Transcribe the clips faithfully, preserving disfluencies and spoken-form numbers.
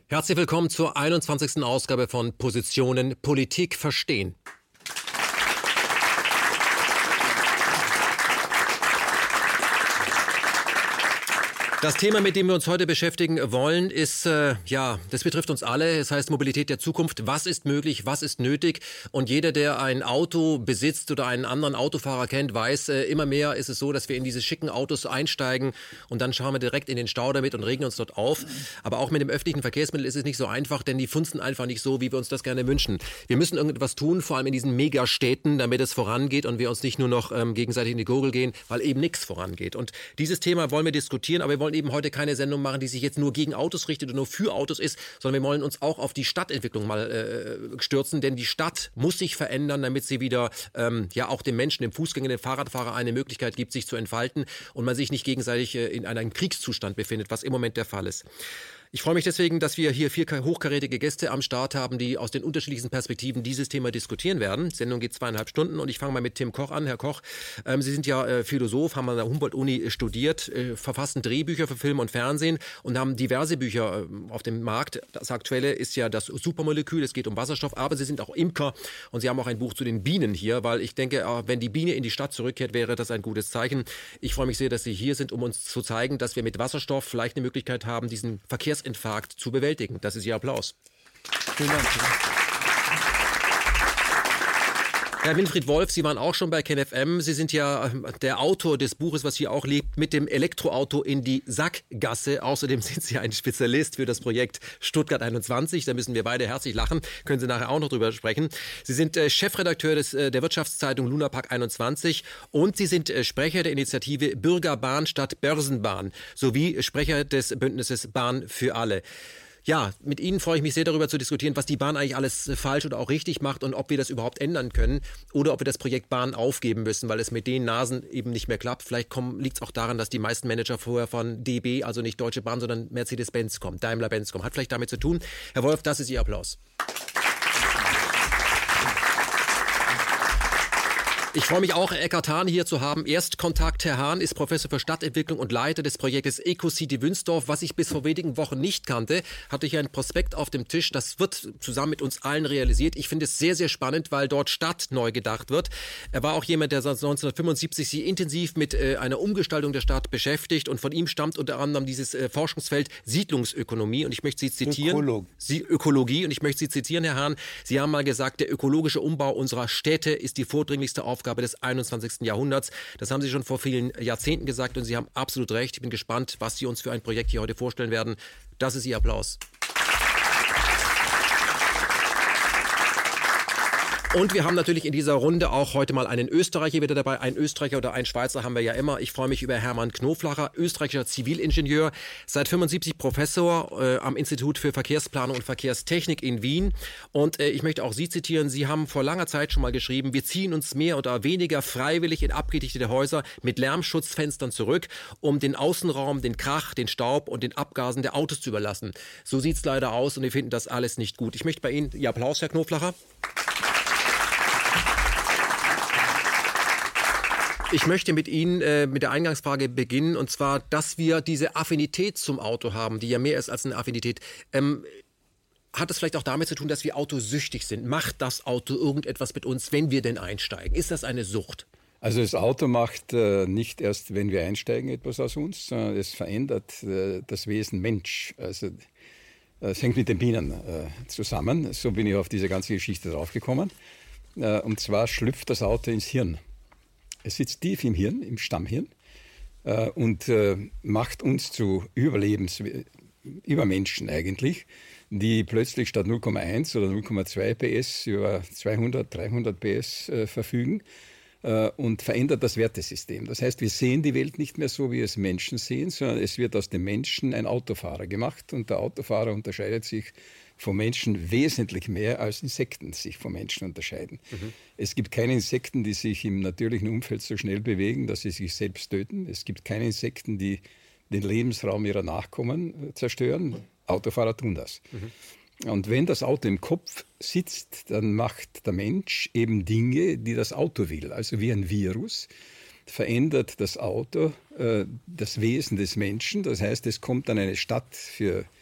Herzlich willkommen zur einundzwanzigsten Ausgabe von Positionen Politik verstehen. Das Thema, mit dem wir uns heute beschäftigen wollen, ist, äh, ja, das betrifft uns alle. Es heißt Mobilität der Zukunft. Was ist möglich? Was ist nötig? Und jeder, der ein Auto besitzt oder einen anderen Autofahrer kennt, weiß, äh, immer mehr ist es so, dass wir in diese schicken Autos einsteigen und dann schauen wir direkt in den Stau damit und regen uns dort auf. Aber auch mit dem öffentlichen Verkehrsmittel ist es nicht so einfach, denn die funzen einfach nicht so, wie wir uns das gerne wünschen. Wir müssen irgendetwas tun, vor allem in diesen Megastädten, damit es vorangeht und wir uns nicht nur noch ähm, gegenseitig in die Gurgel gehen, weil eben nichts vorangeht. Und dieses Thema wollen wir diskutieren, aber wir wollen eben heute keine Sendung machen, die sich jetzt nur gegen Autos richtet oder nur für Autos ist, sondern wir wollen uns auch auf die Stadtentwicklung mal äh, stürzen, denn die Stadt muss sich verändern, damit sie wieder ähm, ja auch dem Menschen, dem Fußgänger, dem Fahrradfahrer eine Möglichkeit gibt, sich zu entfalten und man sich nicht gegenseitig äh, in einem Kriegszustand befindet, was im Moment der Fall ist. Ich freue mich deswegen, dass wir hier vier hochkarätige Gäste am Start haben, die aus den unterschiedlichsten Perspektiven dieses Thema diskutieren werden. Die Sendung geht zweieinhalb Stunden und ich fange mal mit Tim Koch an. Herr Koch, ähm, Sie sind ja äh, Philosoph, haben an der Humboldt-Uni studiert, äh, verfassen Drehbücher für Film und Fernsehen und haben diverse Bücher äh, auf dem Markt. Das aktuelle ist ja das Supermolekül, es geht um Wasserstoff, aber Sie sind auch Imker und Sie haben auch ein Buch zu den Bienen hier, weil ich denke, äh, wenn die Biene in die Stadt zurückkehrt, wäre das ein gutes Zeichen. Ich freue mich sehr, dass Sie hier sind, um uns zu zeigen, dass wir mit Wasserstoff vielleicht eine Möglichkeit haben, diesen Verkehrs Infarkt zu bewältigen. Das ist Ihr Applaus. Vielen Dank. Herr Winfried Wolf, Sie waren auch schon bei KenFM. Sie sind ja der Autor des Buches, was hier auch liegt, mit dem Elektroauto in die Sackgasse. Außerdem sind Sie ein Spezialist für das Projekt Stuttgart einundzwanzig. Da müssen wir beide herzlich lachen. Können Sie nachher auch noch drüber sprechen. Sie sind äh, Chefredakteur des, äh, der Wirtschaftszeitung Lunapark einundzwanzig und Sie sind äh, Sprecher der Initiative Bürgerbahn statt Börsenbahn sowie Sprecher des Bündnisses Bahn für alle. Ja, mit Ihnen freue ich mich sehr darüber zu diskutieren, was die Bahn eigentlich alles falsch oder auch richtig macht und ob wir das überhaupt ändern können oder ob wir das Projekt Bahn aufgeben müssen, weil es mit den Nasen eben nicht mehr klappt. Vielleicht liegt es auch daran, dass die meisten Manager vorher von D B, also nicht Deutsche Bahn, sondern Mercedes-Benz kommen, Daimler-Benz kommen. Hat vielleicht damit zu tun. Herr Wolf, das ist Ihr Applaus. Ich freue mich auch, Eckhard Hahn hier zu haben. Erstkontakt. Herr Hahn ist Professor für Stadtentwicklung und Leiter des Projektes EcoCity Wünsdorf. Was ich bis vor wenigen Wochen nicht kannte, hatte ich ein Prospekt auf dem Tisch. Das wird zusammen mit uns allen realisiert. Ich finde es sehr, sehr spannend, weil dort Stadt neu gedacht wird. Er war auch jemand, der seit neunzehnhundertfünfundsiebzig sich intensiv mit äh, einer Umgestaltung der Stadt beschäftigt. Und von ihm stammt unter anderem dieses äh, Forschungsfeld Siedlungsökonomie. Und ich möchte Sie zitieren. Ökolog. Sie, Ökologie. Und ich möchte Sie zitieren, Herr Hahn. Sie haben mal gesagt, der ökologische Umbau unserer Städte ist die vordringlichste Aufgabe Aufgabe des einundzwanzigsten Jahrhunderts. Das haben Sie schon vor vielen Jahrzehnten gesagt und Sie haben absolut recht. Ich bin gespannt, was Sie uns für ein Projekt hier heute vorstellen werden. Das ist Ihr Applaus. Und wir haben natürlich in dieser Runde auch heute mal einen Österreicher wieder dabei. Ein Österreicher oder ein Schweizer haben wir ja immer. Ich freue mich über Hermann Knoflacher, österreichischer Zivilingenieur, seit fünfundsiebzig Professor äh, am Institut für Verkehrsplanung und Verkehrstechnik in Wien. Und äh, ich möchte auch Sie zitieren. Sie haben vor langer Zeit schon mal geschrieben, wir ziehen uns mehr oder weniger freiwillig in abgedichtete Häuser mit Lärmschutzfenstern zurück, um den Außenraum, den Krach, den Staub und den Abgasen der Autos zu überlassen. So sieht es leider aus und wir finden das alles nicht gut. Ich möchte bei Ihnen, Ihr Applaus, Herr Knoflacher. Ich möchte mit Ihnen äh, mit der Eingangsfrage beginnen, und zwar, dass wir diese Affinität zum Auto haben, die ja mehr ist als eine Affinität. Ähm, hat es vielleicht auch damit zu tun, dass wir autosüchtig sind? Macht das Auto irgendetwas mit uns, wenn wir denn einsteigen? Ist das eine Sucht? Also das Auto macht äh, nicht erst, wenn wir einsteigen, etwas aus uns, sondern es verändert äh, das Wesen Mensch. Also es hängt mit den Bienen äh, zusammen. So bin ich auf diese ganze Geschichte draufgekommen. Äh, und zwar schlüpft das Auto ins Hirn. Es sitzt tief im Hirn, im Stammhirn, äh, und äh, macht uns zu Überlebens, Übermenschen eigentlich, die plötzlich statt null Komma eins oder null Komma zwei P S über zweihundert, dreihundert P S äh, verfügen äh, und verändert das Wertesystem. Das heißt, wir sehen die Welt nicht mehr so, wie es Menschen sehen, sondern es wird aus dem Menschen ein Autofahrer gemacht und der Autofahrer unterscheidet sich vom Menschen wesentlich mehr als Insekten sich vom Menschen unterscheiden. Mhm. Es gibt keine Insekten, die sich im natürlichen Umfeld so schnell bewegen, dass sie sich selbst töten. Es gibt keine Insekten, die den Lebensraum ihrer Nachkommen zerstören. Autofahrer tun das. Mhm. Und wenn das Auto im Kopf sitzt, dann macht der Mensch eben Dinge, die das Auto will. Also wie ein Virus verändert das Auto äh, das Wesen des Menschen. Das heißt, es kommt an eine Stadt für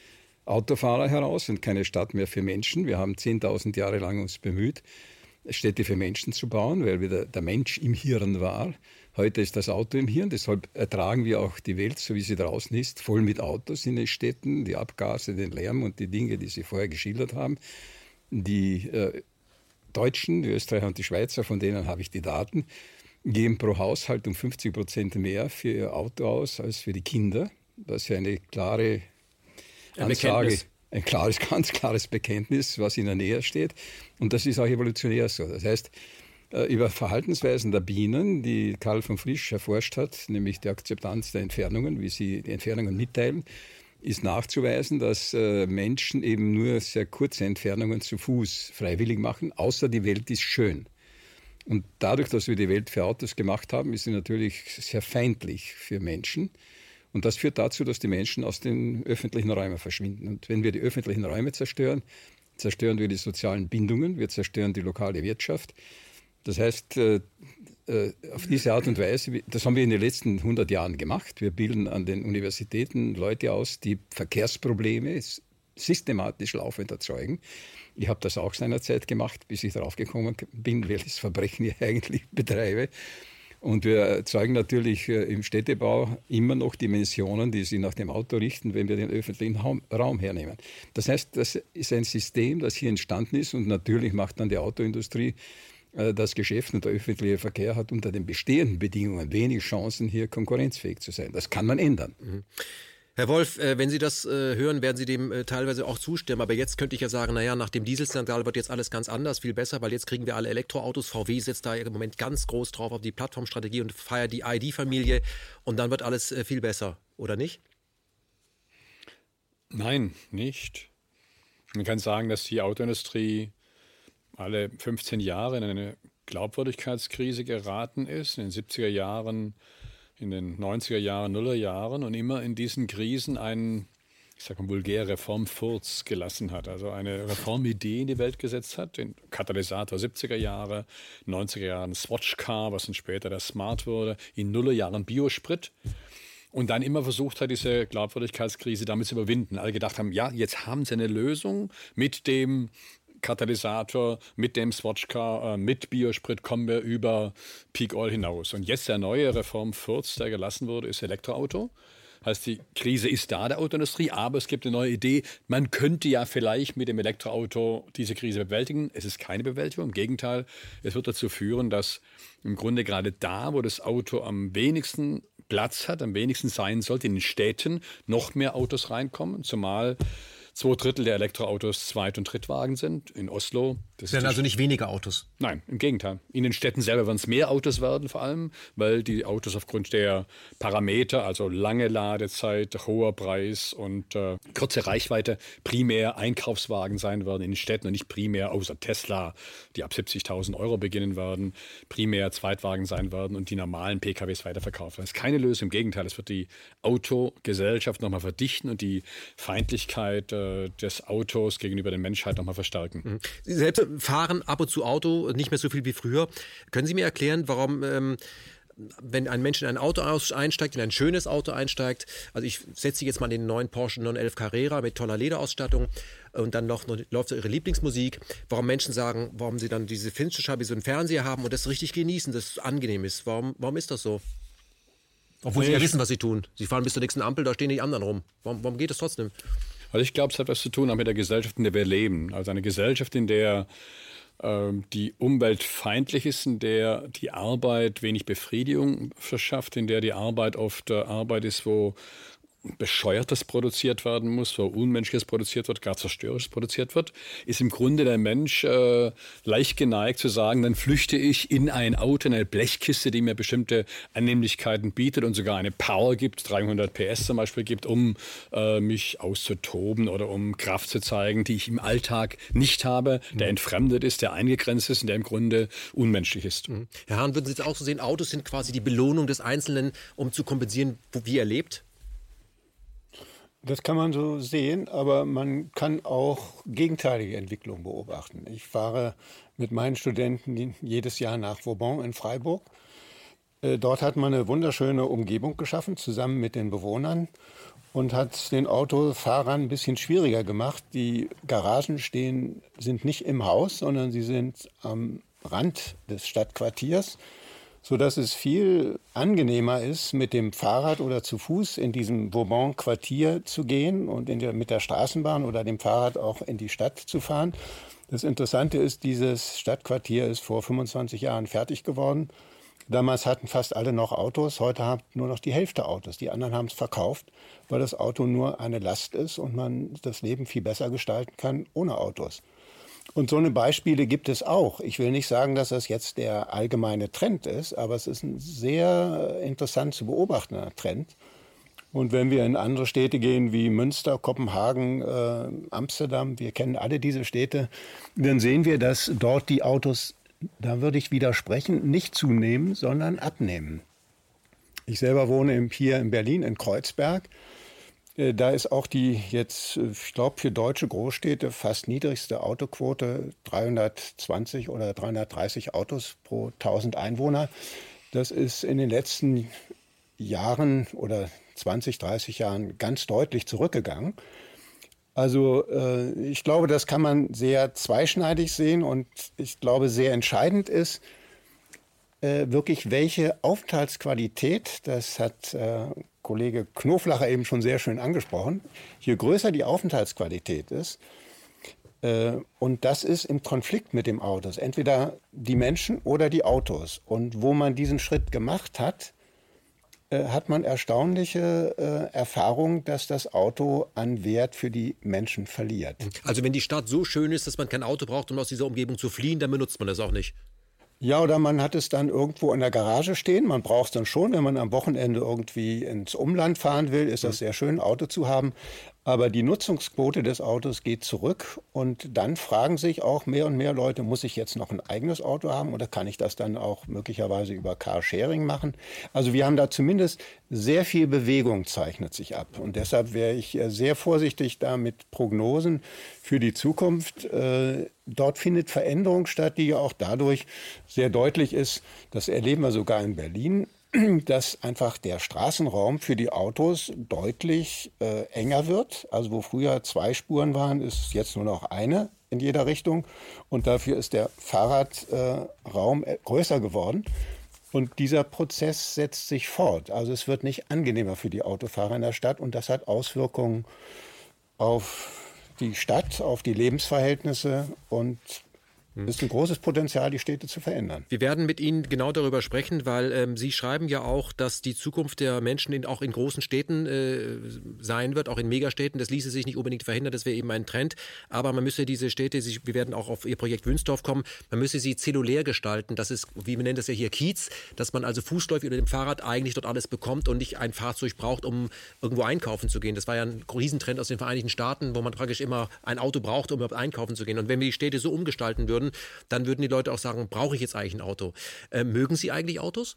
Autofahrer heraus und keine Stadt mehr für Menschen. Wir haben zehntausend Jahre lang uns bemüht, Städte für Menschen zu bauen, weil wieder der Mensch im Hirn war. Heute ist das Auto im Hirn, deshalb ertragen wir auch die Welt, so wie sie draußen ist, voll mit Autos in den Städten, die Abgase, den Lärm und die Dinge, die Sie vorher geschildert haben. Die äh, Deutschen, die Österreicher und die Schweizer, von denen habe ich die Daten, geben pro Haushalt um fünfzig Prozent mehr für ihr Auto aus als für die Kinder. Das ist ja eine klare Ansage, ein klares, ganz klares Bekenntnis, was ihnen näher steht. Und das ist auch evolutionär so. Das heißt, über Verhaltensweisen der Bienen, die Karl von Frisch erforscht hat, nämlich die Akzeptanz der Entfernungen, wie sie die Entfernungen mitteilen, ist nachzuweisen, dass Menschen eben nur sehr kurze Entfernungen zu Fuß freiwillig machen, außer die Welt ist schön. Und dadurch, dass wir die Welt für Autos gemacht haben, ist sie natürlich sehr feindlich für Menschen. Und das führt dazu, dass die Menschen aus den öffentlichen Räumen verschwinden. Und wenn wir die öffentlichen Räume zerstören, zerstören wir die sozialen Bindungen, wir zerstören die lokale Wirtschaft. Das heißt, äh, äh, auf diese Art und Weise, das haben wir in den letzten hundert Jahren gemacht. Wir bilden an den Universitäten Leute aus, die Verkehrsprobleme systematisch laufend erzeugen. Ich habe das auch seinerzeit gemacht, bis ich darauf gekommen bin, welches Verbrechen ich eigentlich betreibe. Und wir erzeugen natürlich im Städtebau immer noch Dimensionen, die sich nach dem Auto richten, wenn wir den öffentlichen Raum hernehmen. Das heißt, das ist ein System, das hier entstanden ist und natürlich macht dann die Autoindustrie das Geschäft und der öffentliche Verkehr hat unter den bestehenden Bedingungen wenig Chancen, hier konkurrenzfähig zu sein. Das kann man ändern. Mhm. Herr Wolf, wenn Sie das hören, werden Sie dem teilweise auch zustimmen. Aber jetzt könnte ich ja sagen, naja, nach dem Dieselskandal wird jetzt alles ganz anders, viel besser, weil jetzt kriegen wir alle Elektroautos. V W setzt da im Moment ganz groß drauf auf die Plattformstrategie und feiert die I D-Familie. Und dann wird alles viel besser, oder nicht? Nein, nicht. Man kann sagen, dass die Autoindustrie alle fünfzehn Jahre in eine Glaubwürdigkeitskrise geraten ist. In den siebziger Jahren, in den neunziger Jahren, Nuller Jahren und immer in diesen Krisen einen, ich sage mal vulgär, Reformfurz gelassen hat. Also eine Reformidee in die Welt gesetzt hat, den Katalysator siebziger Jahre, neunziger Jahren Swatch-Car, was dann später der Smart wurde, in Nuller Jahren Biosprit. Und dann immer versucht hat, diese Glaubwürdigkeitskrise damit zu überwinden. Alle gedacht haben, ja, jetzt haben sie eine Lösung mit dem Katalysator, mit dem Swatch-Car, äh, mit Biosprit kommen wir über Peak Oil hinaus. Und jetzt der neue Reformfurz, der gelassen wurde, ist Elektroauto. Heißt, die Krise ist da der Autoindustrie, aber es gibt eine neue Idee. Man könnte ja vielleicht mit dem Elektroauto diese Krise bewältigen. Es ist keine Bewältigung. Im Gegenteil, es wird dazu führen, dass im Grunde gerade da, wo das Auto am wenigsten Platz hat, am wenigsten sein sollte, in den Städten noch mehr Autos reinkommen. Zumal Zwei Drittel der Elektroautos Zweit- und Drittwagen sind in Oslo. Das werden also nicht weniger Autos? Nein, im Gegenteil. In den Städten selber werden es mehr Autos werden vor allem, weil die Autos aufgrund der Parameter, also lange Ladezeit, hoher Preis und äh, kurze Reichweite, primär Einkaufswagen sein werden in den Städten und nicht primär, außer Tesla, die ab siebzigtausend Euro beginnen werden, primär Zweitwagen sein werden und die normalen P K Ws weiterverkaufen. Das ist keine Lösung, im Gegenteil. Es wird die Autogesellschaft nochmal verdichten und die Feindlichkeit äh, des Autos gegenüber der Menschheit nochmal verstärken. Sie selbst fahren ab und zu Auto, nicht mehr so viel wie früher. Können Sie mir erklären, warum, ähm, wenn ein Mensch in ein Auto einsteigt, in ein schönes Auto einsteigt, also ich setze jetzt mal in den neuen Porsche neun elf Carrera mit toller Lederausstattung und dann noch, noch läuft so ihre Lieblingsmusik, warum Menschen sagen, warum sie dann diese Finsterscheibe, so einen Fernseher haben und das richtig genießen, das angenehm ist. Warum, warum ist das so? Obwohl nee, sie ja wissen, was sie tun. Sie fahren bis zur nächsten Ampel, da stehen die anderen rum. Warum, warum geht es trotzdem? Also ich glaube, es hat was zu tun auch mit der Gesellschaft, in der wir leben. Also eine Gesellschaft, in der äh, die Umwelt feindlich ist, in der die Arbeit wenig Befriedigung verschafft, in der die Arbeit oft äh, Arbeit ist, wo Bescheuertes produziert werden muss, wo Unmenschliches produziert wird, gar Zerstörerisches produziert wird, ist im Grunde der Mensch äh, leicht geneigt zu sagen, dann flüchte ich in ein Auto, in eine Blechkiste, die mir bestimmte Annehmlichkeiten bietet und sogar eine Power gibt, dreihundert P S zum Beispiel gibt, um äh, mich auszutoben oder um Kraft zu zeigen, die ich im Alltag nicht habe, der entfremdet ist, der eingegrenzt ist und der im Grunde unmenschlich ist. Mhm. Herr Hahn, würden Sie jetzt auch so sehen, Autos sind quasi die Belohnung des Einzelnen, um zu kompensieren, wie er lebt? Das kann man so sehen, aber man kann auch gegenteilige Entwicklungen beobachten. Ich fahre mit meinen Studenten jedes Jahr nach Vauban in Freiburg. Dort hat man eine wunderschöne Umgebung geschaffen, zusammen mit den Bewohnern. und hat den Autofahrern ein bisschen schwieriger gemacht. Die Garagen stehen, sind nicht im Haus, sondern sie sind am Rand des Stadtquartiers, sodass es viel angenehmer ist, mit dem Fahrrad oder zu Fuß in diesem Vauban-Quartier zu gehen und in der, mit der Straßenbahn oder dem Fahrrad auch in die Stadt zu fahren. Das Interessante ist, dieses Stadtquartier ist vor fünfundzwanzig Jahren fertig geworden. Damals hatten fast alle noch Autos, heute hat nur noch die Hälfte Autos. Die anderen haben es verkauft, weil das Auto nur eine Last ist und man das Leben viel besser gestalten kann ohne Autos. Und so eine Beispiele gibt es auch. Ich will nicht sagen, dass das jetzt der allgemeine Trend ist, aber es ist ein sehr interessant zu beobachtender Trend. Und wenn wir in andere Städte gehen wie Münster, Kopenhagen, äh, Amsterdam, wir kennen alle diese Städte, dann sehen wir, dass dort die Autos, da würde ich widersprechen, nicht zunehmen, sondern abnehmen. Ich selber wohne hier in Berlin, in Kreuzberg. Da ist auch die jetzt, ich glaube, für deutsche Großstädte fast niedrigste Autoquote, dreihundertzwanzig oder dreihundertdreißig Autos pro tausend Einwohner. Das ist in den letzten Jahren oder zwanzig, dreißig Jahren ganz deutlich zurückgegangen. Also äh, ich glaube, das kann man sehr zweischneidig sehen und ich glaube, sehr entscheidend ist äh, wirklich, welche Aufenthaltsqualität, das hat äh, Kollege Knoflacher eben schon sehr schön angesprochen, je größer die Aufenthaltsqualität ist, äh, und das ist im Konflikt mit dem Autos, entweder die Menschen oder die Autos. Und wo man diesen Schritt gemacht hat, äh, hat man erstaunliche äh, Erfahrungen, dass das Auto an Wert für die Menschen verliert. Also wenn die Stadt so schön ist, dass man kein Auto braucht, um aus dieser Umgebung zu fliehen, dann benutzt man das auch nicht. Ja, oder man hat es dann irgendwo in der Garage stehen. Man braucht es dann schon, wenn man am Wochenende irgendwie ins Umland fahren will, ist das sehr schön, ein Auto zu haben. Aber die Nutzungsquote des Autos geht zurück und dann fragen sich auch mehr und mehr Leute, muss ich jetzt noch ein eigenes Auto haben oder kann ich das dann auch möglicherweise über Carsharing machen? Also wir haben da zumindest sehr viel Bewegung zeichnet sich ab und deshalb wäre ich sehr vorsichtig da mit Prognosen für die Zukunft. Äh, dort findet Veränderung statt, die ja auch dadurch sehr deutlich ist, das erleben wir sogar in Berlin, dass einfach der Straßenraum für die Autos deutlich äh, enger wird. Also wo früher zwei Spuren waren, ist jetzt nur noch eine in jeder Richtung. Und dafür ist der Fahrradraum äh, größer geworden. Und dieser Prozess setzt sich fort. Also es wird nicht angenehmer für die Autofahrer in der Stadt. Und das hat Auswirkungen auf die Stadt, auf die Lebensverhältnisse und es ist ein großes Potenzial, die Städte zu verändern. Wir werden mit Ihnen genau darüber sprechen, weil ähm, Sie schreiben ja auch, dass die Zukunft der Menschen in, auch in großen Städten äh, sein wird, auch in Megastädten. Das ließe sich nicht unbedingt verhindern, das wäre eben ein Trend. Aber man müsse diese Städte, wir werden auch auf Ihr Projekt Wünsdorf kommen, man müsse sie zellulär gestalten. Das ist, wie man nennt das ja hier, Kiez, dass man also fußläufig oder dem Fahrrad eigentlich dort alles bekommt und nicht ein Fahrzeug braucht, um irgendwo einkaufen zu gehen. Das war ja ein Riesentrend aus den Vereinigten Staaten, wo man praktisch immer ein Auto braucht, um überhaupt einkaufen zu gehen. Und wenn wir die Städte so umgestalten würden, dann würden die Leute auch sagen, brauche ich jetzt eigentlich ein Auto? Äh, mögen Sie eigentlich Autos?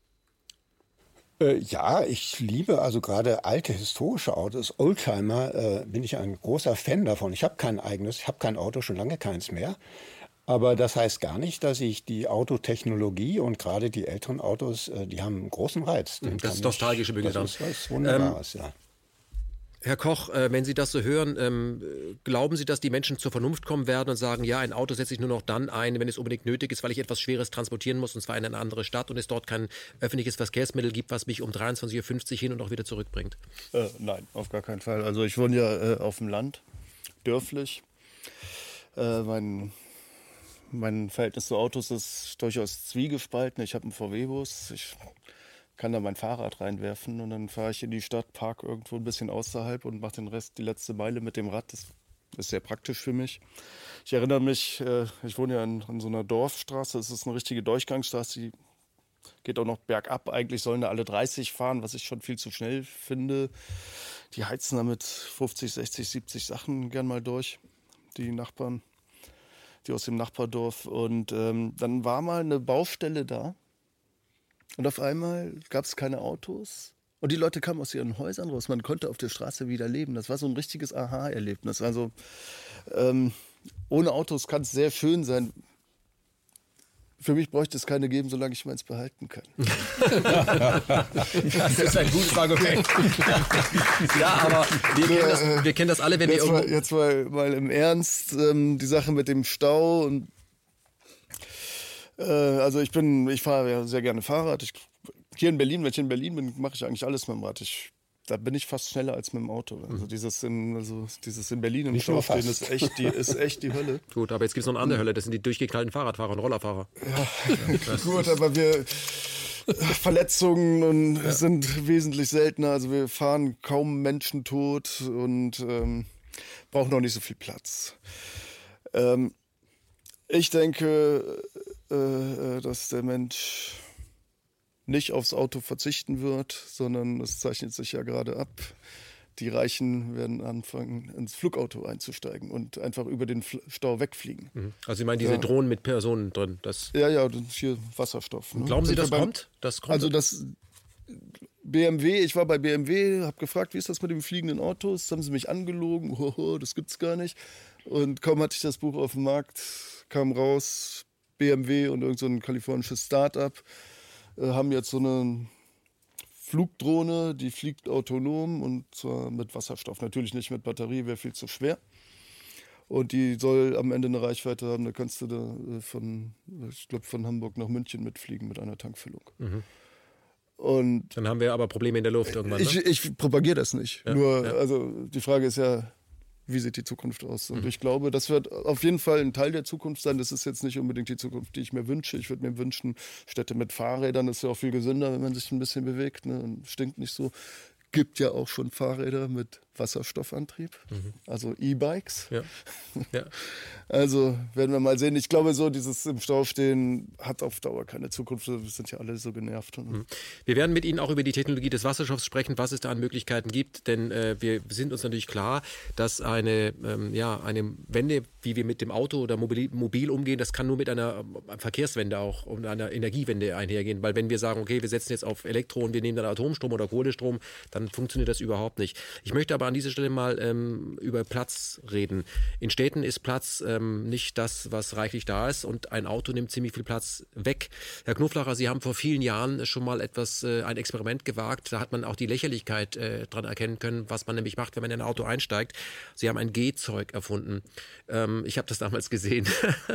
Äh, ja, ich liebe also gerade alte historische Autos. Oldtimer äh, bin ich ein großer Fan davon. Ich habe kein eigenes, ich habe kein Auto, schon lange keins mehr. Aber das heißt gar nicht, dass ich die Autotechnologie und gerade die älteren Autos, äh, die haben einen großen Reiz. Den das ist nostalgische Begeisterung. Das ist was Wunderbares, ähm, ja. Herr Koch, äh, wenn Sie das so hören, ähm, glauben Sie, dass die Menschen zur Vernunft kommen werden und sagen, ja, ein Auto setze ich nur noch dann ein, wenn es unbedingt nötig ist, weil ich etwas Schweres transportieren muss, und zwar in eine andere Stadt und es dort kein öffentliches Verkehrsmittel gibt, was mich um dreiundzwanzig Uhr fünfzig hin und auch wieder zurückbringt? Äh, nein, auf gar keinen Fall. Also ich wohne ja äh, auf dem Land, dörflich. Äh, mein, mein Verhältnis zu Autos ist durchaus zwiegespalten. Ich habe einen V W-Bus, ich kann da mein Fahrrad reinwerfen und dann fahre ich in die Stadt, park irgendwo ein bisschen außerhalb und mache den Rest, die letzte Meile mit dem Rad. Das ist sehr praktisch für mich. Ich erinnere mich, äh, ich wohne ja in, in so einer Dorfstraße, das ist eine richtige Durchgangsstraße, die geht auch noch bergab. Eigentlich sollen da alle dreißig fahren, was ich schon viel zu schnell finde. Die heizen da mit fünfzig, sechzig, siebzig Sachen gern mal durch, die Nachbarn, die aus dem Nachbardorf. Und ähm, dann war mal eine Baustelle da. Und auf einmal gab es keine Autos und die Leute kamen aus ihren Häusern raus. Man konnte auf der Straße wieder leben. Das war so ein richtiges Aha-Erlebnis. Also ähm, ohne Autos kann es sehr schön sein. für mich bräuchte es keine geben, solange ich meins behalten kann. Das ist ein gutes Argument. Ja, aber wir kennen das, wir kennen das alle, wenn jetzt wir irgendwo... Mal, jetzt mal, mal im Ernst, ähm, die Sache mit dem Stau. Und, äh, also ich bin, ich fahre ja sehr gerne Fahrrad. Ich, hier in Berlin, wenn ich in Berlin bin, mache ich eigentlich alles mit dem Rad. Ich, da bin ich fast schneller als mit dem Auto. Also dieses in, also dieses in Berlin im Stau stehen ist echt, die, ist echt die Hölle. Gut, aber jetzt gibt es noch eine andere Hölle. Das sind die durchgeknallten Fahrradfahrer und Rollerfahrer. Ja, gut, aber wir... Verletzungen und ja. sind wesentlich seltener. Also wir fahren kaum Menschen tot und ähm, brauchen auch nicht so viel Platz. Ähm, ich denke, äh, dass der Mensch nicht aufs Auto verzichten wird, sondern es zeichnet sich ja gerade ab. Die Reichen werden anfangen, ins Flugauto einzusteigen und einfach über den Stau wegfliegen. Also Sie meinen diese ja. Drohnen mit Personen drin? Das ja, ja, das ist hier Wasserstoff. Ne? Glauben Sie, das beim, kommt? das kommt? Also das B M W, ich war bei B M W, habe gefragt, wie ist das mit den fliegenden Autos? Das haben sie mich angelogen, hoho, das gibt's gar nicht. Und kaum hatte ich das Buch auf dem Markt, kam raus, B M W und irgend so ein kalifornisches Start-up äh, haben jetzt so eine Flugdrohne, die fliegt autonom und zwar mit Wasserstoff. Natürlich nicht mit Batterie, wäre viel zu schwer. Und die soll am Ende eine Reichweite haben, da kannst du da von, ich glaube, von Hamburg nach München mitfliegen mit einer Tankfüllung. Mhm. Und dann haben wir aber Probleme in der Luft irgendwann. Ich, ne? ich propagiere das nicht. Ja, Nur, ja. also die Frage ist ja, wie sieht die Zukunft aus? Und mhm. ich glaube, das wird auf jeden Fall ein Teil der Zukunft sein. Das ist jetzt nicht unbedingt die Zukunft, die ich mir wünsche. Ich würde mir wünschen, Städte mit Fahrrädern, das ist ja auch viel gesünder, wenn man sich ein bisschen bewegt, ne? Und stinkt nicht so. Gibt ja auch schon Fahrräder mit Wasserstoffantrieb, mhm. also E-Bikes. Ja. Ja. Also werden wir mal sehen. Ich glaube, so dieses im Stau stehen hat auf Dauer keine Zukunft. Wir sind ja alle so genervt. Mhm. Wir werden mit Ihnen auch über die Technologie des Wasserstoffs sprechen, was es da an Möglichkeiten gibt. Denn äh, wir sind uns natürlich klar, dass eine, ähm, ja, eine Wende, wie wir mit dem Auto oder mobil, mobil umgehen, das kann nur mit einer Verkehrswende auch und einer Energiewende einhergehen. Weil wenn wir sagen, okay, wir setzen jetzt auf Elektro und wir nehmen dann Atomstrom oder Kohlestrom, dann funktioniert das überhaupt nicht. Ich möchte aber an dieser Stelle mal ähm, über Platz reden. In Städten ist Platz ähm, nicht das, was reichlich da ist und ein Auto nimmt ziemlich viel Platz weg. Herr Knoflacher, Sie haben vor vielen Jahren schon mal etwas, äh, ein Experiment gewagt. Da hat man auch die Lächerlichkeit äh, dran erkennen können, was man nämlich macht, wenn man in ein Auto einsteigt. Sie haben ein Gehzeug erfunden. Ähm, ich habe das damals gesehen.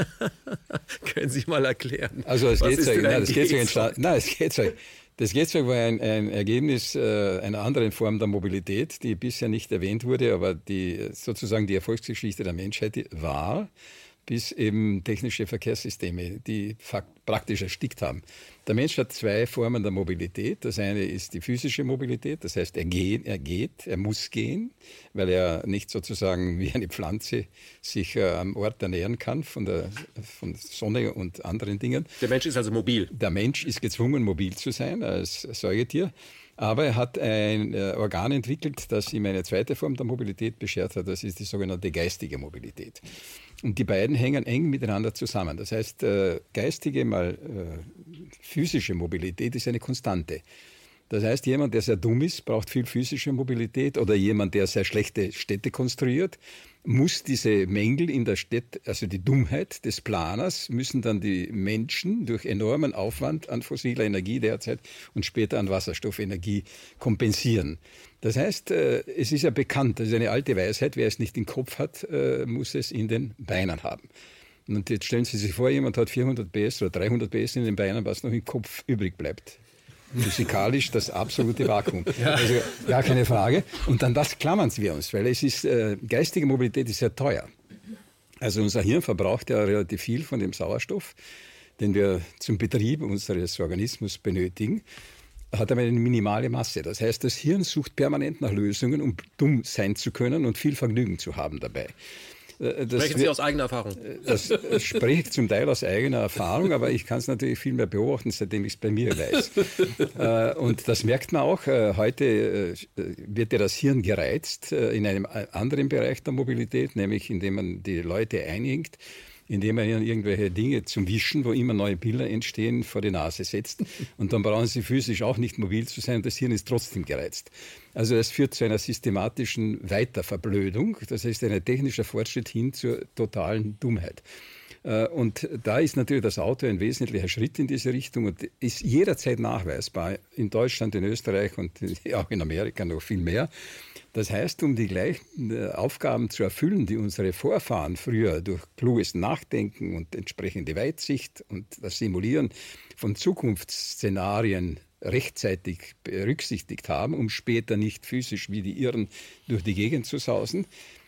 Können Sie mal erklären? Also das Gehzeug, nein, das Gehzeug entstand, nein, das Gehzeug. Das Gehzeug war ein, ein Ergebnis äh, einer anderen Form der Mobilität, die bisher nicht erwähnt wurde, aber die sozusagen die Erfolgsgeschichte der Menschheit war, bis eben technische Verkehrssysteme, die praktisch erstickt haben. Der Mensch hat zwei Formen der Mobilität. Das eine ist die physische Mobilität, das heißt, er geht, er geht, er muss gehen, weil er nicht sozusagen wie eine Pflanze sich äh, am Ort ernähren kann von der von Sonne und anderen Dingen. Der Mensch ist also mobil. Der Mensch ist gezwungen, mobil zu sein als Säugetier. Aber er hat ein äh, Organ entwickelt, das ihm eine zweite Form der Mobilität beschert hat. Das ist die sogenannte geistige Mobilität. Und die beiden hängen eng miteinander zusammen. Das heißt, äh, geistige mal äh, physische Mobilität ist eine Konstante. Das heißt, jemand, der sehr dumm ist, braucht viel physische Mobilität oder jemand, der sehr schlechte Städte konstruiert, muss diese Mängel in der Stadt, also die Dummheit des Planers, müssen dann die Menschen durch enormen Aufwand an fossiler Energie derzeit und später an Wasserstoffenergie kompensieren. Das heißt, es ist ja bekannt, das ist eine alte Weisheit, wer es nicht im Kopf hat, muss es in den Beinen haben. Und jetzt stellen Sie sich vor, jemand hat vierhundert P S oder dreihundert P S in den Beinen, was noch im Kopf übrig bleibt. Physikalisch das absolute Vakuum. Ja. Also gar keine Frage. Und dann das klammern wir uns, weil es ist, äh, geistige Mobilität ist sehr teuer. Also unser Hirn verbraucht ja relativ viel von dem Sauerstoff, den wir zum Betrieb unseres Organismus benötigen, hat aber eine minimale Masse. Das heißt, das Hirn sucht permanent nach Lösungen, um dumm sein zu können und viel Vergnügen zu haben dabei. Das Sprechen Sie aus eigener Erfahrung? Das spreche ich zum Teil aus eigener Erfahrung, aber ich kann es natürlich viel mehr beobachten, seitdem ich es bei mir weiß. Und das merkt man auch. Heute wird ja das Hirn gereizt in einem anderen Bereich der Mobilität, nämlich indem man die Leute einhängt, indem man ihnen irgendwelche Dinge zum Wischen, wo immer neue Bilder entstehen, vor die Nase setzt. Und dann brauchen sie physisch auch nicht mobil zu sein. Das Hirn ist trotzdem gereizt. Also das führt zu einer systematischen Weiterverblödung. Das heißt, ein technischer Fortschritt hin zur totalen Dummheit. Und da ist natürlich das Auto ein wesentlicher Schritt in diese Richtung und ist jederzeit nachweisbar, in Deutschland, in Österreich und auch in Amerika noch viel mehr. Das heißt, um die gleichen Aufgaben zu erfüllen, die unsere Vorfahren früher durch kluges Nachdenken und entsprechende Weitsicht und das Simulieren von Zukunftsszenarien rechtzeitig berücksichtigt haben, um später nicht physisch wie die Irren durch die Gegend zu sausen,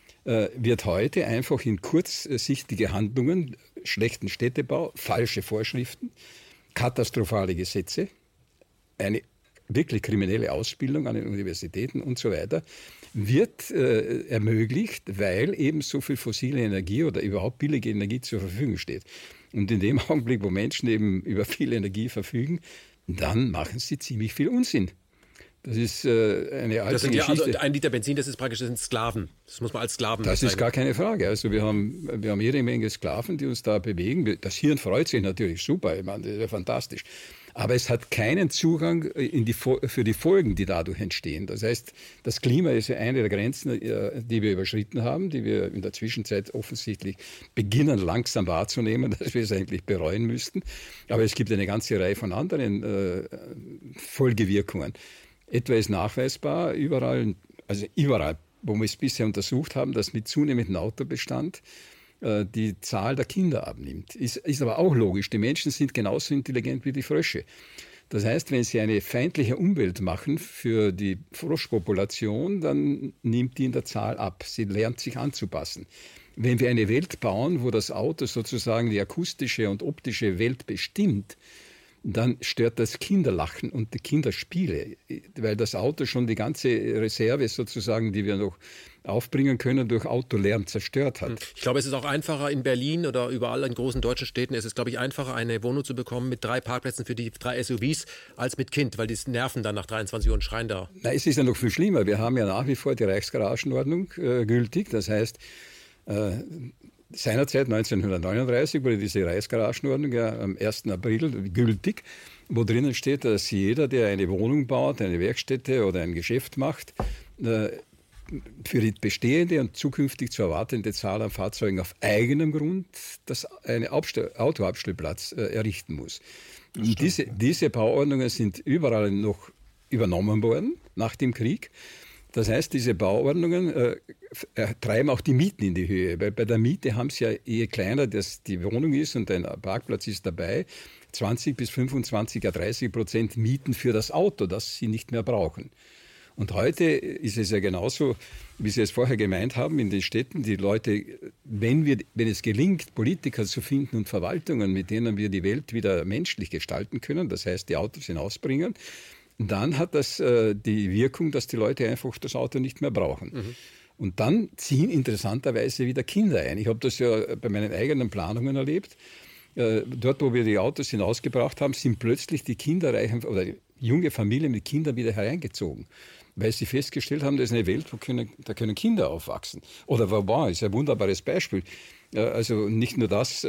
wird heute einfach in kurzsichtige Handlungen, schlechten Städtebau, falsche Vorschriften, katastrophale Gesetze, eine wirklich kriminelle Ausbildung an den Universitäten und so weiter, wird äh, ermöglicht, weil eben so viel fossile Energie oder überhaupt billige Energie zur Verfügung steht. Und in dem Augenblick, wo Menschen eben über viel Energie verfügen, dann machen sie ziemlich viel Unsinn. Das ist äh, eine alte das sind Geschichte. Ja, also ein Liter Benzin, das ist praktisch, das sind Sklaven. Das muss man als Sklaven Das bezeichnen. ist gar keine Frage. Also wir haben, wir haben jede Menge Sklaven, die uns da bewegen. Das Hirn freut sich natürlich super, ich meine, das ist ja fantastisch. Aber es hat keinen Zugang in die, für die Folgen, die dadurch entstehen. Das heißt, das Klima ist ja eine der Grenzen, die wir überschritten haben, die wir in der Zwischenzeit offensichtlich beginnen langsam wahrzunehmen, dass wir es eigentlich bereuen müssten. Aber es gibt eine ganze Reihe von anderen äh, Folgewirkungen. Etwa ist nachweisbar, überall, also überall, wo wir es bisher untersucht haben, dass mit zunehmendem Autobestand äh, die Zahl der Kinder abnimmt. Ist, ist aber auch logisch. Die Menschen sind genauso intelligent wie die Frösche. Das heißt, wenn sie eine feindliche Umwelt machen für die Froschpopulation, dann nimmt die in der Zahl ab. Sie lernt sich anzupassen. Wenn wir eine Welt bauen, wo das Auto sozusagen die akustische und optische Welt bestimmt, dann stört das Kinderlachen und die Kinderspiele, weil das Auto schon die ganze Reserve sozusagen, die wir noch aufbringen können, durch Autolärm zerstört hat. Ich glaube, es ist auch einfacher in Berlin oder überall in großen deutschen Städten, es ist, glaube ich, einfacher, eine Wohnung zu bekommen mit drei Parkplätzen für die drei S U Vs als mit Kind, weil die nerven dann nach dreiundzwanzig Uhr und schreien da. Na, es ist ja noch viel schlimmer. Wir haben ja nach wie vor die Reichsgaragenordnung äh, gültig. Das heißt, äh, seinerzeit neunzehnhundertneununddreißig wurde diese Reichsgaragenordnung ja am ersten April gültig, wo drinnen steht, dass jeder, der eine Wohnung baut, eine Werkstätte oder ein Geschäft macht, äh, für die bestehende und zukünftig zu erwartende Zahl an Fahrzeugen auf eigenem Grund das einen Autoabstellplatz äh, errichten muss. Und diese, diese Bauordnungen sind überall noch übernommen worden nach dem Krieg. Das heißt, diese Bauordnungen äh, treiben auch die Mieten in die Höhe, weil bei der Miete haben sie ja, je kleiner das die Wohnung ist und ein Parkplatz ist dabei, zwanzig bis fünfundzwanzig, ja dreißig Prozent Mieten für das Auto, das sie nicht mehr brauchen. Und heute ist es ja genauso, wie Sie es vorher gemeint haben, in den Städten, die Leute, wenn, wir, wenn es gelingt, Politiker zu finden und Verwaltungen, mit denen wir die Welt wieder menschlich gestalten können, das heißt, die Autos hinausbringen, dann hat das äh, die Wirkung, dass die Leute einfach das Auto nicht mehr brauchen. Mhm. Und dann ziehen interessanterweise wieder Kinder ein. Ich habe das ja bei meinen eigenen Planungen erlebt. Äh, dort, wo wir die Autos hinausgebracht haben, sind plötzlich die kinderreichen oder junge Familien mit Kindern wieder hereingezogen, weil sie festgestellt haben, das ist eine Welt, wo können, da können Kinder aufwachsen. Oder Vauban ist ein wunderbares Beispiel. Also nicht nur das,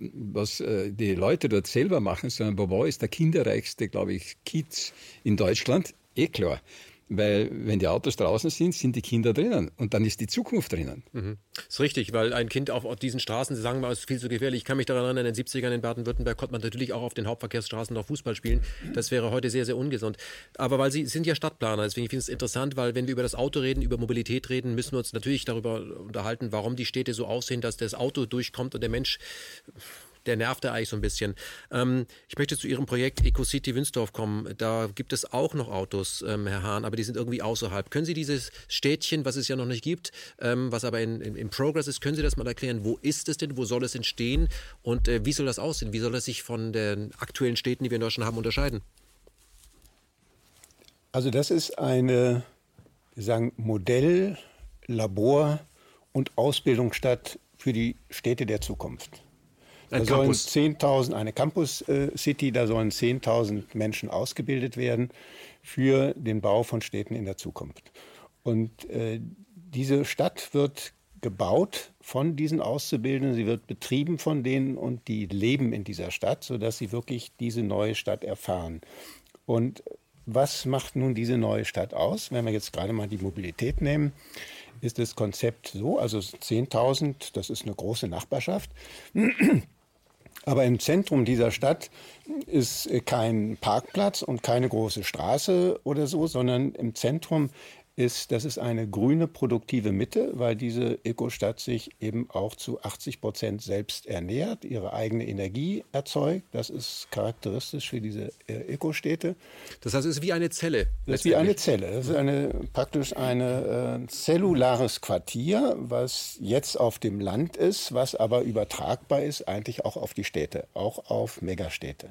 was die Leute dort selber machen, sondern Vauban ist der kinderreichste, glaube ich, Kiez in Deutschland. Eh klar. Weil wenn die Autos draußen sind, sind die Kinder drinnen. Und dann ist die Zukunft drinnen. Mhm. Das ist richtig, weil ein Kind auf, auf diesen Straßen, Sie sagen mal, es ist viel zu gefährlich. Ich kann mich daran erinnern, in den siebzigern in Baden-Württemberg konnte man natürlich auch auf den Hauptverkehrsstraßen noch Fußball spielen. Das wäre heute sehr, sehr ungesund. Aber weil Sie sind ja Stadtplaner, deswegen finde ich es interessant, weil wenn wir über das Auto reden, über Mobilität reden, müssen wir uns natürlich darüber unterhalten, warum die Städte so aussehen, dass das Auto durchkommt und der Mensch... Der nervt da eigentlich so ein bisschen. Ähm, ich möchte zu Ihrem Projekt EcoCity Wünsdorf kommen. Da gibt es auch noch Autos, ähm, Herr Hahn, aber die sind irgendwie außerhalb. Können Sie dieses Städtchen, was es ja noch nicht gibt, ähm, was aber in, in, in Progress ist, können Sie das mal erklären? Wo ist es denn? Wo soll es entstehen? Und äh, wie soll das aussehen? Wie soll das sich von den aktuellen Städten, die wir in Deutschland haben, unterscheiden? Also das ist eine, wir sagen, Modell, Labor und Ausbildungsstadt für die Städte der Zukunft. Ein da sollen Campus. zehntausend, eine Campus-City, da sollen zehntausend Menschen ausgebildet werden für den Bau von Städten in der Zukunft. Und äh, diese Stadt wird gebaut von diesen Auszubildenden, sie wird betrieben von denen und die leben in dieser Stadt, sodass sie wirklich diese neue Stadt erfahren. Und was macht nun diese neue Stadt aus? Wenn wir jetzt gerade mal die Mobilität nehmen, ist das Konzept so, also zehntausend, das ist eine große Nachbarschaft. Aber im Zentrum dieser Stadt ist kein Parkplatz und keine große Straße oder so, sondern im Zentrum ist, das ist eine grüne, produktive Mitte, weil diese Ökostadt sich eben auch zu achtzig Prozent selbst ernährt, ihre eigene Energie erzeugt. Das ist charakteristisch für diese äh, Ökostädte. Das heißt, es ist wie eine Zelle. Das ist wie eine Zelle. Das ist eine, praktisch ein äh, zellulares Quartier, was jetzt auf dem Land ist, was aber übertragbar ist eigentlich auch auf die Städte, auch auf Megastädte.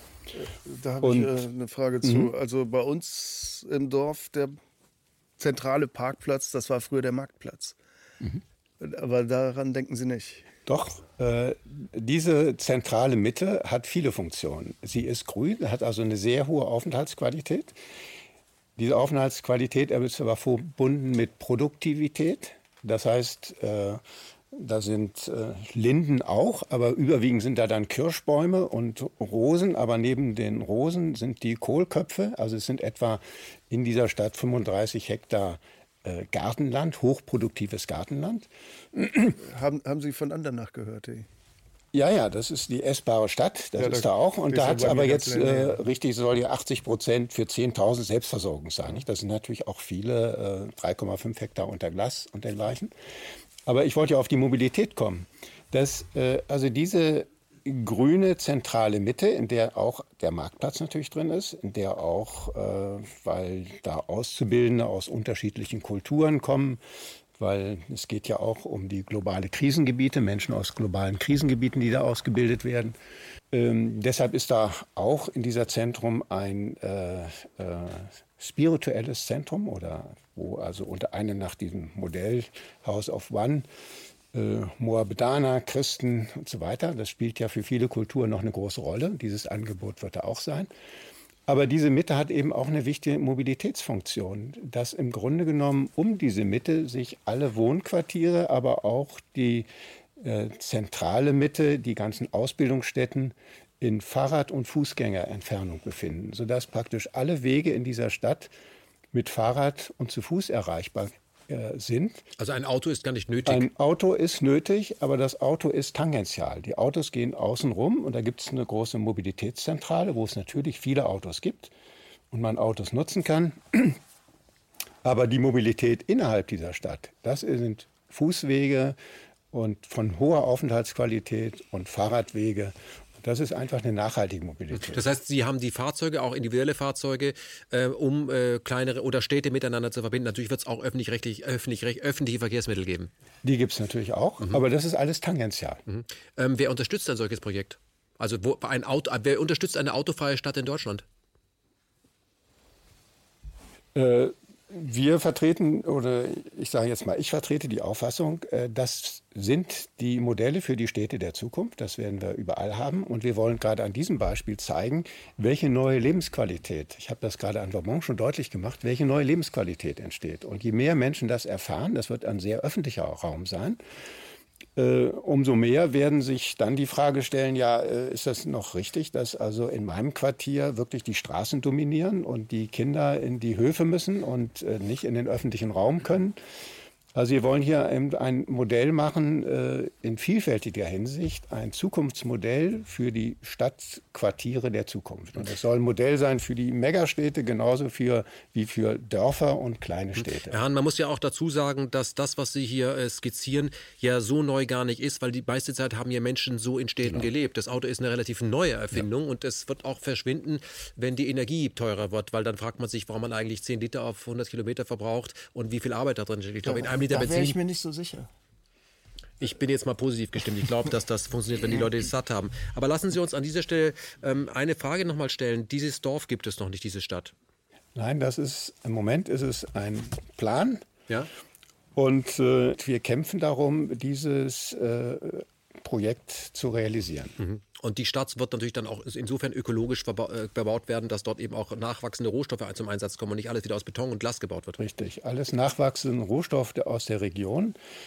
Da habe ich äh, eine Frage zu. Mhm. Also bei uns im Dorf, der zentrale Parkplatz, das war früher der Marktplatz. Mhm. Aber daran denken Sie nicht. Doch, äh, diese zentrale Mitte hat viele Funktionen. Sie ist grün, hat also eine sehr hohe Aufenthaltsqualität. Diese Aufenthaltsqualität ist aber verbunden mit Produktivität. Das heißt, äh, da sind äh, Linden auch, aber überwiegend sind da dann Kirschbäume und Rosen. Aber neben den Rosen sind die Kohlköpfe. Also es sind etwa in dieser Stadt fünfunddreißig Hektar äh, Gartenland, hochproduktives Gartenland. Haben, haben Sie von Andernach gehört? Ey? Ja, ja, das ist die essbare Stadt, das ja, ist da auch. Und da hat es aber jetzt, äh, richtig, soll ja achtzig Prozent für zehntausend Selbstversorgung sein. Nicht? Das sind natürlich auch viele, äh, drei Komma fünf Hektar unter Glas und dergleichen. Aber ich wollte ja auf die Mobilität kommen. Dass, äh, also diese grüne zentrale Mitte, in der auch der Marktplatz natürlich drin ist, in der auch, äh, weil da Auszubildende aus unterschiedlichen Kulturen kommen, weil es geht ja auch um die globale Krisengebiete, Menschen aus globalen Krisengebieten, die da ausgebildet werden. Ähm, deshalb ist da auch in dieser Zentrum ein äh, äh, spirituelles Zentrum, oder wo also unter einem nach diesem Modell House of One, äh, Mohammedaner, Christen und so weiter, das spielt ja für viele Kulturen noch eine große Rolle. Dieses Angebot wird da auch sein. Aber diese Mitte hat eben auch eine wichtige Mobilitätsfunktion, dass im Grunde genommen um diese Mitte sich alle Wohnquartiere, aber auch die äh, zentrale Mitte, die ganzen Ausbildungsstätten in Fahrrad- und Fußgängerentfernung befinden, sodass praktisch alle Wege in dieser Stadt mit Fahrrad und zu Fuß erreichbar äh, sind. Also ein Auto ist gar nicht nötig? Ein Auto ist nötig, aber das Auto ist tangential. Die Autos gehen außen rum und da gibt es eine große Mobilitätszentrale, wo es natürlich viele Autos gibt und man Autos nutzen kann. Aber die Mobilität innerhalb dieser Stadt, das sind Fußwege und von hoher Aufenthaltsqualität und Fahrradwege. Das ist einfach eine nachhaltige Mobilität. Das heißt, Sie haben die Fahrzeuge, auch individuelle Fahrzeuge, äh, um äh, kleinere oder Städte miteinander zu verbinden. Natürlich wird es auch öffentlich-rechtlich, öffentlich, öffentliche Verkehrsmittel geben. Die gibt es natürlich auch, mhm. aber das ist alles tangential. Mhm. Ähm, wer unterstützt ein solches Projekt? Also wo, ein Auto, wer unterstützt eine autofreie Stadt in Deutschland? Äh, wir vertreten, oder ich sage jetzt mal, ich vertrete die Auffassung, äh, das sind die Modelle für die Städte der Zukunft. Das werden wir überall haben. Und wir wollen gerade an diesem Beispiel zeigen, welche neue Lebensqualität, ich habe das gerade an Vermont schon deutlich gemacht, welche neue Lebensqualität entsteht. Und je mehr Menschen das erfahren, das wird ein sehr öffentlicher Raum sein, Äh, umso mehr werden sich dann die Frage stellen, ja, äh, ist das noch richtig, dass also in meinem Quartier wirklich die Straßen dominieren und die Kinder in die Höfe müssen und äh, nicht in den öffentlichen Raum können? Also wir wollen hier ein Modell machen äh, in vielfältiger Hinsicht, ein Zukunftsmodell für die Stadtquartiere der Zukunft. Und das soll ein Modell sein für die Megastädte, genauso für, wie für Dörfer und kleine Städte. Herr Hahn, man muss ja auch dazu sagen, dass das, was Sie hier äh, skizzieren, ja so neu gar nicht ist, weil die meiste Zeit haben ja Menschen so in Städten genau. gelebt. Das Auto ist eine relativ neue Erfindung ja. und es wird auch verschwinden, wenn die Energie teurer wird, weil dann fragt man sich, warum man eigentlich zehn Liter auf hundert Kilometer verbraucht und wie viel Arbeit da drin steht. Ich glaube, in einem Liter da Benzin. Ich mir nicht so sicher. Ich bin jetzt mal positiv gestimmt. Ich glaube, dass das funktioniert, wenn die Leute es satt haben. Aber lassen Sie uns an dieser Stelle ähm, eine Frage nochmal stellen. Dieses Dorf gibt es noch nicht, diese Stadt. Nein, das ist, im Moment ist es ein Plan. Ja. Und äh, wir kämpfen darum, dieses äh, Projekt zu realisieren. Mhm. Und die Stadt wird natürlich dann auch insofern ökologisch verba- äh, bebaut werden, dass dort eben auch nachwachsende Rohstoffe zum Einsatz kommen und nicht alles wieder aus Beton und Glas gebaut wird. Richtig, alles nachwachsende Rohstoffe aus der Region.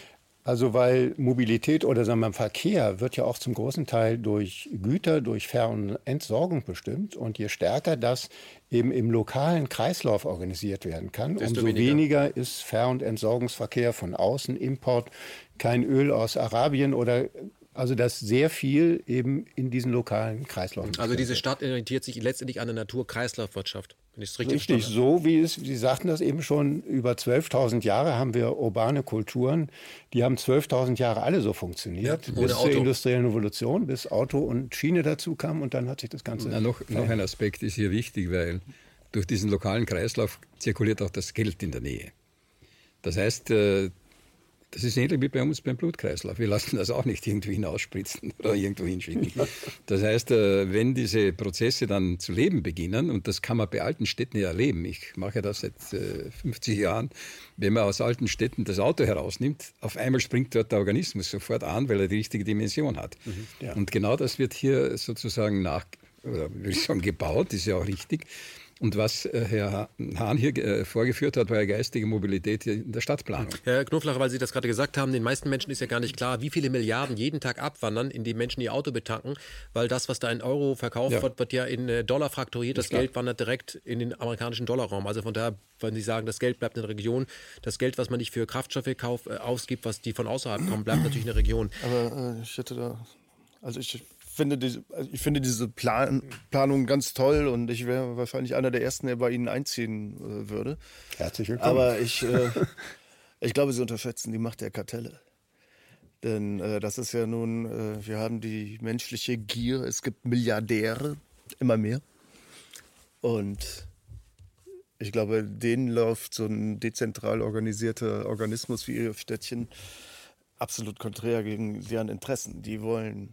Also weil Mobilität oder sagen wir mal, Verkehr wird ja auch zum großen Teil durch Güter, durch Ver- und Entsorgung bestimmt. Und je stärker das eben im lokalen Kreislauf organisiert werden kann, Desto umso weniger. weniger ist Ver- und Entsorgungsverkehr von außen, Import, kein Öl aus Arabien oder also dass sehr viel eben in diesen lokalen Kreislauf. Also diese Stadt orientiert sich letztendlich an der Naturkreislaufwirtschaft. Wenn ich es richtig Richtig, verstanden habe. so wie es, Sie sagten das eben schon, über zwölftausend Jahre haben wir urbane Kulturen, die haben zwölftausend Jahre alle so funktioniert, Ja, ohne bis zur Auto. industriellen Revolution, bis Auto und Schiene dazu kamen und dann hat sich das Ganze... Na, noch, noch ein Aspekt ist hier wichtig, weil durch diesen lokalen Kreislauf zirkuliert auch das Geld in der Nähe. Das heißt, äh, das ist ähnlich wie bei uns beim Blutkreislauf. Wir lassen das auch nicht irgendwie hinausspritzen oder irgendwo hinschicken. Das heißt, äh, wenn diese Prozesse dann zu leben beginnen, und das kann man bei alten Städten ja erleben, ich mache das seit äh, fünfzig Jahren, wenn man aus alten Städten das Auto herausnimmt, auf einmal springt dort der Organismus sofort an, weil er die richtige Dimension hat. Mhm. Ja. Und genau das wird hier sozusagen nach, oder würde ich sagen, gebaut, ist ja auch richtig. Und was äh, Herr Hahn hier äh, vorgeführt hat, war ja geistige Mobilität hier in der Stadtplanung. Herr Knoflacher, weil Sie das gerade gesagt haben, den meisten Menschen ist ja gar nicht klar, wie viele Milliarden jeden Tag abwandern, in die Menschen ihr Auto betanken, weil das, was da in Euro verkauft Ja. wird, wird ja in äh, Dollar frakturiert. Das klar. Geld wandert direkt in den amerikanischen Dollarraum. Also von daher, wenn Sie sagen, das Geld bleibt in der Region, das Geld, was man nicht für Kraftstoffe kauf, äh, ausgibt, was die von außerhalb kommen, bleibt natürlich in der Region. Aber äh, ich hätte da, also ich finde, diese, also ich finde diese Plan, Planung ganz toll und ich wäre wahrscheinlich einer der Ersten, der bei Ihnen einziehen äh, würde. Herzlich willkommen. Aber ich, äh, ich glaube, Sie unterschätzen die Macht der Kartelle. Denn äh, das ist ja nun, äh, wir haben die menschliche Gier, es gibt Milliardäre, immer mehr. Und ich glaube, denen läuft so ein dezentral organisierter Organismus wie Ihr Städtchen absolut konträr gegen deren Interessen. Die wollen,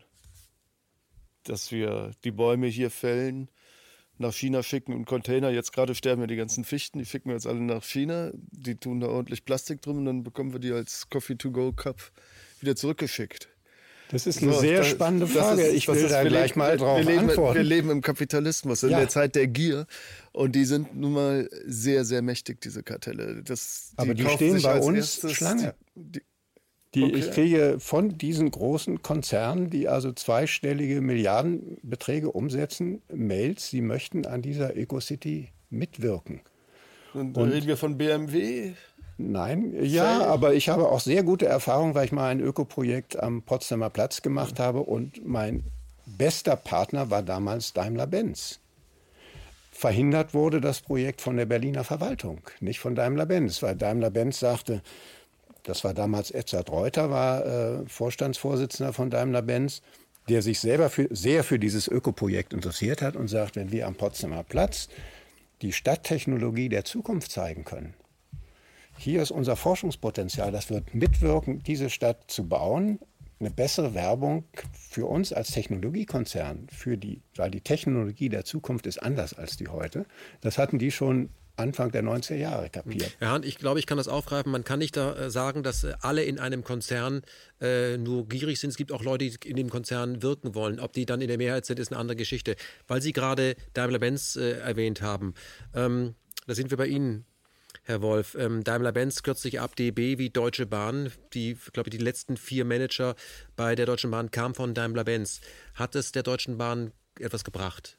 dass wir die Bäume hier fällen, nach China schicken und Container. Jetzt gerade sterben ja die ganzen Fichten, die schicken wir jetzt alle nach China. Die tun da ordentlich Plastik drin und dann bekommen wir die als Coffee-to-go-Cup wieder zurückgeschickt. Das ist eine So, sehr das- spannende das Frage. ist- ich das will ist- da wir gleich leben- mal wir- drauf wir leben, antworten. Wir leben im Kapitalismus, in Ja. der Zeit der Gier. Und die sind nun mal sehr, sehr mächtig, diese Kartelle. Das, Aber die kaufen stehen sich bei als uns erstes Schlange. Die, die, Die, Okay. Ich kriege von diesen großen Konzernen, die also zweistellige Milliardenbeträge umsetzen, Mails, sie möchten an dieser Ecocity mitwirken. und, Und- reden wir von B M W? Nein, ja, aber ich habe auch sehr gute Erfahrungen, weil ich mal ein Ökoprojekt am Potsdamer Platz gemacht habe und mein bester Partner war damals Daimler-Benz. Verhindert wurde das Projekt von der Berliner Verwaltung, nicht von Daimler-Benz, weil Daimler-Benz sagte, das war damals Edzard Reuter, war äh, Vorstandsvorsitzender von Daimler-Benz, der sich selber für, sehr für dieses Ökoprojekt interessiert hat und sagt, wenn wir am Potsdamer Platz die Stadttechnologie der Zukunft zeigen können, hier ist unser Forschungspotenzial, das wird mitwirken, diese Stadt zu bauen, eine bessere Werbung für uns als Technologiekonzern, für die, weil die Technologie der Zukunft ist anders als die heute. Das hatten die schon Anfang der neunziger Jahre kapiert. Herr Hahn, ich glaube, ich kann das aufgreifen. Man kann nicht da äh, sagen, dass äh, alle in einem Konzern äh, nur gierig sind. Es gibt auch Leute, die in dem Konzern wirken wollen. Ob die dann in der Mehrheit sind, ist eine andere Geschichte. Weil Sie gerade Daimler-Benz äh, erwähnt haben, ähm, da sind wir bei Ihnen, Herr Wolf. Ähm, Daimler-Benz kürzt sich ab, D B wie Deutsche Bahn. Die, glaube ich, die letzten vier Manager bei der Deutschen Bahn kamen von Daimler-Benz. Hat es der Deutschen Bahn etwas gebracht?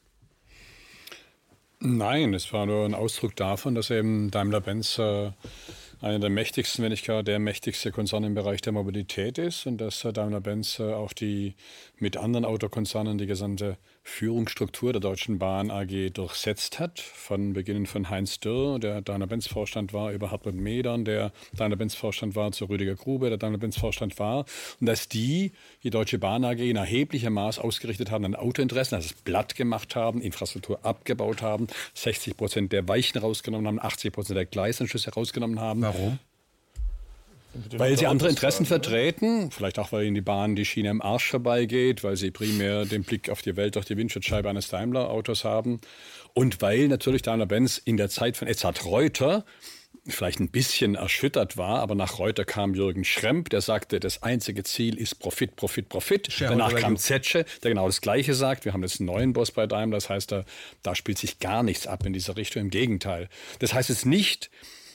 Nein, es war nur ein Ausdruck davon, dass eben Daimler-Benz äh, einer der mächtigsten, wenn nicht gar der mächtigste Konzern im Bereich der Mobilität ist und dass äh, Daimler-Benz äh, auch die mit anderen Autokonzernen die gesamte Führungsstruktur der Deutschen Bahn A G durchsetzt hat. Von Beginn von Heinz Dürr, der Daimler-Benz-Vorstand war, über Hartmut Medern, der Daimler-Benz-Vorstand war, zu Rüdiger Grube, der Daimler-Benz-Vorstand war. Und dass die die Deutsche Bahn A G in erheblichem Maß ausgerichtet haben an Autointeressen, also es platt gemacht haben, Infrastruktur abgebaut haben, sechzig Prozent der Weichen rausgenommen haben, achtzig Prozent der Gleisanschlüsse rausgenommen haben. Warum? Weil sie andere Interessen vertreten, vielleicht auch, weil ihnen die Bahn die Schiene am Arsch vorbeigeht, weil sie primär den Blick auf die Welt durch die Windschutzscheibe eines Daimler-Autos haben und weil natürlich Daimler-Benz in der Zeit von Edzard Reuter vielleicht ein bisschen erschüttert war, aber nach Reuter kam Jürgen Schrempp, der sagte, das einzige Ziel ist Profit, Profit, Profit. Danach kam Zetsche, der genau das Gleiche sagt. Wir haben jetzt einen neuen Boss bei Daimler, das heißt, da, da spielt sich gar nichts ab in dieser Richtung, im Gegenteil. Das heißt jetzt nicht,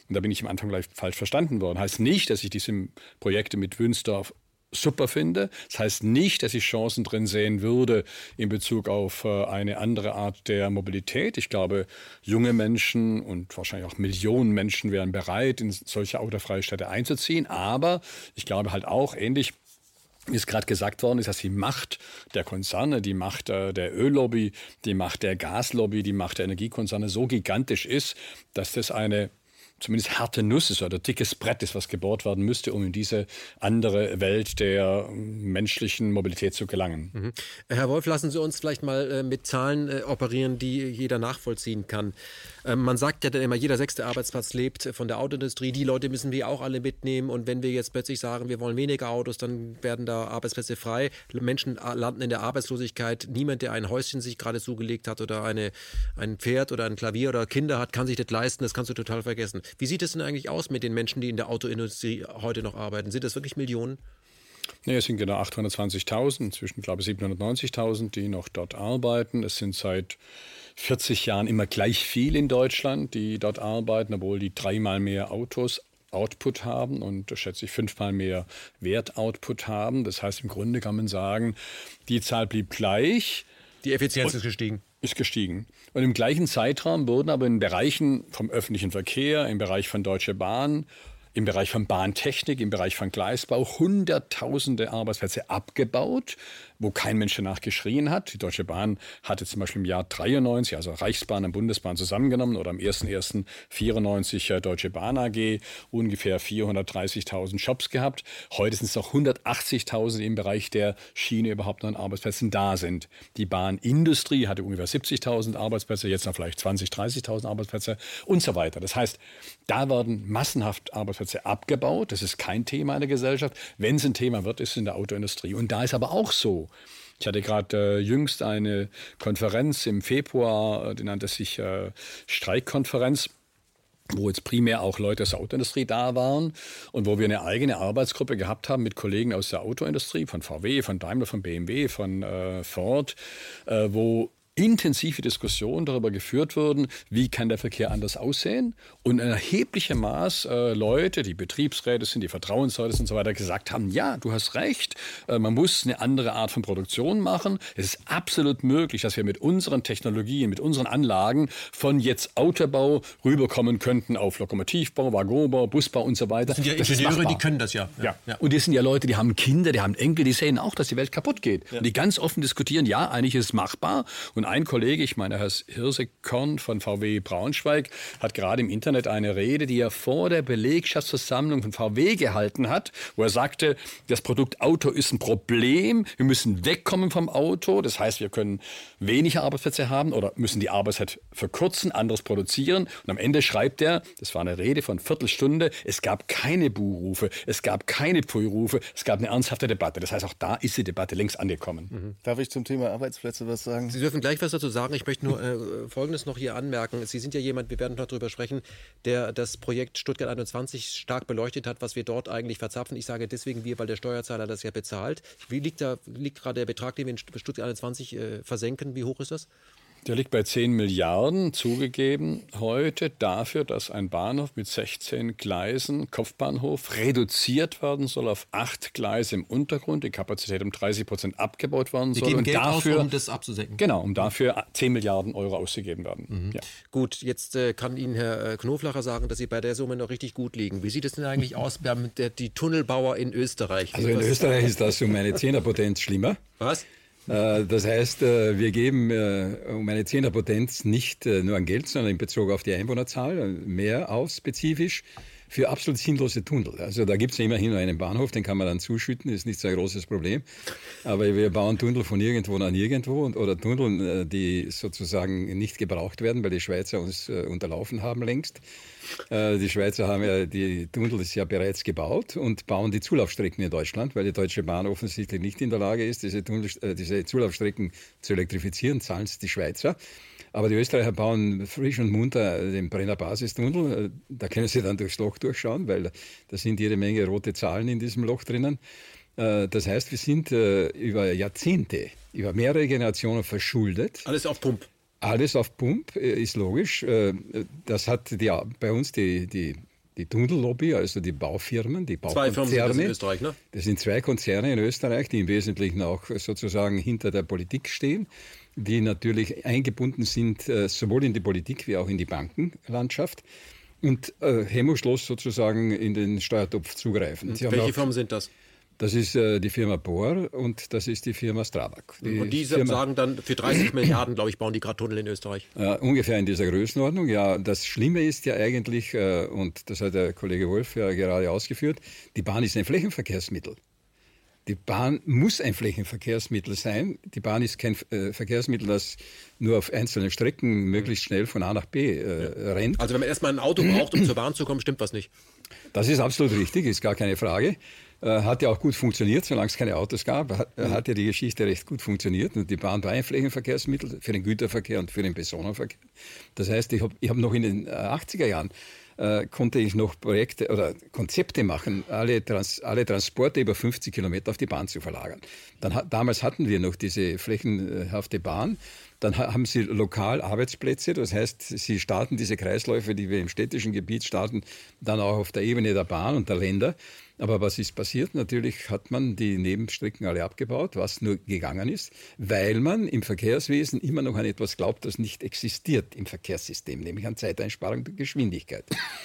Und da bin ich am Anfang gleich falsch verstanden worden. Heißt nicht, dass ich diese Projekte mit Wünsdorf super finde. Das heißt nicht, dass ich Chancen drin sehen würde in Bezug auf äh, eine andere Art der Mobilität. Ich glaube, junge Menschen und wahrscheinlich auch Millionen Menschen wären bereit, in solche autofreie Städte einzuziehen. Aber ich glaube halt auch, ähnlich wie es gerade gesagt worden ist, dass die Macht der Konzerne, die Macht äh, der Öllobby, die Macht der Gaslobby, die Macht der Energiekonzerne so gigantisch ist, dass das eine zumindest harte Nuss ist oder dickes Brett ist, was gebohrt werden müsste, um in diese andere Welt der menschlichen Mobilität zu gelangen. Mhm. Herr Wolf, lassen Sie uns vielleicht mal äh, mit Zahlen äh, operieren, die jeder nachvollziehen kann. Ähm, man sagt ja dann immer, jeder sechste Arbeitsplatz lebt von der Autoindustrie. Die Leute müssen wir auch alle mitnehmen. Und wenn wir jetzt plötzlich sagen, wir wollen weniger Autos, dann werden da Arbeitsplätze frei. Menschen landen in der Arbeitslosigkeit. Niemand, der ein Häuschen sich gerade zugelegt hat oder eine, ein Pferd oder ein Klavier oder Kinder hat, kann sich das leisten. Das kannst du total vergessen. Wie sieht es denn eigentlich aus mit den Menschen, die in der Autoindustrie heute noch arbeiten? Sind das wirklich Millionen? Nee, es sind genau achthundertzwanzigtausend, inzwischen glaube ich siebenhundertneunzigtausend, die noch dort arbeiten. Es sind seit vierzig Jahren immer gleich viel in Deutschland, die dort arbeiten, obwohl die dreimal mehr Autos Output haben und, schätze ich, fünfmal mehr Wertoutput haben. Das heißt, im Grunde kann man sagen, die Zahl blieb gleich. Die Effizienz ist gestiegen. Ist gestiegen. Und im gleichen Zeitraum wurden aber in Bereichen vom öffentlichen Verkehr, im Bereich von Deutsche Bahn, im Bereich von Bahntechnik, im Bereich von Gleisbau hunderttausende Arbeitsplätze abgebaut, wo kein Mensch danach geschrien hat. Die Deutsche Bahn hatte zum Beispiel im Jahr dreiundneunzig, also Reichsbahn und Bundesbahn zusammengenommen, oder am erster erster vierundneunzig äh, Deutsche Bahn A G, ungefähr vierhundertdreißigtausend Jobs gehabt. Heute sind es noch hundertachtzigtausend, die im Bereich der Schiene überhaupt noch an Arbeitsplätzen da sind. Die Bahnindustrie hatte ungefähr siebzigtausend Arbeitsplätze, jetzt noch vielleicht zwanzigtausend, dreißigtausend Arbeitsplätze und so weiter. Das heißt, da werden massenhaft Arbeitsplätze abgebaut. Das ist kein Thema in der Gesellschaft. Wenn es ein Thema wird, ist es in der Autoindustrie. Und da ist aber auch so. Ich hatte gerade äh, jüngst eine Konferenz im Februar, die nannte sich äh, Streikkonferenz, wo jetzt primär auch Leute aus der Autoindustrie da waren und wo wir eine eigene Arbeitsgruppe gehabt haben mit Kollegen aus der Autoindustrie, von V W, von Daimler, von B M W, von äh, Ford, äh, wo intensive Diskussionen darüber geführt wurden, wie kann der Verkehr anders aussehen. Und ein erhebliches Maß äh, Leute, die Betriebsräte sind, die Vertrauensleute sind und so weiter, gesagt haben, ja, du hast recht, äh, man muss eine andere Art von Produktion machen. Es ist absolut möglich, dass wir mit unseren Technologien, mit unseren Anlagen von jetzt Autobau rüberkommen könnten auf Lokomotivbau, Waggonbau, Busbau und so weiter. Das sind ja das Ingenieure, die können das ja. Ja. Ja. Ja. Und das sind ja Leute, die haben Kinder, die haben Enkel, die sehen auch, dass die Welt kaputt geht. Ja. Und die ganz offen diskutieren, ja, eigentlich ist es machbar. Und ein Kollege, ich meine, Herr Hirsekorn von V W Braunschweig, hat gerade im Internet eine Rede, die er vor der Belegschaftsversammlung von V W gehalten hat, wo er sagte, das Produkt Auto ist ein Problem, wir müssen wegkommen vom Auto, das heißt, wir können weniger Arbeitsplätze haben oder müssen die Arbeitszeit verkürzen, anderes produzieren. Und am Ende schreibt er, das war eine Rede von Viertelstunde, es gab keine Buhrufe, es gab keine Pfui-Rufe, es gab eine ernsthafte Debatte. Das heißt, auch da ist die Debatte längst angekommen. Mhm. Darf ich zum Thema Arbeitsplätze was sagen? Sie dürfen gleich was dazu sagen. Ich möchte nur äh, Folgendes noch hier anmerken. Sie sind ja jemand, wir werden noch darüber sprechen, der das Projekt Stuttgart einundzwanzig stark beleuchtet hat, was wir dort eigentlich verzapfen. Ich sage deswegen wir, weil der Steuerzahler das ja bezahlt. Wie liegt da liegt gerade der Betrag, den wir in Stuttgart einundzwanzig äh, versenken? Wie hoch ist das? Der liegt bei zehn Milliarden zugegeben heute dafür, dass ein Bahnhof mit sechzehn Gleisen, Kopfbahnhof, reduziert werden soll auf acht Gleise im Untergrund, die Kapazität um dreißig Prozent abgebaut werden soll. Wir geben und Geld dafür, aus, um das abzusenken. Genau, um dafür zehn Milliarden Euro ausgegeben werden. Mhm. Ja. Gut, jetzt äh, kann Ihnen Herr Knoflacher sagen, dass Sie bei der Summe noch richtig gut liegen. Wie sieht es denn eigentlich aus mit der, die Tunnelbauer in Österreich? Also in Was Österreich ist das um eine Zehnerpotenz schlimmer. Was? Das heißt, wir geben um eine Zehnerpotenz nicht nur an Geld, sondern in Bezug auf die Einwohnerzahl mehr aus, spezifisch, für absolut sinnlose Tunnel. Also da gibt es ja immerhin nur einen Bahnhof, den kann man dann zuschütten, ist nicht so ein großes Problem. Aber wir bauen Tunnel von irgendwo nach nirgendwo und, oder Tunnel, die sozusagen nicht gebraucht werden, weil die Schweizer uns unterlaufen haben längst. Die Schweizer haben ja die Tunnel ist ja bereits gebaut und bauen die Zulaufstrecken in Deutschland, weil die Deutsche Bahn offensichtlich nicht in der Lage ist, diese, Tunnel, diese Zulaufstrecken zu elektrifizieren, zahlen es die Schweizer. Aber die Österreicher bauen frisch und munter den Brenner Basistunnel. Da können sie dann durchs Loch durchschauen, weil da sind jede Menge rote Zahlen in diesem Loch drinnen. Das heißt, wir sind über Jahrzehnte, über mehrere Generationen verschuldet. Alles auf Pump. Alles auf Pump, ist logisch. Das hat die, bei uns die, die die Tunnellobby, also die Baufirmen, die Baukonzerne. Zwei Firmen sind das in Österreich, ne? Das sind zwei Konzerne in Österreich, die im Wesentlichen auch sozusagen hinter der Politik stehen, die natürlich eingebunden sind, sowohl in die Politik wie auch in die Bankenlandschaft und äh, hemmungslos sozusagen in den Steuertopf zugreifen. Sie Welche auch, Firmen sind das? Das ist äh, die Firma Bohr und das ist die Firma Strabag. Die und die Firma, sagen dann, für dreißig Milliarden, glaube ich, bauen die gerade Tunnel in Österreich. Äh, ungefähr in dieser Größenordnung. Ja, das Schlimme ist ja eigentlich, äh, und das hat der Kollege Wolf ja gerade ausgeführt, die Bahn ist ein Flächenverkehrsmittel. Die Bahn muss ein Flächenverkehrsmittel sein. Die Bahn ist kein äh, Verkehrsmittel, das nur auf einzelnen Strecken möglichst schnell von A nach B äh, rennt. Also wenn man erstmal ein Auto braucht, um zur Bahn zu kommen, stimmt was nicht. Das ist absolut richtig, ist gar keine Frage. Äh, hat ja auch gut funktioniert, solange es keine Autos gab, hat, mhm. hat ja die Geschichte recht gut funktioniert. Und die Bahn war ein Flächenverkehrsmittel für den Güterverkehr und für den Personenverkehr. Das heißt, ich habe ich hab noch in den achtziger Jahren äh, konnte ich noch Projekte oder Konzepte machen, alle, Trans, alle Transporte über fünfzig Kilometer auf die Bahn zu verlagern. Dann, damals hatten wir noch diese flächenhafte Bahn. Dann haben sie lokal Arbeitsplätze, das heißt, sie starten diese Kreisläufe, die wir im städtischen Gebiet starten, dann auch auf der Ebene der Bahn und der Länder. Aber was ist passiert? Natürlich hat man die Nebenstrecken alle abgebaut, was nur gegangen ist, weil man im Verkehrswesen immer noch an etwas glaubt, das nicht existiert im Verkehrssystem, nämlich an Zeiteinsparung und Geschwindigkeit.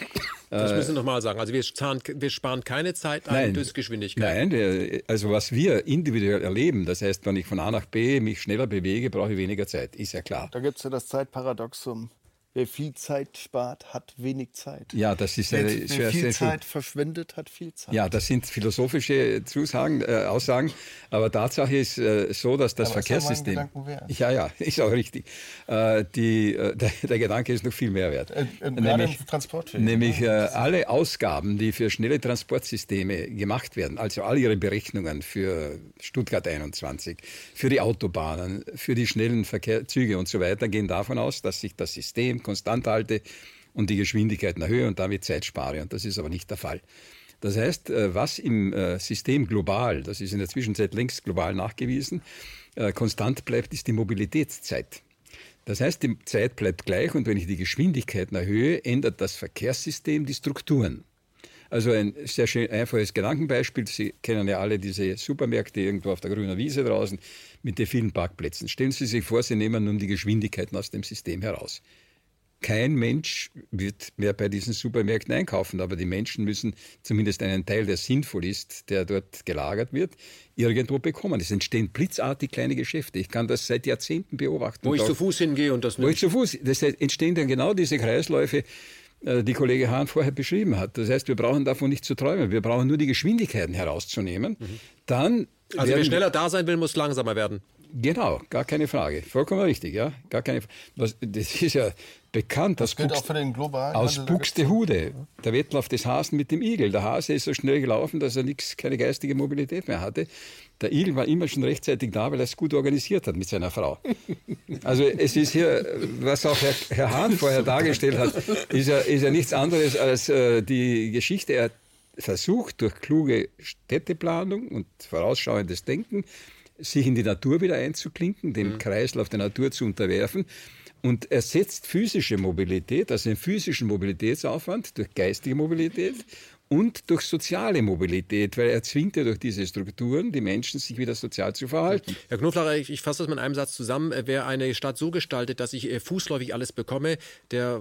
Das müssen Sie nochmal sagen. Also wir sparen, wir sparen keine Zeit ein durch Geschwindigkeit. Nein, also was wir individuell erleben, das heißt, wenn ich von A nach B mich schneller bewege, brauche ich weniger Zeit, ist ja klar. Da gibt es ja das Zeitparadoxum. Wer viel Zeit spart, hat wenig Zeit. Ja, das ist eine Wer, wer viel Zeit verschwendet, hat viel Zeit. Ja, das sind philosophische Zusagen, äh, Aussagen. Aber Tatsache ist äh, so, dass das aber Verkehrssystem. Ist ja, ja, ja, ist auch richtig. Äh, die, äh, der, der Gedanke ist noch viel mehr wert. Äh, äh, nämlich im Transport nämlich äh, alle Ausgaben, die für schnelle Transportsysteme gemacht werden, also all ihre Berechnungen für Stuttgart einundzwanzig, für die Autobahnen, für die schnellen Verkehrszüge und so weiter, gehen davon aus, dass sich das System konstant halte und die Geschwindigkeiten erhöhe und damit Zeit spare. Und das ist aber nicht der Fall. Das heißt, was im System global, das ist in der Zwischenzeit längst global nachgewiesen, konstant bleibt, ist die Mobilitätszeit. Das heißt, die Zeit bleibt gleich und wenn ich die Geschwindigkeiten erhöhe, ändert das Verkehrssystem die Strukturen. Also ein sehr schön einfaches Gedankenbeispiel. Sie kennen ja alle diese Supermärkte irgendwo auf der grünen Wiese draußen mit den vielen Parkplätzen. Stellen Sie sich vor, Sie nehmen nun die Geschwindigkeiten aus dem System heraus. Kein Mensch wird mehr bei diesen Supermärkten einkaufen, aber die Menschen müssen zumindest einen Teil, der sinnvoll ist, der dort gelagert wird, irgendwo bekommen. Es entstehen blitzartig kleine Geschäfte. Ich kann das seit Jahrzehnten beobachten. Wo ich zu Fuß hingehe und das Wo ich zu Fuß, das heißt, entstehen dann genau diese Kreisläufe, die Kollege Hahn vorher beschrieben hat. Das heißt, wir brauchen davon nicht zu träumen. Wir brauchen nur die Geschwindigkeiten herauszunehmen. Mhm. Dann also wer schneller da sein will, muss langsamer werden. Genau, gar keine Frage. Vollkommen richtig, ja. Gar keine, was, das ist ja bekannt. Das gilt Buxt, auch für den globalen aus Buxtehude, der Wettlauf des Hasen mit dem Igel. Der Hase ist so schnell gelaufen, dass er nix, keine geistige Mobilität mehr hatte. Der Igel war immer schon rechtzeitig da, weil er es gut organisiert hat mit seiner Frau. Also es ist hier, was auch Herr, Herr Hahn vorher dargestellt hat, ist ja, ist ja nichts anderes als äh, die Geschichte. Er versucht durch kluge Städteplanung und vorausschauendes Denken, sich in die Natur wieder einzuklinken, dem mhm. Kreislauf der Natur zu unterwerfen und ersetzt physische Mobilität, also den physischen Mobilitätsaufwand durch geistige Mobilität und durch soziale Mobilität, weil er zwingt ja durch diese Strukturen die Menschen, sich wieder sozial zu verhalten. Herr Knoflacher, ich, ich fasse das mit einem Satz zusammen. Wer eine Stadt so gestaltet, dass ich fußläufig alles bekomme, der...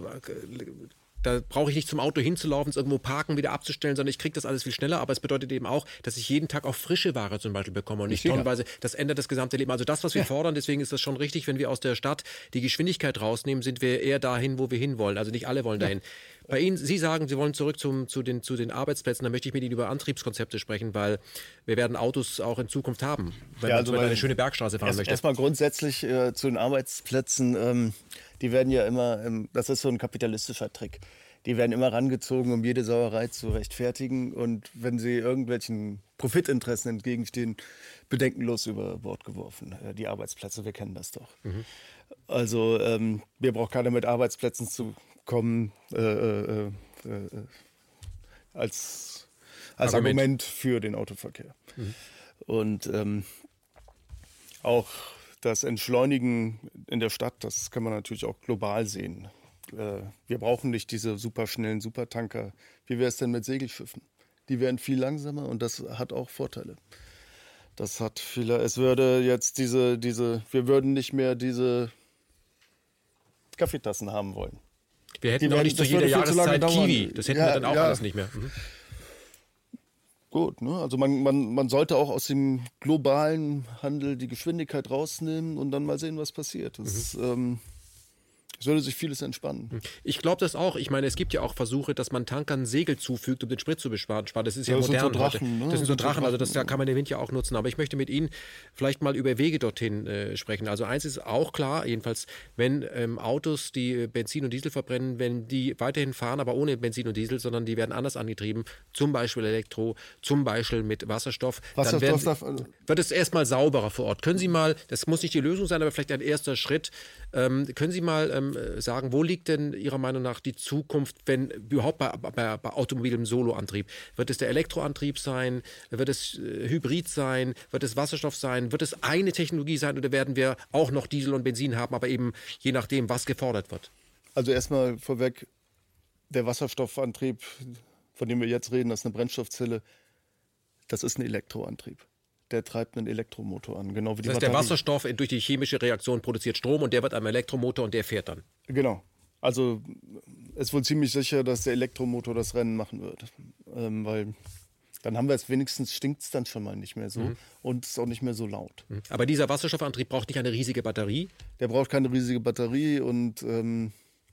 Da brauche ich nicht zum Auto hinzulaufen, es irgendwo parken, wieder abzustellen, sondern ich kriege das alles viel schneller. Aber es bedeutet eben auch, dass ich jeden Tag auch frische Ware zum Beispiel bekomme und nicht tonnenweise. Das ändert das gesamte Leben. Also das, was wir ja. fordern, deswegen ist das schon richtig, wenn wir aus der Stadt die Geschwindigkeit rausnehmen, sind wir eher dahin, wo wir hinwollen. Also nicht alle wollen dahin. Ja. Bei Ihnen, Sie sagen, Sie wollen zurück zum, zu, den, zu den Arbeitsplätzen. Da möchte ich mit Ihnen über Antriebskonzepte sprechen, weil wir werden Autos auch in Zukunft haben, wenn ja, also man eine schöne Bergstraße fahren erst, möchte. Erstmal grundsätzlich äh, zu den Arbeitsplätzen. Ähm, die werden ja immer, ähm, das ist so ein kapitalistischer Trick. Die werden immer rangezogen, um jede Sauerei zu rechtfertigen. Und wenn sie irgendwelchen Profitinteressen entgegenstehen, bedenkenlos über Bord geworfen. Die Arbeitsplätze, wir kennen das doch. Mhm. Also ähm, mir braucht keiner mit Arbeitsplätzen zu kommen äh, äh, äh, als, als Argument. Argument für den Autoverkehr. Mhm. Und ähm, auch das Entschleunigen in der Stadt, das kann man natürlich auch global sehen. äh, wir brauchen nicht diese superschnellen Supertanker. Wie wäre es denn mit Segelschiffen? Die wären viel langsamer und das hat auch Vorteile. Das hat viele, es würde jetzt diese, diese, wir würden nicht mehr diese Kaffeetassen haben wollen. Wir hätten Die auch werden- nicht zu das jeder würde viel zu lange Jahreszeit dauern. Kiwi. Das hätten Ja, wir dann auch ja. alles nicht mehr. Mhm. Gut, ne? Also man, man, man sollte auch aus dem globalen Handel die Geschwindigkeit rausnehmen und dann mal sehen, was passiert. Das, Mhm. ähm, es würde sich vieles entspannen. Ich glaube das auch. Ich meine, es gibt ja auch Versuche, dass man Tankern Segel zufügt, um den Sprit zu besparen. Das ist ja, Ja, das sind modern so Drachen, heute. ne? Das sind so Das sind so Drachen, also das Drachen. da kann man den Wind ja auch nutzen. Aber ich möchte mit Ihnen vielleicht mal über Wege dorthin äh, sprechen. Also eins ist auch klar, jedenfalls, wenn ähm, Autos, die Benzin und Diesel verbrennen, wenn die weiterhin fahren, aber ohne Benzin und Diesel, sondern die werden anders angetrieben, zum Beispiel Elektro, zum Beispiel mit Wasserstoff, Wasserstoff dann werden, darf, also wird es erstmal sauberer vor Ort. Können Sie mal, das muss nicht die Lösung sein, aber vielleicht ein erster Schritt, ähm, können Sie mal ähm, sagen, wo liegt denn Ihrer Meinung nach die Zukunft, wenn überhaupt bei, bei, bei automobilem Soloantrieb? Wird es der Elektroantrieb sein? Wird es äh, Hybrid sein? Wird es Wasserstoff sein? Wird es eine Technologie sein oder werden wir auch noch Diesel und Benzin haben, aber eben je nachdem, was gefordert wird? Also erstmal vorweg, der Wasserstoffantrieb, von dem wir jetzt reden, das ist eine Brennstoffzelle, das ist ein Elektroantrieb. Der treibt einen Elektromotor an, genau wie die Das heißt, der Batterie. Wasserstoff durch die chemische Reaktion produziert Strom und der wird am Elektromotor und der fährt dann. Genau. Also es ist wohl ziemlich sicher, dass der Elektromotor das Rennen machen wird. Ähm, weil dann haben wir es wenigstens, stinkt es dann schon mal nicht mehr so Mhm. und es ist auch nicht mehr so laut. Aber dieser Wasserstoffantrieb braucht nicht eine riesige Batterie. Der braucht keine riesige Batterie und ähm,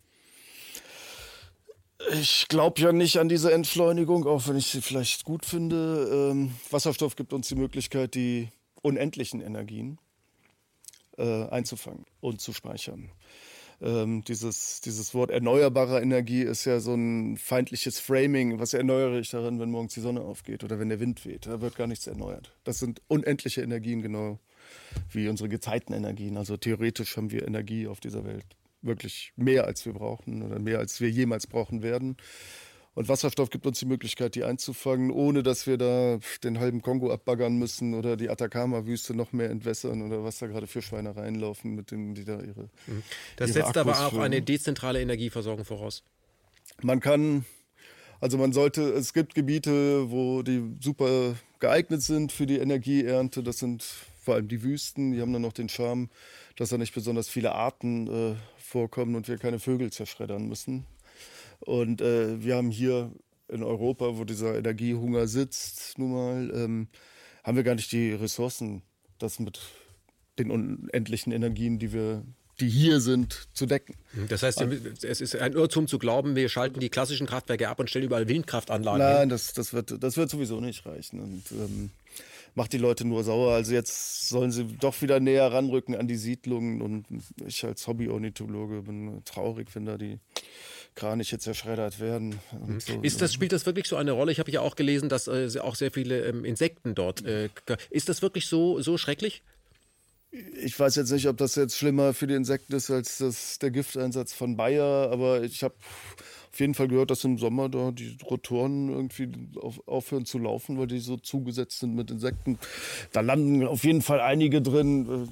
ich glaube ja nicht an diese Entschleunigung, auch wenn ich sie vielleicht gut finde. Ähm, Wasserstoff gibt uns die Möglichkeit, die unendlichen Energien äh, einzufangen und zu speichern. Ähm, dieses, dieses Wort erneuerbare Energie ist ja so ein feindliches Framing. Was erneuere ich darin, wenn morgens die Sonne aufgeht oder wenn der Wind weht? Da wird gar nichts erneuert. Das sind unendliche Energien, genau wie unsere Gezeitenenergien. Also theoretisch haben wir Energie auf dieser Welt. Wirklich mehr, als wir brauchen oder mehr, als wir jemals brauchen werden. Und Wasserstoff gibt uns die Möglichkeit, die einzufangen, ohne dass wir da den halben Kongo abbaggern müssen oder die Atacama-Wüste noch mehr entwässern oder was da gerade für Schweinereien laufen, mit denen die da ihre. Das ihre setzt aber Akkus auch füllen. eine dezentrale Energieversorgung voraus. Man kann, also man sollte, es gibt Gebiete, wo die super geeignet sind für die Energieernte. Das sind vor allem die Wüsten. Die haben dann noch den Charme, dass da nicht besonders viele Arten äh, vorkommen und wir keine Vögel zerschreddern müssen. Und äh, wir haben hier in Europa, wo dieser Energiehunger sitzt, nun mal, ähm, haben wir gar nicht die Ressourcen, das mit den unendlichen Energien, die wir, die hier sind, zu decken. Das heißt, es ist ein Irrtum zu glauben, wir schalten die klassischen Kraftwerke ab und stellen überall Windkraftanlagen hin. Nein, das, das, wird, das wird sowieso nicht reichen und ähm, macht die Leute nur sauer. Also jetzt sollen sie doch wieder näher ranrücken an die Siedlungen und ich als Hobby-Ornithologe bin traurig, wenn da die Kraniche zerschreddert werden. Und so. Ist das, spielt das wirklich so eine Rolle? Ich habe ja auch gelesen, dass äh, auch sehr viele ähm, Insekten dort. Äh, ist das wirklich so, so schrecklich? Ich weiß jetzt nicht, ob das jetzt schlimmer für die Insekten ist als das, der Gifteinsatz von Bayer, aber ich habe auf jeden Fall gehört, dass im Sommer da die Rotoren irgendwie auf, aufhören zu laufen, weil die so zugesetzt sind mit Insekten. Da landen auf jeden Fall einige drin.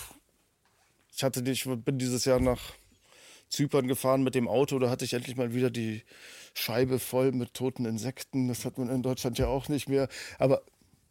Ich hatte die, ich bin dieses Jahr nach Zypern gefahren mit dem Auto, da hatte ich endlich mal wieder die Scheibe voll mit toten Insekten. Das hat man in Deutschland ja auch nicht mehr. Aber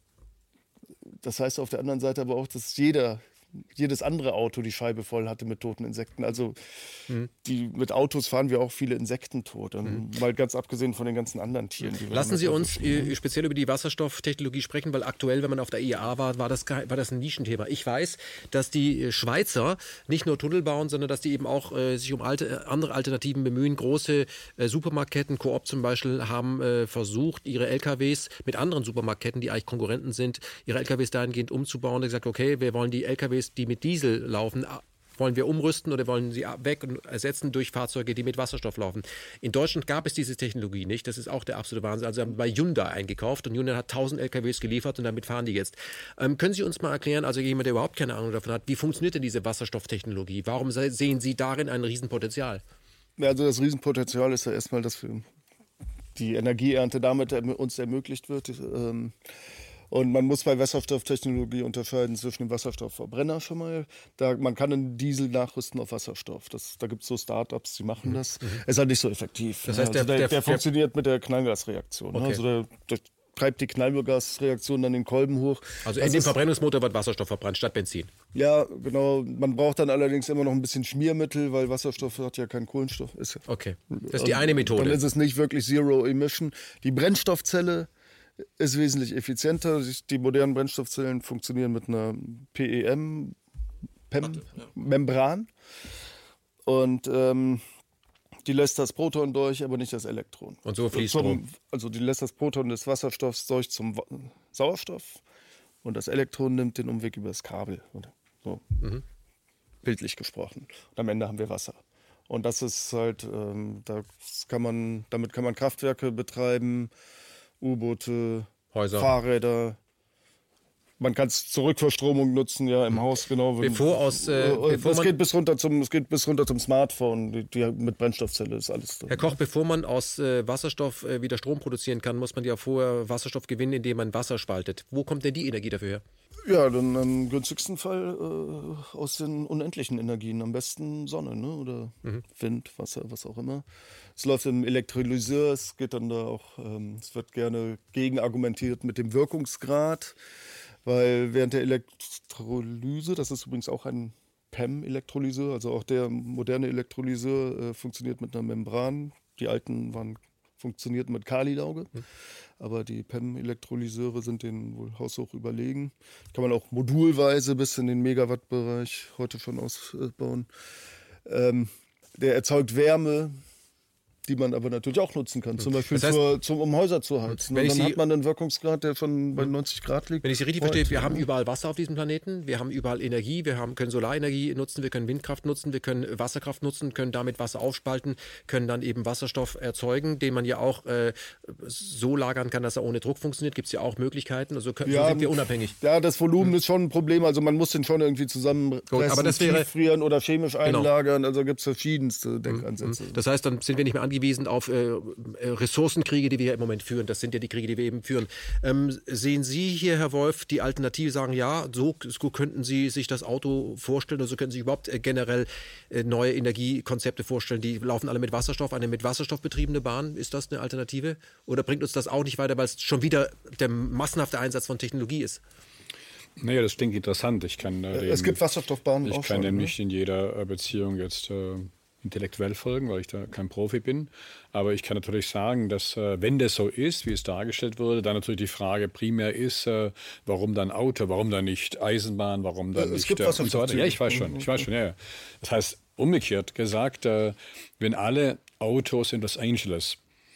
das heißt auf der anderen Seite aber auch, dass jeder, jedes andere Auto die Scheibe voll hatte mit toten Insekten. Also mhm. die, mit Autos fahren wir auch viele Insekten tot. Mhm. Mal ganz abgesehen von den ganzen anderen Tieren. Die wir Lassen Sie uns äh, speziell über die Wasserstofftechnologie sprechen, weil aktuell, wenn man auf der I A A war, war das, war das ein Nischenthema. Ich weiß, dass die Schweizer nicht nur Tunnel bauen, sondern dass die eben auch äh, sich um alte, andere Alternativen bemühen. Große äh, Supermarktketten, Coop zum Beispiel, haben äh, versucht, ihre L K Ws mit anderen Supermarktketten, die eigentlich Konkurrenten sind, ihre L K Ws dahingehend umzubauen. Und gesagt, okay, wir wollen die L K Ws, die mit Diesel laufen, wollen wir umrüsten oder wollen sie weg und ersetzen durch Fahrzeuge, die mit Wasserstoff laufen. In Deutschland gab es diese Technologie nicht. Das ist auch der absolute Wahnsinn. Also haben bei Hyundai eingekauft und Hyundai hat tausend L K Ws geliefert und damit fahren die jetzt. Ähm, können Sie uns mal erklären, also jemand, der überhaupt keine Ahnung davon hat, wie funktioniert denn diese Wasserstofftechnologie? Warum sehen Sie darin ein Riesenpotenzial? Ja, also das Riesenpotenzial ist ja erstmal, dass wir die Energieernte damit uns ermöglicht wird. Ähm, Und man muss bei Wasserstofftechnologie unterscheiden zwischen dem Wasserstoffverbrenner schon mal. Da, man kann einen Diesel nachrüsten auf Wasserstoff. Das, da gibt es so Startups, die machen das. Mhm. Ist halt nicht so effektiv. Das heißt, also der, der, der, der funktioniert mit der Knallgasreaktion. Okay. Also der, der treibt die Knallgasreaktion dann den Kolben hoch. Also in dem Verbrennungsmotor wird Wasserstoff verbrannt statt Benzin. Ja, genau. Man braucht dann allerdings immer noch ein bisschen Schmiermittel, weil Wasserstoff hat ja keinen Kohlenstoff. Ist, okay, das ist die eine Methode. Dann ist es nicht wirklich Zero Emission. Die Brennstoffzelle ist wesentlich effizienter. Die modernen Brennstoffzellen funktionieren mit einer P E M, P E M-Membran. Und ähm, die lässt das Proton durch, aber nicht das Elektron. Und so fließt zum, Strom. Also die lässt das Proton des Wasserstoffs durch zum Sauerstoff und das Elektron nimmt den Umweg über das Kabel. So. Mhm. Bildlich gesprochen. Und am Ende haben wir Wasser. Und das ist halt, ähm, das kann man, damit kann man Kraftwerke betreiben, U-Boote, Häuser. Fahrräder. Man kann es zur Rückverstromung nutzen, ja, im Haus, genau. Bevor aus, äh, bevor es, man, geht bis runter zum, es geht bis runter zum Smartphone, die, die mit Brennstoffzelle ist alles drin. Herr Koch, bevor man aus äh, Wasserstoff äh, wieder Strom produzieren kann, muss man ja vorher Wasserstoff gewinnen, indem man Wasser spaltet. Wo kommt denn die Energie dafür her? Ja, dann im günstigsten Fall äh, aus den unendlichen Energien, am besten Sonne, ne? Oder mhm. Wind, Wasser, was auch immer. Es läuft im Elektrolyseur, es geht dann da auch, ähm, es wird gerne gegenargumentiert mit dem Wirkungsgrad. Weil während der Elektrolyse, das ist übrigens auch ein P E M-Elektrolyseur, also auch der moderne Elektrolyseur äh, funktioniert mit einer Membran. Die alten waren funktionierten mit Kalilauge, mhm. aber die P E M-Elektrolyseure sind denen wohl haushoch überlegen. Kann man auch modulweise bis in den Megawatt-Bereich heute schon ausbauen. Ähm, der erzeugt Wärme, die man aber natürlich auch nutzen kann, zum Beispiel das heißt, zur, zum, um Häuser zu heizen. Und dann Sie, hat man einen Wirkungsgrad, der schon bei neunzig Grad liegt. Wenn ich Sie richtig verstehe, wir haben überall Wasser auf diesem Planeten, wir haben überall Energie, wir haben, können Solarenergie nutzen, wir können Windkraft nutzen, wir können Wasserkraft nutzen, können damit Wasser aufspalten, können dann eben Wasserstoff erzeugen, den man ja auch äh, so lagern kann, dass er ohne Druck funktioniert. Gibt es ja auch Möglichkeiten, also können, ja, so sind wir unabhängig. Ja, das Volumen hm. ist schon ein Problem, also man muss den schon irgendwie zusammenpressen, tieffrieren oder chemisch einlagern, genau. Also gibt es verschiedenste Denkansätze. Das heißt, dann sind wir nicht mehr angewiesen auf äh, Ressourcenkriege, die wir ja im Moment führen. Das sind ja die Kriege, die wir eben führen. Ähm, sehen Sie hier, Herr Wolf, die Alternative, sagen, ja, so, so könnten Sie sich das Auto vorstellen, oder so könnten Sie überhaupt äh, generell äh, neue Energiekonzepte vorstellen, die laufen alle mit Wasserstoff, eine mit Wasserstoff betriebene Bahn, ist das eine Alternative? Oder bringt uns das auch nicht weiter, weil es schon wieder der massenhafte Einsatz von Technologie ist? Naja, das klingt interessant. Ich kann, äh, es dem, gibt Wasserstoffbahnen ich auch kann schon. Ich dem ne? nicht in jeder Beziehung jetzt äh, intellektuell folgen, weil ich da kein Profi bin. Aber ich kann natürlich sagen, dass äh, wenn das so ist, wie es dargestellt wurde, dann natürlich die Frage primär ist, äh, warum dann Auto, warum dann nicht Eisenbahn, warum dann es nicht gibt äh, und so weiter. Ja, ich weiß schon, ich weiß schon, ja. Das heißt, umgekehrt gesagt, äh, wenn alle Autos in Los Angeles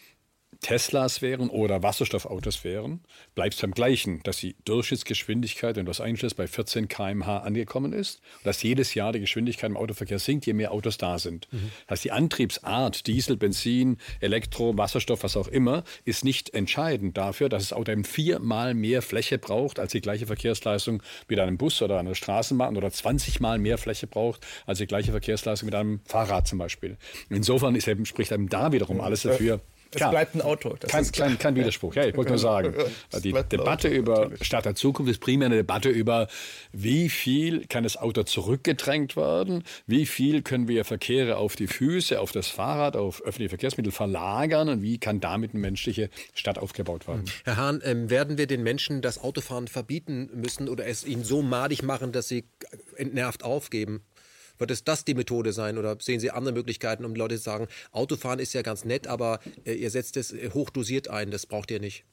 Teslas wären oder Wasserstoffautos wären, bleibt es beim Gleichen, dass die Durchschnittsgeschwindigkeit in Los Angeles bei vierzehn Kilometer pro Stunde angekommen ist und dass jedes Jahr die Geschwindigkeit im Autoverkehr sinkt, je mehr Autos da sind. Mhm. Das heißt, die Antriebsart, Diesel, Benzin, Elektro, Wasserstoff, was auch immer, ist nicht entscheidend dafür, dass das Auto eben viermal mehr Fläche braucht als die gleiche Verkehrsleistung mit einem Bus oder einer Straßenbahn oder zwanzig Mal mehr Fläche braucht als die gleiche Verkehrsleistung mit einem Fahrrad zum Beispiel. Insofern ist eben, spricht eben da wiederum alles dafür. Es Klar. bleibt ein Auto. Das kein, ist kein, kein Widerspruch. Ja, ich wollte nur sagen, die Debatte über Stadt der Zukunft ist primär eine Debatte über, wie viel kann das Auto zurückgedrängt werden, wie viel können wir Verkehre auf die Füße, auf das Fahrrad, auf öffentliche Verkehrsmittel verlagern und wie kann damit eine menschliche Stadt aufgebaut werden. Herr Hahn, ähm, werden wir den Menschen das Autofahren verbieten müssen oder es ihnen so madig machen, dass sie entnervt aufgeben? Wird es das die Methode sein oder sehen Sie andere Möglichkeiten, um die Leute zu sagen, Autofahren ist ja ganz nett, aber äh, ihr setzt es hochdosiert ein, das braucht ihr nicht?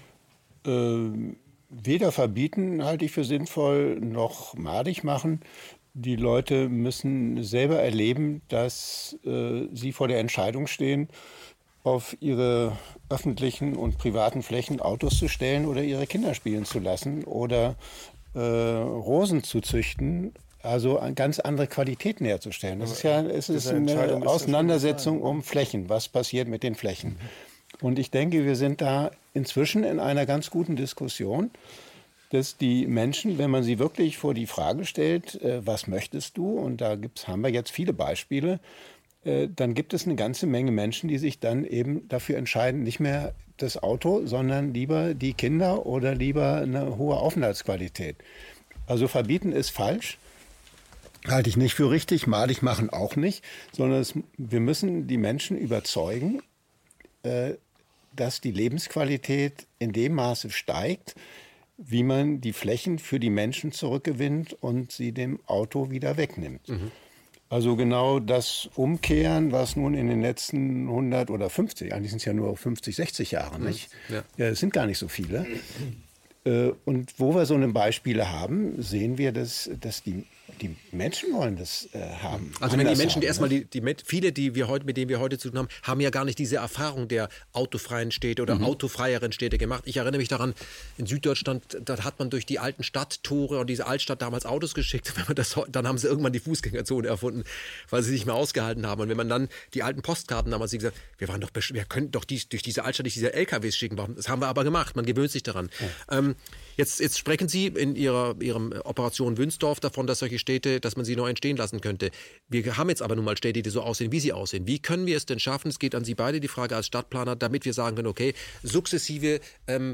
Ähm, weder verbieten halte ich für sinnvoll, noch madig machen. Die Leute müssen selber erleben, dass äh, sie vor der Entscheidung stehen, auf ihre öffentlichen und privaten Flächen Autos zu stellen oder ihre Kinder spielen zu lassen oder äh, Rosen zu züchten. Also ganz andere Qualitäten herzustellen. Das ist ja, es ist eine Auseinandersetzung um Flächen. Was passiert mit den Flächen? Und ich denke, wir sind da inzwischen in einer ganz guten Diskussion, dass die Menschen, wenn man sie wirklich vor die Frage stellt, was möchtest du? Und da gibt's, haben wir jetzt viele Beispiele, äh, dann gibt es eine ganze Menge Menschen, die sich dann eben dafür entscheiden, nicht mehr das Auto, sondern lieber die Kinder oder lieber eine hohe Aufenthaltsqualität. Also verbieten ist falsch. Halte ich nicht für richtig, malig machen auch nicht, sondern es, wir müssen die Menschen überzeugen, äh, dass die Lebensqualität in dem Maße steigt, wie man die Flächen für die Menschen zurückgewinnt und sie dem Auto wieder wegnimmt. Mhm. Also genau das Umkehren, was nun in den letzten hundert oder fünfzig, eigentlich sind es ja nur fünfzig, sechzig Jahre, nicht? Ja. Ja, es sind gar nicht so viele. Und wo wir so eine Beispiele haben, sehen wir, dass, dass die, die Menschen wollen das äh, haben. Also wenn die Menschen, die erstmal die, die viele, die wir heute, mit denen wir heute zu tun haben, haben ja gar nicht diese Erfahrung der autofreien Städte oder mhm. autofreieren Städte gemacht. Ich erinnere mich daran, in Süddeutschland, da hat man durch die alten Stadttore und diese Altstadt damals Autos geschickt. Wenn man das, dann haben sie irgendwann die Fußgängerzone erfunden, weil sie nicht mehr ausgehalten haben. Und wenn man dann die alten Postkarten damals gesagt, wir waren doch, wir könnten doch dies, durch diese Altstadt nicht diese L K Ws schicken. Das haben wir aber gemacht. Man gewöhnt sich daran. Ja. Ähm, Jetzt, jetzt sprechen Sie in Ihrer Ihrem Operation Wünsdorf davon, dass solche Städte, dass man sie neu entstehen lassen könnte. Wir haben jetzt aber nun mal Städte, die so aussehen, wie sie aussehen. Wie können wir es denn schaffen, es geht an Sie beide die Frage als Stadtplaner, damit wir sagen können, okay, sukzessive ähm,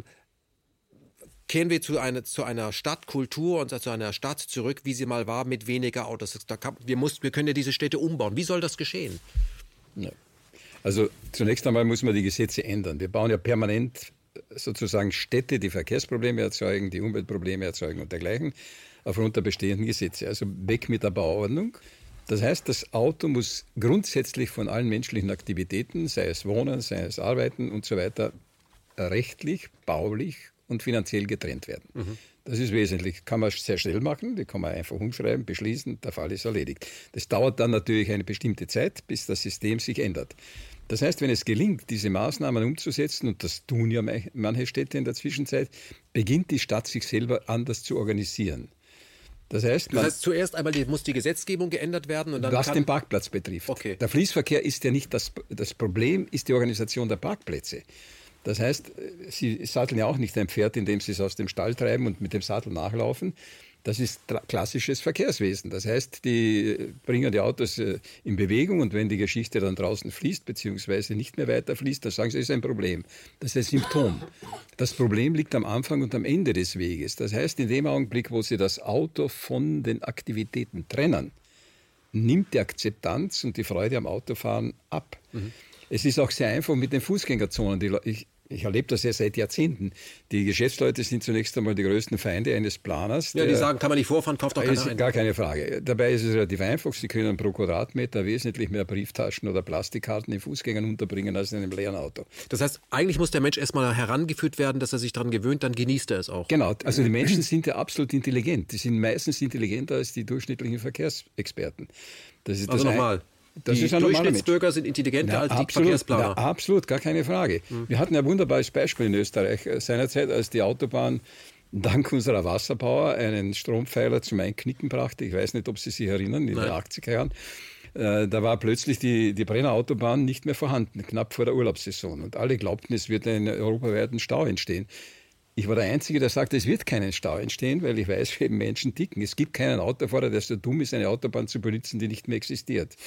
kehren wir zu, eine, zu einer Stadtkultur und zu einer Stadt zurück, wie sie mal war, mit weniger Autos. Da kann, wir, muss, wir können ja diese Städte umbauen. Wie soll das geschehen? Ja. Also zunächst einmal muss man die Gesetze ändern. Wir bauen ja permanent sozusagen Städte, die Verkehrsprobleme erzeugen, die Umweltprobleme erzeugen und dergleichen, aufgrund der bestehenden Gesetze. Also weg mit der Bauordnung. Das heißt, das Auto muss grundsätzlich von allen menschlichen Aktivitäten, sei es Wohnen, sei es Arbeiten und so weiter, rechtlich, baulich und finanziell getrennt werden. Mhm. Das ist wesentlich. Kann man sehr schnell machen, die kann man einfach umschreiben, beschließen, der Fall ist erledigt. Das dauert dann natürlich eine bestimmte Zeit, bis das System sich ändert. Das heißt, wenn es gelingt, diese Maßnahmen umzusetzen, und das tun ja manche Städte in der Zwischenzeit, beginnt die Stadt sich selber anders zu organisieren. Das heißt, das heißt zuerst einmal muss die Gesetzgebung geändert werden. Und dann was kann den Parkplatz betrifft. Okay. Der Fließverkehr ist ja nicht das, das Problem, ist die Organisation der Parkplätze. Das heißt, Sie satteln ja auch nicht ein Pferd, indem Sie es aus dem Stall treiben und mit dem Sattel nachlaufen. Das ist klassisches Verkehrswesen. Das heißt, die bringen die Autos in Bewegung und wenn die Geschichte dann draußen fließt, beziehungsweise nicht mehr weiter fließt, dann sagen sie, es ist ein Problem. Das ist ein Symptom. Das Problem liegt am Anfang und am Ende des Weges. Das heißt, in dem Augenblick, wo sie das Auto von den Aktivitäten trennen, nimmt die Akzeptanz und die Freude am Autofahren ab. Mhm. Es ist auch sehr einfach mit den Fußgängerzonen. Die, ich, Ich erlebe das ja seit Jahrzehnten. Die Geschäftsleute sind zunächst einmal die größten Feinde eines Planers. Ja, die sagen, kann man nicht vorfahren, kauft doch keiner ein. Gar keine Frage. Dabei ist es relativ einfach. Sie können pro Quadratmeter wesentlich mehr Brieftaschen oder Plastikkarten in Fußgängern unterbringen als in einem leeren Auto. Das heißt, eigentlich muss der Mensch erstmal herangeführt werden, dass er sich daran gewöhnt, dann genießt er es auch. Genau. Also die Menschen sind ja absolut intelligent. Die sind meistens intelligenter als die durchschnittlichen Verkehrsexperten. Das ist also nochmal. Das die Durchschnittsbürger sind intelligenter ja, als die absolut, Verkehrsplaner. Ja, absolut, gar keine Frage. Mhm. Wir hatten ein wunderbares Beispiel in Österreich seinerzeit, als die Autobahn dank unserer Wasserpower einen Strompfeiler zum Einknicken brachte. Ich weiß nicht, ob Sie sich erinnern, in Nein. den achtziger Jahren. Äh, da war plötzlich die, die Brenner Autobahn nicht mehr vorhanden, knapp vor der Urlaubssaison. Und alle glaubten, es wird ein europaweiten Stau entstehen. Ich war der Einzige, der sagte, es wird keinen Stau entstehen, weil ich weiß, wie eben Menschen ticken. Es gibt keinen Autofahrer, der so dumm ist, eine Autobahn zu benutzen, die nicht mehr existiert.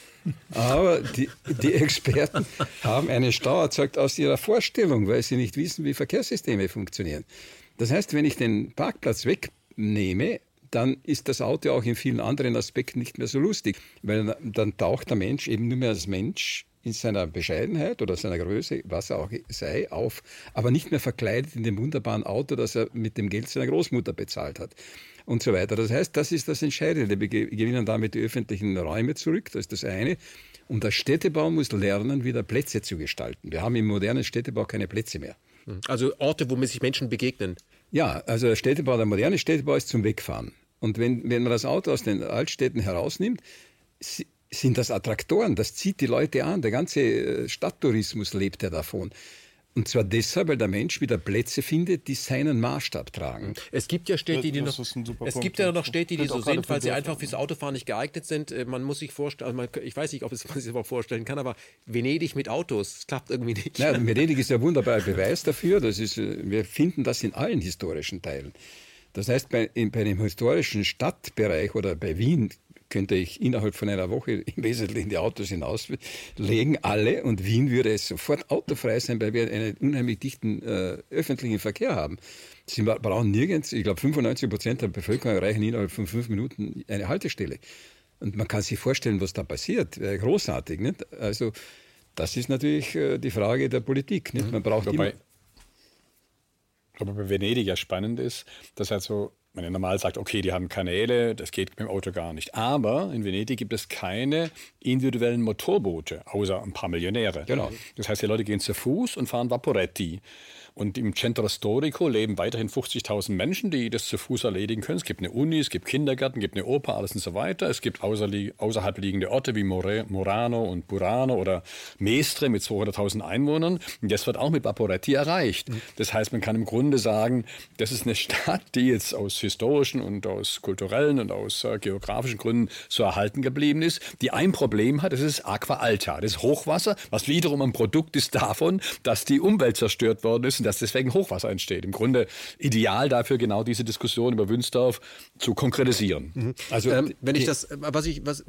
Aber die, die Experten haben einen Stau erzeugt aus ihrer Vorstellung, weil sie nicht wissen, wie Verkehrssysteme funktionieren. Das heißt, wenn ich den Parkplatz wegnehme, dann ist das Auto auch in vielen anderen Aspekten nicht mehr so lustig, weil dann taucht der Mensch eben nur mehr als Mensch in seiner Bescheidenheit oder seiner Größe, was er auch sei, auf, aber nicht mehr verkleidet in dem wunderbaren Auto, das er mit dem Geld seiner Großmutter bezahlt hat. Und so weiter. Das heißt, das ist das Entscheidende. Wir gewinnen damit die öffentlichen Räume zurück, das ist das eine. Und der Städtebau muss lernen, wieder Plätze zu gestalten. Wir haben im modernen Städtebau keine Plätze mehr. Also Orte, wo sich Menschen begegnen. Ja, also der Städtebau, der moderne Städtebau ist zum Wegfahren. Und wenn, wenn man das Auto aus den Altstädten herausnimmt, sind das Attraktoren, das zieht die Leute an. Der ganze Stadttourismus lebt ja davon. Und zwar deshalb, weil der Mensch wieder Plätze findet, die seinen Maßstab tragen. Es gibt ja Städte, die noch, es gibt ja noch Städte, die so sind, weil sie einfach fürs Autofahren nicht geeignet sind. Man muss sich vorstellen, also ich weiß nicht, ob es man sich überhaupt vorstellen kann, aber Venedig mit Autos, das klappt irgendwie nicht. Ja, Venedig ist ja ein wunderbarer Beweis dafür. Das ist, wir finden das in allen historischen Teilen. Das heißt, bei, in, bei einem historischen Stadtbereich oder bei Wien könnte ich innerhalb von einer Woche im Wesentlichen die Autos hinauslegen, alle, und Wien würde es sofort autofrei sein, weil wir einen unheimlich dichten äh, öffentlichen Verkehr haben. Sie brauchen nirgends, ich glaube fünfundneunzig Prozent der Bevölkerung erreichen innerhalb von fünf Minuten eine Haltestelle. Und man kann sich vorstellen, was da passiert. Großartig, nicht? Also das ist natürlich äh, die Frage der Politik. Nicht? Man braucht Wobei, immer... aber bei Venedig ja spannend ist, dass also man ja normal sagt, okay, die haben Kanäle, das geht mit dem Auto gar nicht. Aber in Venedig gibt es keine individuellen Motorboote, außer ein paar Millionäre. Genau. Das heißt, die Leute gehen zu Fuß und fahren Vaporetti. Und im Centro Storico leben weiterhin fünfzigtausend Menschen, die das zu Fuß erledigen können. Es gibt eine Uni, es gibt Kindergärten, es gibt eine Oper, alles und so weiter. Es gibt außerhalb liegende Orte wie Murano und Burano oder Mestre mit zweihunderttausend Einwohnern. Und das wird auch mit Vaporetti erreicht. Das heißt, man kann im Grunde sagen, das ist eine Stadt, die jetzt aus historischen und aus kulturellen und aus äh, geografischen Gründen so erhalten geblieben ist, die ein Problem hat, das ist Aqua Alta, das ist Hochwasser, was wiederum ein Produkt ist davon, dass die Umwelt zerstört worden ist, dass deswegen Hochwasser entsteht. Im Grunde ideal dafür, genau diese Diskussion über Wünsdorf zu konkretisieren. Mhm. Also ähm, wenn ich das, was ich, was,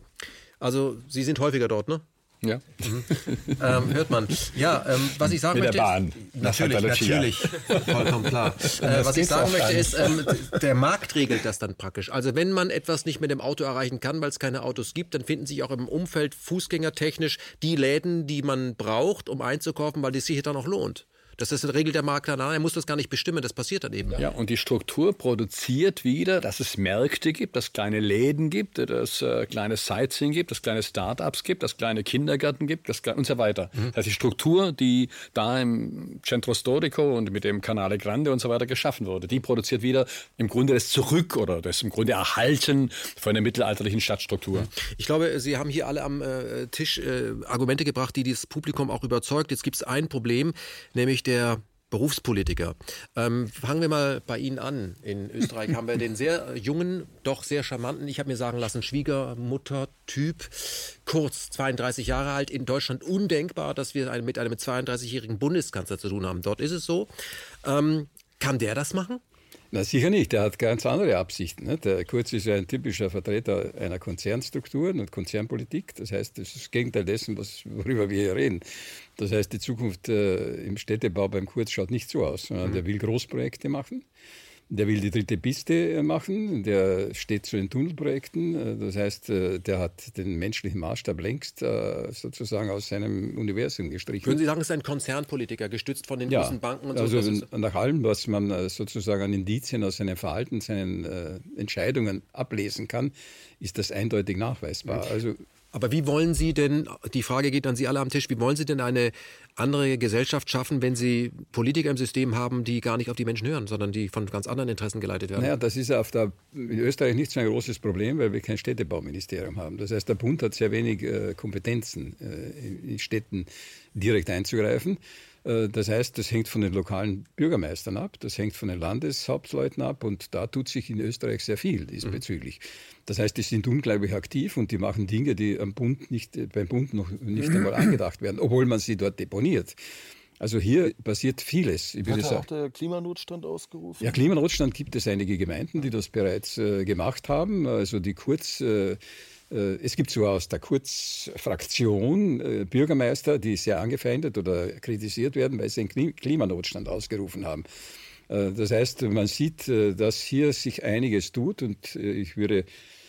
also Sie sind häufiger dort, ne? Ja. Mhm. ähm, hört man. Ja, ähm, was ich sagen Mit möchte... der Bahn. Ist, natürlich, natürlich. Vollkommen klar. Äh, was ich sagen möchte ist, ähm, der Markt regelt das dann praktisch. Also wenn man etwas nicht mit dem Auto erreichen kann, weil es keine Autos gibt, dann finden sich auch im Umfeld fußgängertechnisch die Läden, die man braucht, um einzukaufen, weil es sich dann auch lohnt. Das ist, regelt der Markt dann an. Er muss das gar nicht bestimmen, das passiert dann eben. Ja, und die Struktur produziert wieder, dass es Märkte gibt, dass es kleine Läden gibt, dass es äh, kleine Sightseeing gibt, dass es kleine Start-ups gibt, dass es kleine Kindergärten gibt das, und so weiter. Mhm. Das heißt, die Struktur, die da im Centro Storico und mit dem Canale Grande und so weiter geschaffen wurde, die produziert wieder im Grunde das Zurück oder das im Grunde Erhalten von der mittelalterlichen Stadtstruktur. Ich glaube, Sie haben hier alle am äh, Tisch äh, Argumente gebracht, die das Publikum auch überzeugt. Jetzt gibt es ein Problem, nämlich der Berufspolitiker. Ähm, fangen wir mal bei Ihnen an. In Österreich haben wir den sehr jungen, doch sehr charmanten, ich habe mir sagen lassen, Schwiegermutter-Typ, Kurz, zweiunddreißig Jahre alt, in Deutschland undenkbar, dass wir mit einem zweiunddreißigjährigen Bundeskanzler zu tun haben. Dort ist es so. Ähm, kann der das machen? Na, sicher nicht. Der hat ganz andere Absichten. Ne? Der Kurz ist ja ein typischer Vertreter einer Konzernstruktur und Konzernpolitik. Das heißt, das ist das Gegenteil dessen, was, worüber wir hier reden. Das heißt, die Zukunft äh, im Städtebau beim Kurz schaut nicht so aus, sondern mhm. der will Großprojekte machen. Der will die dritte Piste machen, der steht zu den Tunnelprojekten. Das heißt, der hat den menschlichen Maßstab längst sozusagen aus seinem Universum gestrichen. Würden Sie sagen, es ist ein Konzernpolitiker, gestützt von den ja, großen Banken und so? Also nach allem, was man sozusagen an Indizien aus seinem Verhalten, seinen äh, Entscheidungen ablesen kann, ist das eindeutig nachweisbar. Also aber wie wollen Sie denn, die Frage geht an Sie alle am Tisch, wie wollen Sie denn eine andere Gesellschaft schaffen, wenn Sie Politiker im System haben, die gar nicht auf die Menschen hören, sondern die von ganz anderen Interessen geleitet werden? Naja, das ist auf der, in Österreich nicht so ein großes Problem, weil wir kein Städtebauministerium haben. Das heißt, der Bund hat sehr wenig äh, Kompetenzen, äh, in Städten direkt einzugreifen. Das heißt, das hängt von den lokalen Bürgermeistern ab, das hängt von den Landeshauptleuten ab und da tut sich in Österreich sehr viel diesbezüglich. Das heißt, die sind unglaublich aktiv und die machen Dinge, die am Bund nicht, beim Bund noch nicht einmal angedacht werden, obwohl man sie dort deponiert. Also hier passiert vieles. Ich Hat auch der Klimanotstand ausgerufen? Ja, Klimanotstand gibt es einige Gemeinden, die das bereits äh, gemacht haben. Also die Kurz... Äh, Es gibt sogar aus der Kurz-Fraktion äh, Bürgermeister, die sehr angefeindet oder kritisiert werden, weil sie einen Klimanotstand ausgerufen haben. Äh, das heißt, man sieht, äh, dass hier sich einiges tut und äh, ich würde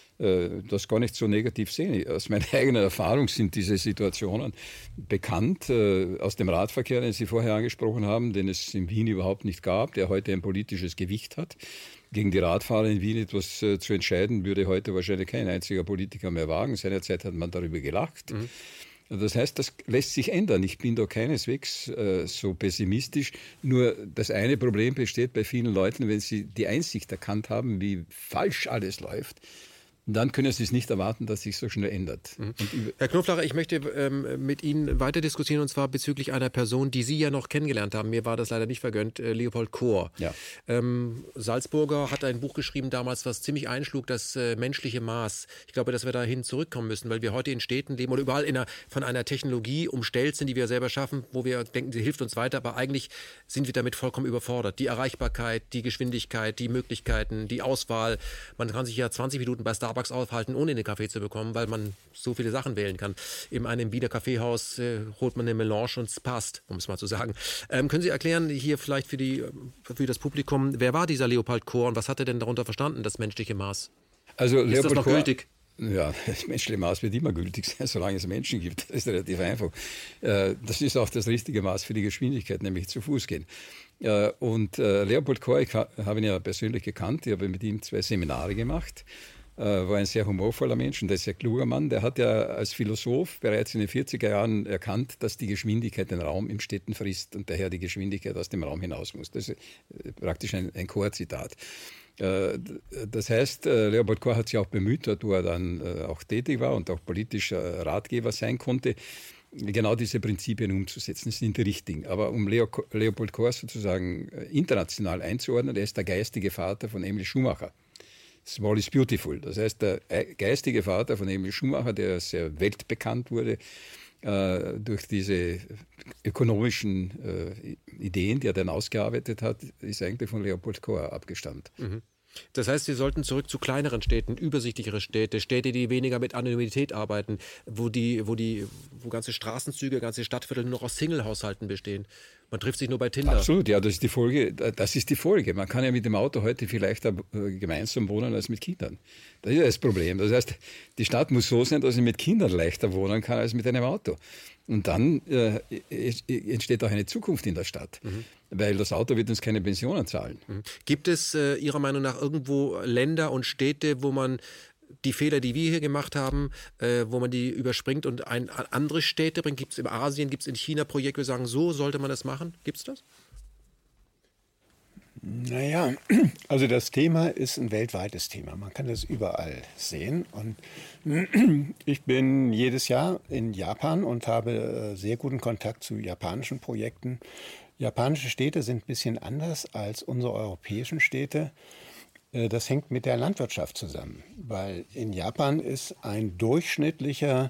äh, das gar nicht so negativ sehen. Aus meiner eigenen Erfahrung sind diese Situationen bekannt. Äh, aus dem Radverkehr, den Sie vorher angesprochen haben, den es in Wien überhaupt nicht gab, der heute ein politisches Gewicht hat. Gegen die Radfahrer in Wien etwas äh, zu entscheiden, würde heute wahrscheinlich kein einziger Politiker mehr wagen. Seinerzeit hat man darüber gelacht. Mhm. Das heißt, das lässt sich ändern. Ich bin da keineswegs äh, so pessimistisch. Nur das eine Problem besteht bei vielen Leuten, wenn sie die Einsicht erkannt haben, wie falsch alles läuft, dann können Sie es nicht erwarten, dass sich so schnell ändert. Mhm. Herr Knoflacher, ich möchte ähm, mit Ihnen weiter diskutieren, und zwar bezüglich einer Person, die Sie ja noch kennengelernt haben. Mir war das leider nicht vergönnt, äh, Leopold Kohr. Ja. Ähm, Salzburger hat ein Buch geschrieben damals, was ziemlich einschlug, das äh, menschliche Maß. Ich glaube, dass wir dahin zurückkommen müssen, weil wir heute in Städten leben oder überall in einer, von einer Technologie umstellt sind, die wir selber schaffen, wo wir denken, sie hilft uns weiter, aber eigentlich sind wir damit vollkommen überfordert. Die Erreichbarkeit, die Geschwindigkeit, die Möglichkeiten, die Auswahl. Man kann sich ja zwanzig Minuten bei Starbucks Starbucks aufhalten, ohne den Kaffee zu bekommen, weil man so viele Sachen wählen kann. In einem Wiener Kaffeehaus äh, holt man eine Melange und es passt, um es mal zu sagen. Ähm, können Sie erklären, hier vielleicht für, die, für das Publikum, wer war dieser Leopold Kohr und was hat er denn darunter verstanden, das menschliche Maß? Also ist das noch Kohr, gültig? Ja, das menschliche Maß wird immer gültig sein, solange es Menschen gibt. Das ist relativ einfach. Das ist auch das richtige Maß für die Geschwindigkeit, nämlich zu Fuß gehen. Und Leopold Kohr, ich habe ihn ja persönlich gekannt, ich habe mit ihm zwei Seminare gemacht, war ein sehr humorvoller Mensch und ein sehr kluger Mann. Der hat ja als Philosoph bereits in den vierziger Jahren erkannt, dass die Geschwindigkeit den Raum in Städten frisst und daher die Geschwindigkeit aus dem Raum hinaus muss. Das ist praktisch ein, ein Kohr-Zitat. Das heißt, Leopold Kohr hat sich auch bemüht, dort wo er dann auch tätig war und auch politischer Ratgeber sein konnte, genau diese Prinzipien umzusetzen. Das sind die richtigen. Aber um Leo, Leopold Kohr sozusagen international einzuordnen, er ist der geistige Vater von Emil Schumacher. Small is beautiful. Das heißt, der geistige Vater von Emil Schumacher, der sehr weltbekannt wurde, äh, durch diese ökonomischen äh, Ideen, die er dann ausgearbeitet hat, ist eigentlich von Leopold Kohr abgestammt. Mhm. Das heißt, wir sollten zurück zu kleineren Städten, übersichtlichere Städte, Städte, die weniger mit Anonymität arbeiten, wo die, wo die, wo ganze Straßenzüge, ganze Stadtviertel nur noch aus Single-Haushalten bestehen. Man trifft sich nur bei Tinder. Absolut, ja, das ist die Folge. Das ist die Folge. Man kann ja mit dem Auto heute viel leichter gemeinsam wohnen als mit Kindern. Das ist ja das Problem. Das heißt, die Stadt muss so sein, dass ich mit Kindern leichter wohnen kann als mit einem Auto. Und dann äh, entsteht auch eine Zukunft in der Stadt, mhm. weil das Auto wird uns keine Pensionen zahlen. Mhm. Gibt es äh, Ihrer Meinung nach irgendwo Länder und Städte, wo man die Fehler, die wir hier gemacht haben, äh, wo man die überspringt und ein, an andere Städte bringt? Gibt es in Asien, gibt es in China Projekte, wo wir sagen, so sollte man das machen? Gibt es das? Naja, also das Thema ist ein weltweites Thema. Man kann das überall sehen. Und ich bin jedes Jahr in Japan und habe sehr guten Kontakt zu japanischen Projekten. Japanische Städte sind ein bisschen anders als unsere europäischen Städte. Das hängt mit der Landwirtschaft zusammen, weil in Japan ist ein durchschnittlicher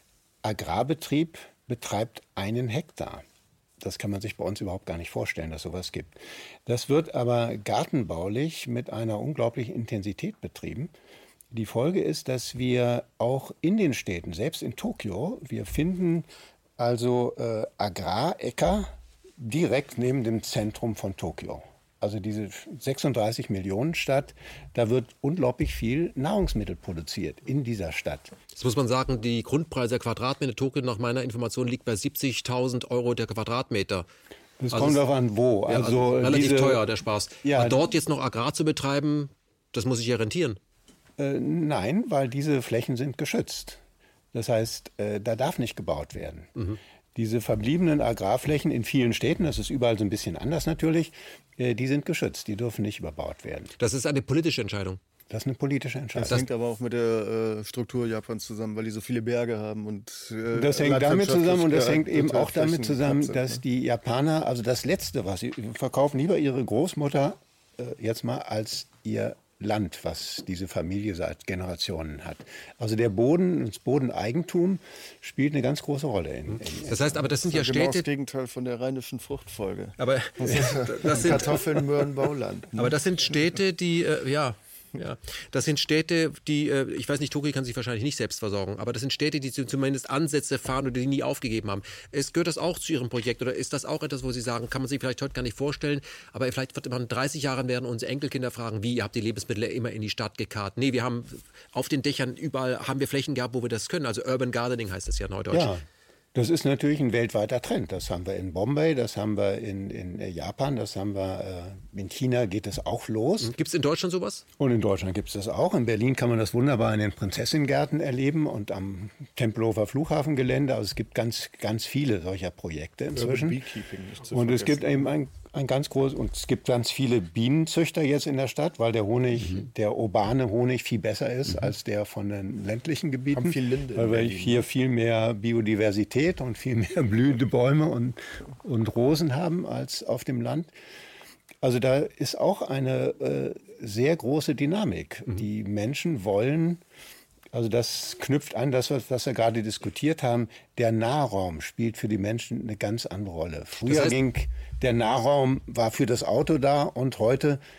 Agrarbetrieb betreibt einen Hektar. Das kann man sich bei uns überhaupt gar nicht vorstellen, dass sowas gibt. Das wird aber gartenbaulich mit einer unglaublichen Intensität betrieben. Die Folge ist, dass wir auch in den Städten, selbst in Tokio, wir finden also äh, Agraräcker direkt neben dem Zentrum von Tokio. Also diese sechsunddreißig Millionen Stadt, da wird unglaublich viel Nahrungsmittel produziert in dieser Stadt. Jetzt muss man sagen, die Grundpreise der Quadratmeter Tokio nach meiner Information liegt bei siebzigtausend Euro der Quadratmeter. Das also kommt darauf an, wo. Ja, also, also relativ diese, teuer, der Spaß. Ja, aber dort jetzt noch Agrar zu betreiben, das muss sich ja rentieren. Äh, nein, weil diese Flächen sind geschützt. Das heißt, äh, da darf nicht gebaut werden. Mhm. Diese verbliebenen Agrarflächen in vielen Städten, das ist überall so ein bisschen anders natürlich, äh, die sind geschützt, die dürfen nicht überbaut werden. Das ist eine politische Entscheidung. Das ist eine politische Entscheidung. Das hängt aber auch mit der äh, Struktur Japans zusammen, weil die so viele Berge haben. Und, äh, das hängt damit zusammen und das hängt eben auch damit zusammen, dass die Japaner, also das Letzte, was sie verkaufen, lieber ihre Großmutter äh, jetzt mal als ihr Land, was diese Familie seit Generationen hat. Also der Boden, das Bodeneigentum spielt eine ganz große Rolle. In, in, das heißt, aber das sind das ja genau Städte... das Gegenteil von der rheinischen Fruchtfolge. Aber das ist, das sind Kartoffeln, Möhren, Bauland. Aber das sind Städte, die, äh, ja... Ja, das sind Städte, die, äh, ich weiß nicht, Tokio kann sich wahrscheinlich nicht selbst versorgen, aber das sind Städte, die zumindest Ansätze fahren oder die nie aufgegeben haben. Es gehört das auch zu Ihrem Projekt oder ist das auch etwas, wo Sie sagen, kann man sich vielleicht heute gar nicht vorstellen, aber vielleicht wird man in dreißig Jahren werden unsere Enkelkinder fragen, wie, ihr habt die Lebensmittel immer in die Stadt gekarrt? Nee, wir haben auf den Dächern überall, haben wir Flächen gehabt, wo wir das können, also Urban Gardening heißt das ja neudeutsch. Ja. Das ist natürlich ein weltweiter Trend. Das haben wir in Bombay, das haben wir in, in Japan, das haben wir äh, in China geht es auch los. Gibt es in Deutschland sowas? Und in Deutschland gibt es das auch. In Berlin kann man das wunderbar in den Prinzessinnengärten erleben und am Tempelhofer Flughafengelände. Also es gibt ganz, ganz viele solcher Projekte inzwischen. Beekeeping nicht zu und vergessen. es gibt eben ein, ein ganz groß und es gibt ganz viele Bienenzüchter jetzt in der Stadt, weil der Honig, mhm. der urbane Honig viel besser ist mhm. als der von den ländlichen Gebieten. Haben viel Linde weil wir hier viel mehr Biodiversität und viel mehr blühende Bäume und, und Rosen haben als auf dem Land. Also da ist auch eine äh, sehr große Dynamik. Mhm. Die Menschen wollen, also das knüpft an das, was, was wir gerade diskutiert haben, der Nahraum spielt für die Menschen eine ganz andere Rolle. Früher das heißt, ging, der Nahraum war für das Auto da und heute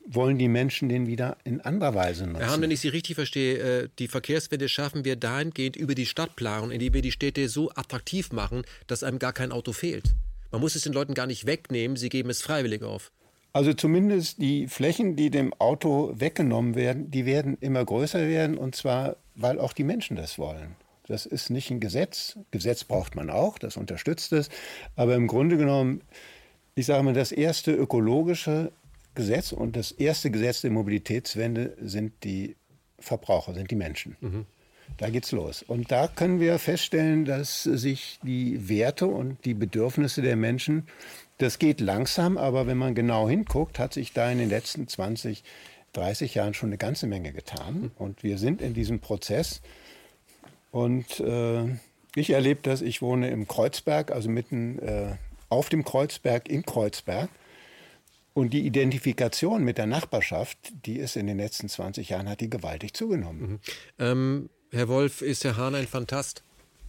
wollen die Menschen den wieder in anderer Weise nutzen. Herr Hahn, wenn ich Sie richtig verstehe, die Verkehrswende schaffen wir dahingehend über die Stadtplanung, indem wir die Städte so attraktiv machen, dass einem gar kein Auto fehlt. Man muss es den Leuten gar nicht wegnehmen, sie geben es freiwillig auf. Also zumindest die Flächen, die dem Auto weggenommen werden, die werden immer größer werden, und zwar, weil auch die Menschen das wollen. Das ist nicht ein Gesetz. Gesetz braucht man auch, das unterstützt es. Aber im Grunde genommen, ich sage mal, das erste ökologische Gesetz und das erste Gesetz der Mobilitätswende sind die Verbraucher, sind die Menschen. Mhm. Da geht's los. Und da können wir feststellen, dass sich die Werte und die Bedürfnisse der Menschen, das geht langsam, aber wenn man genau hinguckt, hat sich da in den letzten zwanzig, dreißig Jahren schon eine ganze Menge getan. Und wir sind in diesem Prozess. Und äh, ich erlebe das, ich wohne im Kreuzberg, also mitten äh, auf dem Kreuzberg in Kreuzberg. Und die Identifikation mit der Nachbarschaft, die ist in den letzten zwanzig Jahren, hat die gewaltig zugenommen. Mhm. Ähm, Herr Wolf, ist Herr Hahn ein Phantast?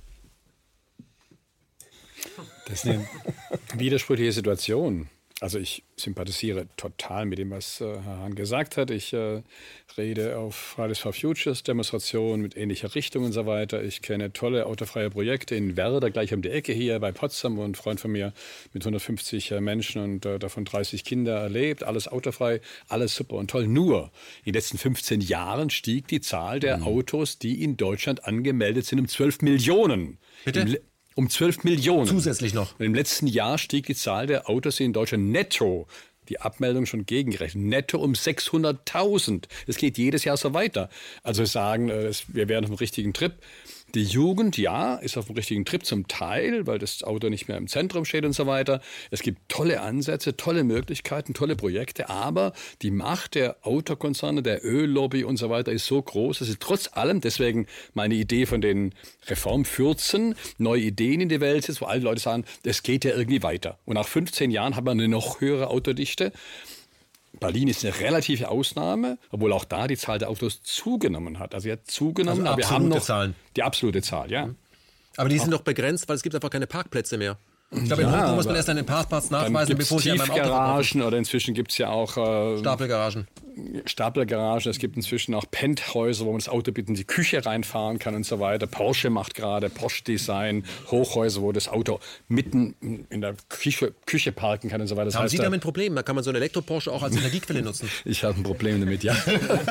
Das ist eine widersprüchliche Situation. Also ich sympathisiere total mit dem, was äh, Herr Hahn gesagt hat. Ich äh, rede auf Fridays for Futures Demonstrationen mit ähnlicher Richtung und so weiter. Ich kenne tolle autofreie Projekte in Werder, gleich um die Ecke hier bei Potsdam, wo ein Freund von mir mit hundertfünfzig äh, Menschen und äh, davon dreißig Kinder erlebt. Alles autofrei, alles super und toll. Nur in den letzten fünfzehn Jahren stieg die Zahl der mhm. Autos, die in Deutschland angemeldet sind, um zwölf Millionen. Bitte? Im, Um zwölf Millionen. Zusätzlich noch. Und im letzten Jahr stieg die Zahl der Autos, die in Deutschland netto, die Abmeldung schon gegengerechnet, netto um sechshunderttausend. Es geht jedes Jahr so weiter. Also wir sagen, wir wären auf dem richtigen Trip. Die Jugend, ja, ist auf dem richtigen Trip zum Teil, weil das Auto nicht mehr im Zentrum steht und so weiter. Es gibt tolle Ansätze, tolle Möglichkeiten, tolle Projekte, aber die Macht der Autokonzerne, der Öllobby und so weiter ist so groß, dass sie trotz allem, deswegen meine Idee von den Reformfürzen, neue Ideen in die Welt ist, wo alle Leute sagen, es geht ja irgendwie weiter. Und nach fünfzehn Jahren hat man eine noch höhere Autodichte. Berlin ist eine relative Ausnahme, obwohl auch da die Zahl der Autos zugenommen hat. Also sie hat zugenommen, also aber wir haben noch Zahlen. Die absolute Zahl, ja. Aber die sind doch begrenzt, weil es gibt einfach keine Parkplätze mehr. Ich glaube, in Hongkong muss man erst einen Parkplatz nachweisen, bevor sie an meinem Auto Tiefgaragen oder inzwischen gibt es ja auch äh, Stapelgaragen. Stapelgaragen. Es gibt inzwischen auch Penthäuser, wo man das Auto bitte in die Küche reinfahren kann und so weiter. Porsche macht gerade Porsche Design, Hochhäuser, wo das Auto mitten in der Küche, Küche parken kann und so weiter. Das Haben heißt, Sie damit ein Problem? Da kann man so eine Elektro-Porsche auch als Energiequelle nutzen. Ich habe ein Problem damit, ja.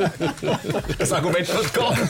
Das Argument wird kommen.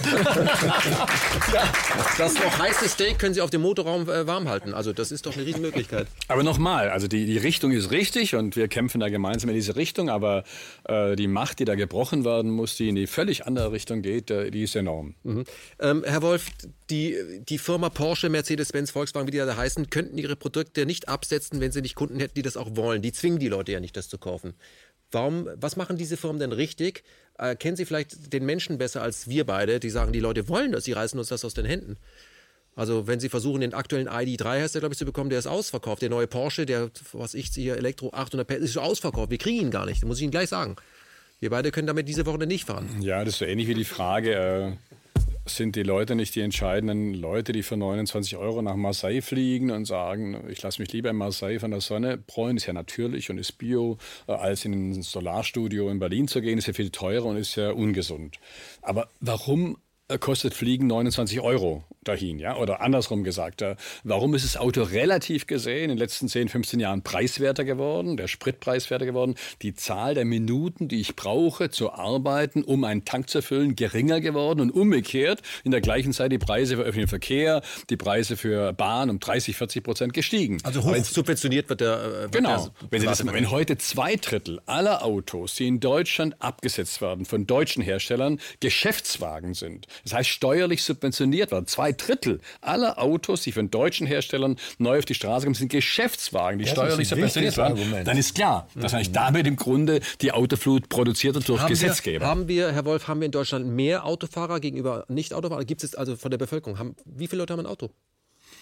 Ja, das noch heiße Steak können Sie auf dem Motorraum äh, warm halten. Also das ist doch eine Riesenmöglichkeit. Aber nochmal, also die, die Richtung ist richtig und wir kämpfen da gemeinsam in diese Richtung, aber äh, die Macht, die da gebrochen werden muss, die in die völlig andere Richtung geht, äh, die ist enorm. Mhm. Ähm, Herr Wolf, die, die Firma Porsche, Mercedes-Benz, Volkswagen, wie die da heißen, könnten ihre Produkte nicht absetzen, wenn sie nicht Kunden hätten, die das auch wollen. Die zwingen die Leute ja nicht, das zu kaufen. Warum, was machen diese Firmen denn richtig? Äh, kennen Sie vielleicht den Menschen besser als wir beide, die sagen, die Leute wollen das, sie reißen uns das aus den Händen? Also wenn Sie versuchen, den aktuellen I D drei, heißt der, glaube ich, zu bekommen, der ist ausverkauft. Der neue Porsche, der, was ich hier, Elektro achthundert P S, ist schon ausverkauft. Wir kriegen ihn gar nicht, das muss ich Ihnen gleich sagen. Wir beide können damit diese Woche nicht fahren. Ja, das ist so ähnlich wie die Frage, äh, sind die Leute nicht die entscheidenden Leute, die für neunundzwanzig Euro nach Marseille fliegen und sagen, ich lasse mich lieber in Marseille von der Sonne bräunen, ist ja natürlich und ist bio, äh, als in ein Solarstudio in Berlin zu gehen, ist ja viel teurer und ist ja ungesund. Aber warum kostet Fliegen neunundzwanzig Euro dahin, ja? Oder andersrum gesagt, äh, warum ist das Auto relativ gesehen in den letzten zehn, fünfzehn Jahren preiswerter geworden, der Sprit preiswerter geworden, die Zahl der Minuten, die ich brauche zu arbeiten, um einen Tank zu füllen, geringer geworden und umgekehrt in der gleichen Zeit die Preise für öffentlichen Verkehr, die Preise für Bahn um dreißig, vierzig Prozent gestiegen. Also hoch subventioniert wird der äh, Genau. Wenn, Sie das, wenn heute zwei Drittel aller Autos, die in Deutschland abgesetzt werden, von deutschen Herstellern Geschäftswagen sind, das heißt steuerlich subventioniert werden, zwei Drittel aller Autos, die von deutschen Herstellern neu auf die Straße kommen, sind Geschäftswagen, die das steuerlich subventioniert werden. Argument. Dann ist klar, dass eigentlich damit im Grunde die Autoflut produziert wird durch haben Gesetzgeber. Wir, haben wir, Herr Wolf, haben wir in Deutschland mehr Autofahrer gegenüber Nicht-Autofahrern? Gibt es also von der Bevölkerung? Haben, wie viele Leute haben ein Auto?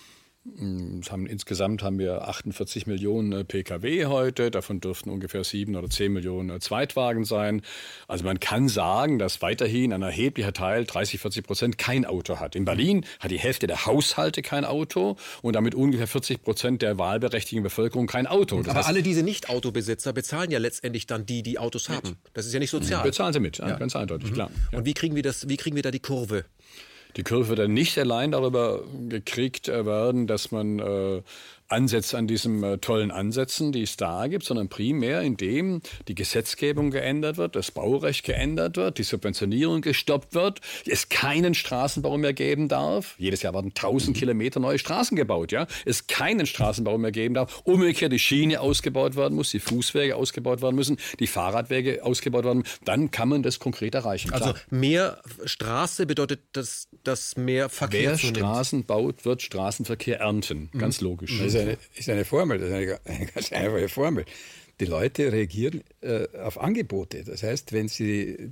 Haben, insgesamt haben wir achtundvierzig Millionen Pkw heute, davon dürften ungefähr sieben oder zehn Millionen Zweitwagen sein. Also man kann sagen, dass weiterhin ein erheblicher Teil, dreißig, vierzig Prozent, kein Auto hat. In Berlin hat die Hälfte der Haushalte kein Auto und damit ungefähr vierzig Prozent der wahlberechtigten Bevölkerung kein Auto. Das Aber heißt, alle diese Nicht-Autobesitzer bezahlen ja letztendlich dann die, die Autos haben. Das ist ja nicht sozial. bezahlen sie mit, ja, Ja. ganz eindeutig, klar. Ja. Und wie kriegen wir das, wie kriegen wir da die Kurve? Die Kurve wird dann nicht allein darüber gekriegt werden, dass man äh, ansetzt an diesen äh, tollen Ansätzen, die es da gibt, sondern primär indem die Gesetzgebung geändert wird, das Baurecht geändert wird, die Subventionierung gestoppt wird, es keinen Straßenbau mehr geben darf. Jedes Jahr werden tausend Kilometer neue Straßen gebaut, ja. Es keinen Straßenbau mehr geben darf. Umgekehrt die Schiene ausgebaut werden muss, die Fußwege ausgebaut werden müssen, die Fahrradwege ausgebaut werden. Dann kann man das konkret erreichen. Also Klar. mehr Straße bedeutet, dass, dass mehr Verkehr Wer zunimmt. Straßen baut, wird Straßenverkehr ernten. Ganz logisch. Das ist eine, ist eine Formel, das ist eine, eine ganz einfache Formel. Die Leute reagieren äh, auf Angebote. Das heißt, wenn sie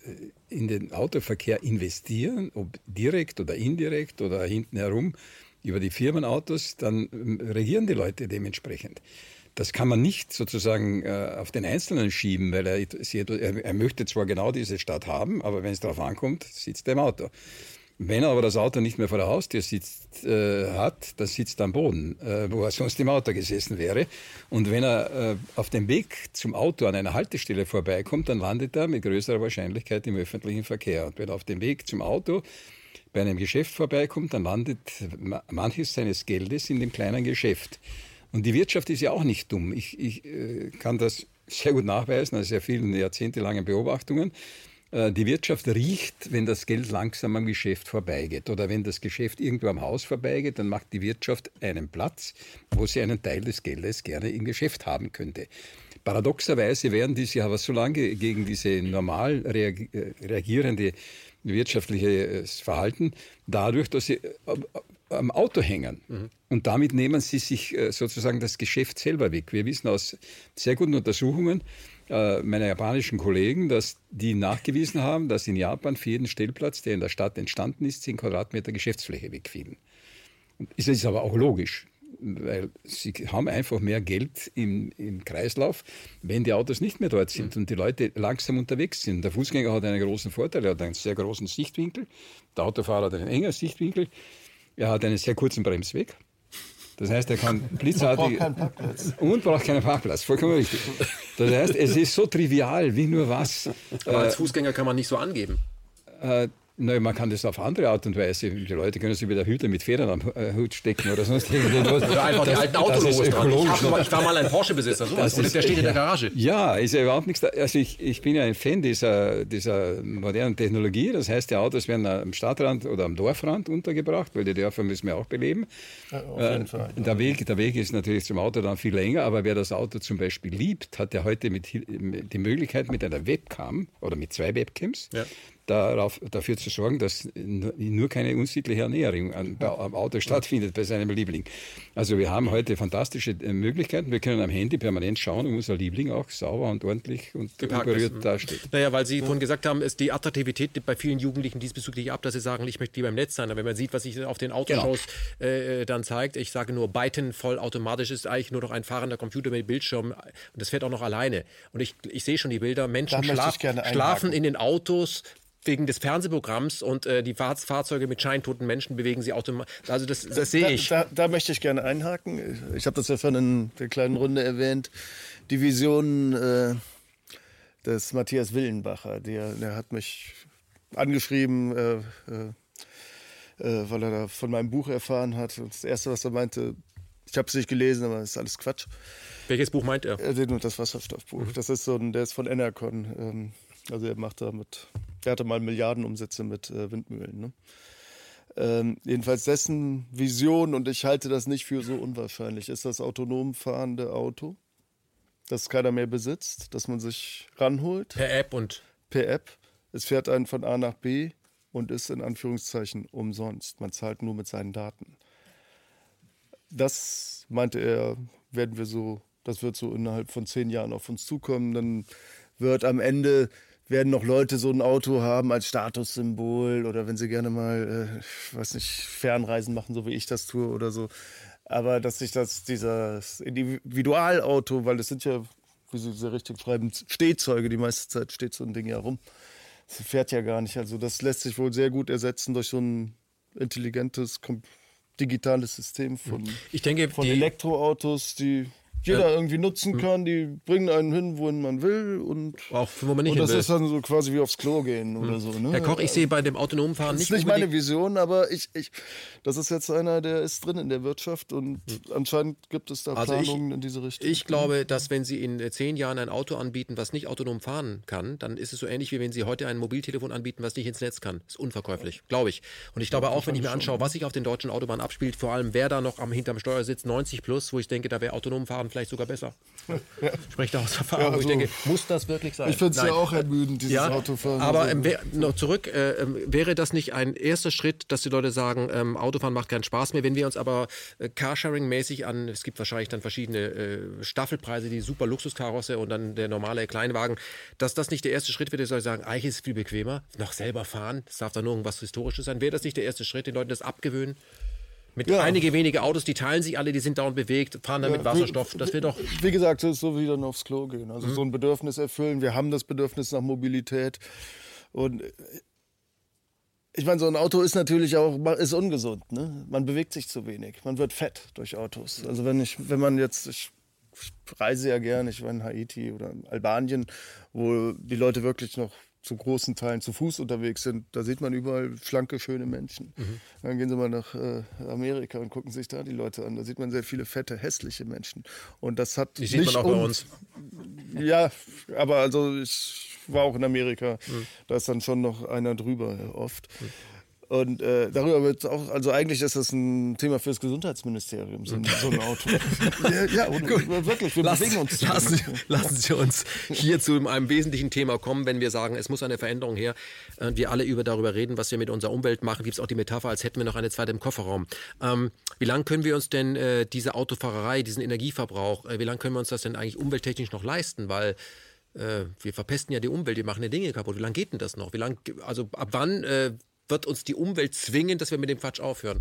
in den Autoverkehr investieren, ob direkt oder indirekt oder hinten herum über die Firmenautos, dann reagieren die Leute dementsprechend. Das kann man nicht sozusagen äh, auf den Einzelnen schieben, weil er, er, er möchte zwar genau diese Stadt haben, aber wenn es darauf ankommt, sitzt er im Auto. Wenn er aber das Auto nicht mehr vor der Haustür sitzt, äh, hat, dann sitzt er am Boden, äh, wo er sonst im Auto gesessen wäre. Und wenn er äh, auf dem Weg zum Auto an einer Haltestelle vorbeikommt, dann landet er mit größerer Wahrscheinlichkeit im öffentlichen Verkehr. Und wenn er auf dem Weg zum Auto bei einem Geschäft vorbeikommt, dann landet manches seines Geldes in dem kleinen Geschäft. Und die Wirtschaft ist ja auch nicht dumm. Ich, ich äh, kann das sehr gut nachweisen, aus sehr vielen jahrzehntelangen Beobachtungen. Äh, die Wirtschaft riecht, wenn das Geld langsam am Geschäft vorbeigeht. Oder wenn das Geschäft irgendwo am Haus vorbeigeht, dann macht die Wirtschaft einen Platz, wo sie einen Teil des Geldes gerne im Geschäft haben könnte. Paradoxerweise werden die sich aber so lange gegen diese normal reagierende wirtschaftliches Verhalten dadurch, dass sie am Auto hängen. Mhm. Und damit nehmen sie sich sozusagen das Geschäft selber weg. Wir wissen aus sehr guten Untersuchungen meiner japanischen Kollegen, dass die nachgewiesen haben, dass in Japan für jeden Stellplatz, der in der Stadt entstanden ist, zehn Quadratmeter Geschäftsfläche wegfielen. Das ist aber auch logisch, weil sie haben einfach mehr Geld im, im Kreislauf, wenn die Autos nicht mehr dort sind und die Leute langsam unterwegs sind. Der Fußgänger hat einen großen Vorteil, er hat einen sehr großen Sichtwinkel, der Autofahrer hat einen engen Sichtwinkel, er hat einen sehr kurzen Bremsweg. Das heißt, er kann blitzartig... Und braucht keinen Parkplatz. Und braucht keinen Parkplatz, vollkommen richtig. Das heißt, es ist so trivial wie nur was. Aber als Fußgänger kann man nicht so angeben. Äh, Nein, man kann das auf andere Art und Weise. Die Leute können sich wieder Hüte mit Federn am Hut stecken oder sonst irgendwas. Oder einfach die alten Autologos dran. Ich, mal, ich war mal ein Porsche-Besitzer, sowas. Und der steht in der Garage. Ja, ist ja überhaupt nichts. Da. Also ich, ich bin ja ein Fan dieser, dieser modernen Technologie. Das heißt, die Autos werden am Stadtrand oder am Dorfrand untergebracht, weil die Dörfer müssen wir auch beleben. Ja, auf jeden Fall. Der Weg, der Weg ist natürlich zum Auto dann viel länger, aber wer das Auto zum Beispiel liebt, hat ja heute mit, die Möglichkeit mit einer Webcam oder mit zwei Webcams, ja. Darauf, dafür zu sorgen, dass nur keine unsittliche Ernährung am Auto stattfindet bei seinem Liebling. Also wir haben heute fantastische Möglichkeiten. Wir können am Handy permanent schauen, ob unser Liebling auch sauber und ordentlich und unberührt dasteht. Naja, weil Sie vorhin gesagt haben, ist die Attraktivität bei vielen Jugendlichen diesbezüglich ab, dass sie sagen, ich möchte lieber im Netz sein. Aber wenn man sieht, was sich auf den Autoshows genau. äh, dann zeigt, ich sage nur, Byten vollautomatisch ist eigentlich nur noch ein fahrender Computer mit Bildschirm und das fährt auch noch alleine. Und ich, ich sehe schon die Bilder, Menschen schlaf, schlafen in den Autos, wegen des Fernsehprogramms und äh, die Fahr Fahrzeuge mit scheintoten Menschen bewegen sie automatisch. Also das, das sehe ich. Da, da, da möchte ich gerne einhaken. Ich habe das ja vorhin in der kleinen Runde erwähnt. Die Vision äh, des Matthias Willenbacher, der, der hat mich angeschrieben, äh, äh, weil er da von meinem Buch erfahren hat. Und das Erste, was er meinte, ich habe es nicht gelesen, aber es ist alles Quatsch. Welches Buch meint er? Das Wasserstoffbuch. Mhm. Das ist so ein, der ist von Enercon. Ähm, Also er macht da mit, er hatte mal Milliardenumsätze mit äh, Windmühlen. Ne? Ähm, jedenfalls dessen Vision, und ich halte das nicht für so unwahrscheinlich, ist das autonom fahrende Auto, das keiner mehr besitzt, das man sich ranholt. Per App und? Per App. Es fährt einen von A nach B und ist in Anführungszeichen umsonst. Man zahlt nur mit seinen Daten. Das, meinte er, werden wir so, das wird so innerhalb von zehn Jahren auf uns zukommen. Dann wird am Ende werden noch Leute so ein Auto haben als Statussymbol oder wenn sie gerne mal, äh, ich weiß nicht, Fernreisen machen, so wie ich das tue oder so. Aber dass sich das, dieses Individualauto, weil das sind ja, wie Sie sehr richtig schreiben, Stehzeuge, die meiste Zeit steht so ein Ding ja rum. Das fährt ja gar nicht. Also das lässt sich wohl sehr gut ersetzen durch so ein intelligentes, digitales System von, ich denke, von die, Elektroautos, die jeder äh, irgendwie nutzen kann. Die bringen einen hin, wohin man will. Und, auch wo man nicht und das hin will. ist dann so quasi wie aufs Klo gehen oder so. Ne? Herr Koch, ich sehe bei dem autonomen Fahren nicht Das ist nicht meine Vision, aber ich, ich, das ist jetzt einer, der ist drin in der Wirtschaft und anscheinend gibt es da Also Planungen ich, in diese Richtung. Ich glaube, dass wenn Sie in zehn Jahren ein Auto anbieten, was nicht autonom fahren kann, dann ist es so ähnlich, wie wenn Sie heute ein Mobiltelefon anbieten, was nicht ins Netz kann. Das ist unverkäuflich, glaube ich. Und ich glaube auch, wenn ich mir anschaue, was sich auf den deutschen Autobahnen abspielt, vor allem wer da noch am hinterm Steuer sitzt, neunzig plus, wo ich denke, da wäre autonom Fahren vielleicht sogar besser. Ja. Spreche da aus Erfahrung, Ja, also, wo ich denke, muss das wirklich sein? Ich finde es ja auch ermüdend, dieses ja, Autofahren. Aber also, ähm, wär, noch zurück, äh, äh, wäre das nicht ein erster Schritt, dass die Leute sagen, ähm, Autofahren macht keinen Spaß mehr, wenn wir uns aber äh, Carsharing-mäßig an, es gibt wahrscheinlich dann verschiedene äh, Staffelpreise, die super Luxuskarosse und dann der normale Kleinwagen, dass das nicht der erste Schritt wird, dass sie sagen, eigentlich ist es viel bequemer, noch selber fahren, das darf dann nur irgendwas Historisches sein, wäre das nicht der erste Schritt, den Leuten das abgewöhnen? Mit ja. einige wenige Autos, die teilen sich alle, die sind dauernd bewegt, fahren dann ja, mit Wasserstoff. Das wird doch. Wie gesagt, das ist so wie dann aufs Klo gehen. Also mhm. so ein Bedürfnis erfüllen. Wir haben das Bedürfnis nach Mobilität. Und ich meine, so ein Auto ist natürlich auch ist ungesund. Ne? Man bewegt sich zu wenig. Man wird fett durch Autos. Also wenn ich, wenn man jetzt, ich, ich reise ja gern, ich war in Haiti oder in Albanien, wo die Leute wirklich noch zu großen Teilen zu Fuß unterwegs sind, da sieht man überall schlanke, schöne Menschen. Mhm. Dann gehen Sie mal nach äh, Amerika und gucken sich da die Leute an. Da sieht man sehr viele fette, hässliche Menschen. Und das hat die sieht man auch um, bei uns. Ja, aber also ich war auch in Amerika. Mhm. Da ist dann schon noch einer drüber oft. Mhm. Und äh, darüber wird auch, also eigentlich ist das ein Thema fürs Gesundheitsministerium, so, so ein Auto. ja, ja und, wirklich, wir Lass, bewegen uns. Lassen, lassen Sie uns hier zu einem wesentlichen Thema kommen, wenn wir sagen, es muss eine Veränderung her. Und wir alle über darüber reden, was wir mit unserer Umwelt machen. Gibt es auch die Metapher, als hätten wir noch eine zweite im Kofferraum. Ähm, wie lange können wir uns denn äh, diese Autofahrerei, diesen Energieverbrauch, äh, wie lange können wir uns das denn eigentlich umwelttechnisch noch leisten? Weil äh, wir verpesten ja die Umwelt, wir machen ja Dinge kaputt. Wie lange geht denn das noch? Wie lang, also ab wann äh, wird uns die Umwelt zwingen, dass wir mit dem Quatsch aufhören?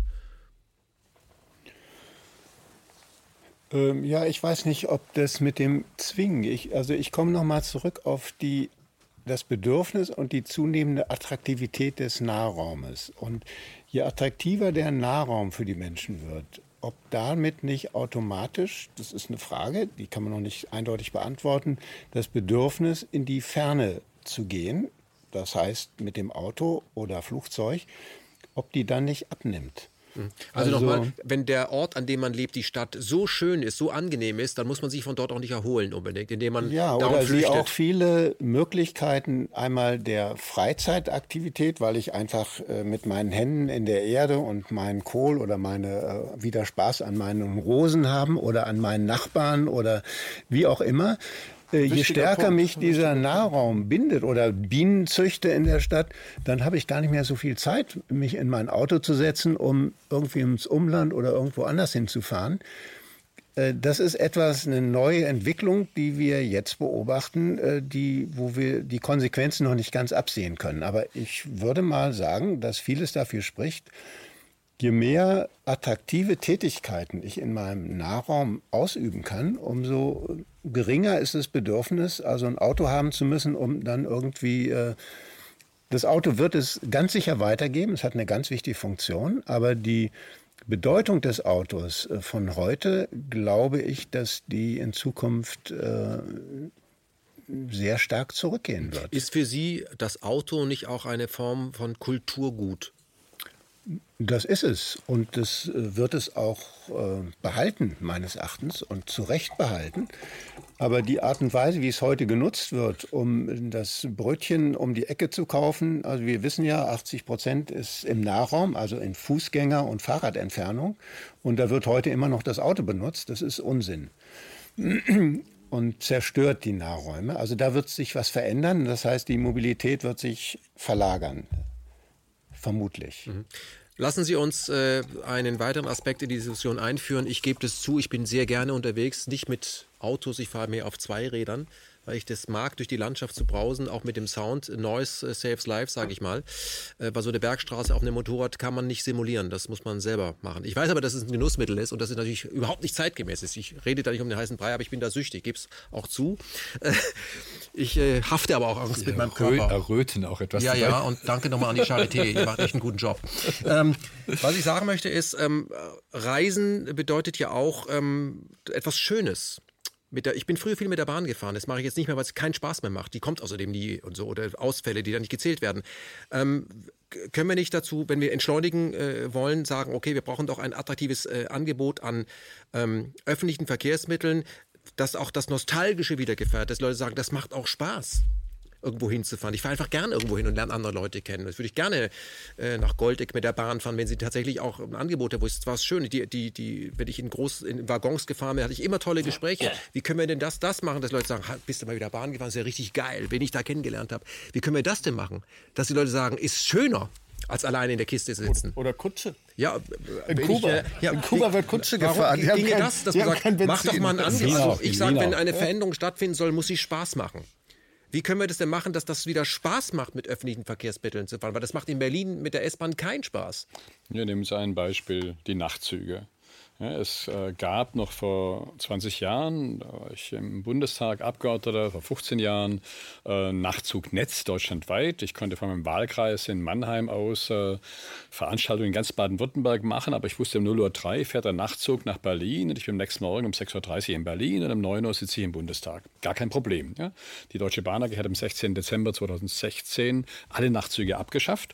Ähm, ja, ich weiß nicht, ob das mit dem Zwingen, ich, also ich komme nochmal zurück auf die, das Bedürfnis und die zunehmende Attraktivität des Nahraumes. Und je attraktiver der Nahraum für die Menschen wird, ob damit nicht automatisch, das ist eine Frage, die kann man noch nicht eindeutig beantworten, das Bedürfnis in die Ferne zu gehen, das heißt mit dem Auto oder Flugzeug, ob die dann nicht abnimmt. Also, also nochmal, wenn der Ort, an dem man lebt, die Stadt so schön ist, so angenehm ist, dann muss man sich von dort auch nicht erholen unbedingt, indem man ja, dauernd oder flüchtet. Sie auch viele Möglichkeiten einmal der Freizeitaktivität, weil ich einfach äh, mit meinen Händen in der Erde und meinen Kohl oder meine äh, wieder Spaß an meinen Rosen haben oder an meinen Nachbarn oder wie auch immer. Je stärker Punkt. mich dieser Nahraum bindet oder Bienenzüchter in der Stadt, dann habe ich gar nicht mehr so viel Zeit, mich in mein Auto zu setzen, um irgendwie ins Umland oder irgendwo anders hinzufahren. Das ist etwas, eine neue Entwicklung, die wir jetzt beobachten, die, wo wir die Konsequenzen noch nicht ganz absehen können. Aber ich würde mal sagen, dass vieles dafür spricht, je mehr attraktive Tätigkeiten ich in meinem Nahraum ausüben kann, umso geringer ist das Bedürfnis, also ein Auto haben zu müssen, um dann irgendwie... Äh, das Auto wird es ganz sicher weitergeben, es hat eine ganz wichtige Funktion, aber die Bedeutung des Autos äh, von heute, glaube ich, dass die in Zukunft äh, sehr stark zurückgehen wird. Ist für Sie das Auto nicht auch eine Form von Kulturgut? Das ist es und das wird es auch äh, behalten, meines Erachtens, und zu Recht behalten. Aber die Art und Weise, wie es heute genutzt wird, um das Brötchen um die Ecke zu kaufen, also wir wissen ja, achtzig Prozent ist im Nahraum, also in Fußgänger- und Fahrradentfernung. Und da wird heute immer noch das Auto benutzt. Das ist Unsinn. Und zerstört die Nahräume. Also da wird sich was verändern. Das heißt, die Mobilität wird sich verlagern. Vermutlich. Mhm. Lassen Sie uns äh, einen weiteren Aspekt in die Diskussion einführen. Ich gebe das zu, ich bin sehr gerne unterwegs, nicht mit Autos, ich fahre mehr auf zwei Rädern. weil ich das mag, durch die Landschaft zu brausen, auch mit dem Sound. Noise saves life, sage ich mal. Äh, bei so einer Bergstraße auf einem Motorrad kann man nicht simulieren, das muss man selber machen. Ich weiß aber, dass es ein Genussmittel ist und dass es natürlich überhaupt nicht zeitgemäß ist. Ich rede da nicht um den heißen Brei, aber ich bin da süchtig, gebe es auch zu. Äh, ich äh, hafte aber auch Angst ja, mit meinem Körper. Erröten auch etwas. Ja, dabei. Ja, und danke nochmal an die Charité, ihr macht echt einen guten Job. Ähm, was ich sagen möchte ist, ähm, Reisen bedeutet ja auch ähm, etwas Schönes. Mit der, ich bin früher viel mit der Bahn gefahren, das mache ich jetzt nicht mehr, weil es keinen Spaß mehr macht. Die kommt außerdem nie und so, oder Ausfälle, die dann nicht gezählt werden. Ähm, können wir nicht dazu, wenn wir entschleunigen äh, wollen, sagen, okay, wir brauchen doch ein attraktives äh, Angebot an ähm, öffentlichen Verkehrsmitteln, dass auch das Nostalgische wieder gefeiert, dass Leute sagen, das macht auch Spaß, irgendwo hinzufahren. Ich fahre einfach gerne irgendwo hin und lerne andere Leute kennen. Das würde ich gerne äh, nach Goldeck mit der Bahn fahren, wenn sie tatsächlich auch ein Angebot haben, wo es war schön. Die, die, die, wenn ich in groß in Waggons gefahren bin, hatte ich immer tolle Gespräche. Wie können wir denn das, das machen, dass Leute sagen, bist du mal wieder Bahn gefahren, ist ja richtig geil, wen ich da kennengelernt habe. Wie können wir das denn machen? Dass die Leute sagen, ist schöner, als alleine in der Kiste sitzen. Oder Kutsche. Ja, in Kuba. Ich, ja, in Kuba wird Kutsche gefahren. Warum ginge das, dass man sagt, mach doch mal ein Angebot. Also ich sage, wenn eine Veränderung stattfinden soll, muss sie Spaß machen. Wie können wir das denn machen, dass das wieder Spaß macht, mit öffentlichen Verkehrsmitteln zu fahren? Weil das macht in Berlin mit der S-Bahn keinen Spaß. Ja, nehmen Sie ein Beispiel, die Nachtzüge. Ja, es äh, gab noch vor zwanzig Jahren, da war ich im Bundestag Abgeordneter, vor fünfzehn Jahren, äh, Nachtzugnetz deutschlandweit. Ich konnte von meinem Wahlkreis in Mannheim aus äh, Veranstaltungen in ganz Baden-Württemberg machen, aber ich wusste, um null Uhr drei fährt der Nachtzug nach Berlin und ich bin am nächsten Morgen um sechs Uhr dreißig in Berlin und um neun Uhr sitze ich im Bundestag. Gar kein Problem. Ja? Die Deutsche Bahn A G hat am sechzehnten Dezember zweitausendsechzehn alle Nachtzüge abgeschafft.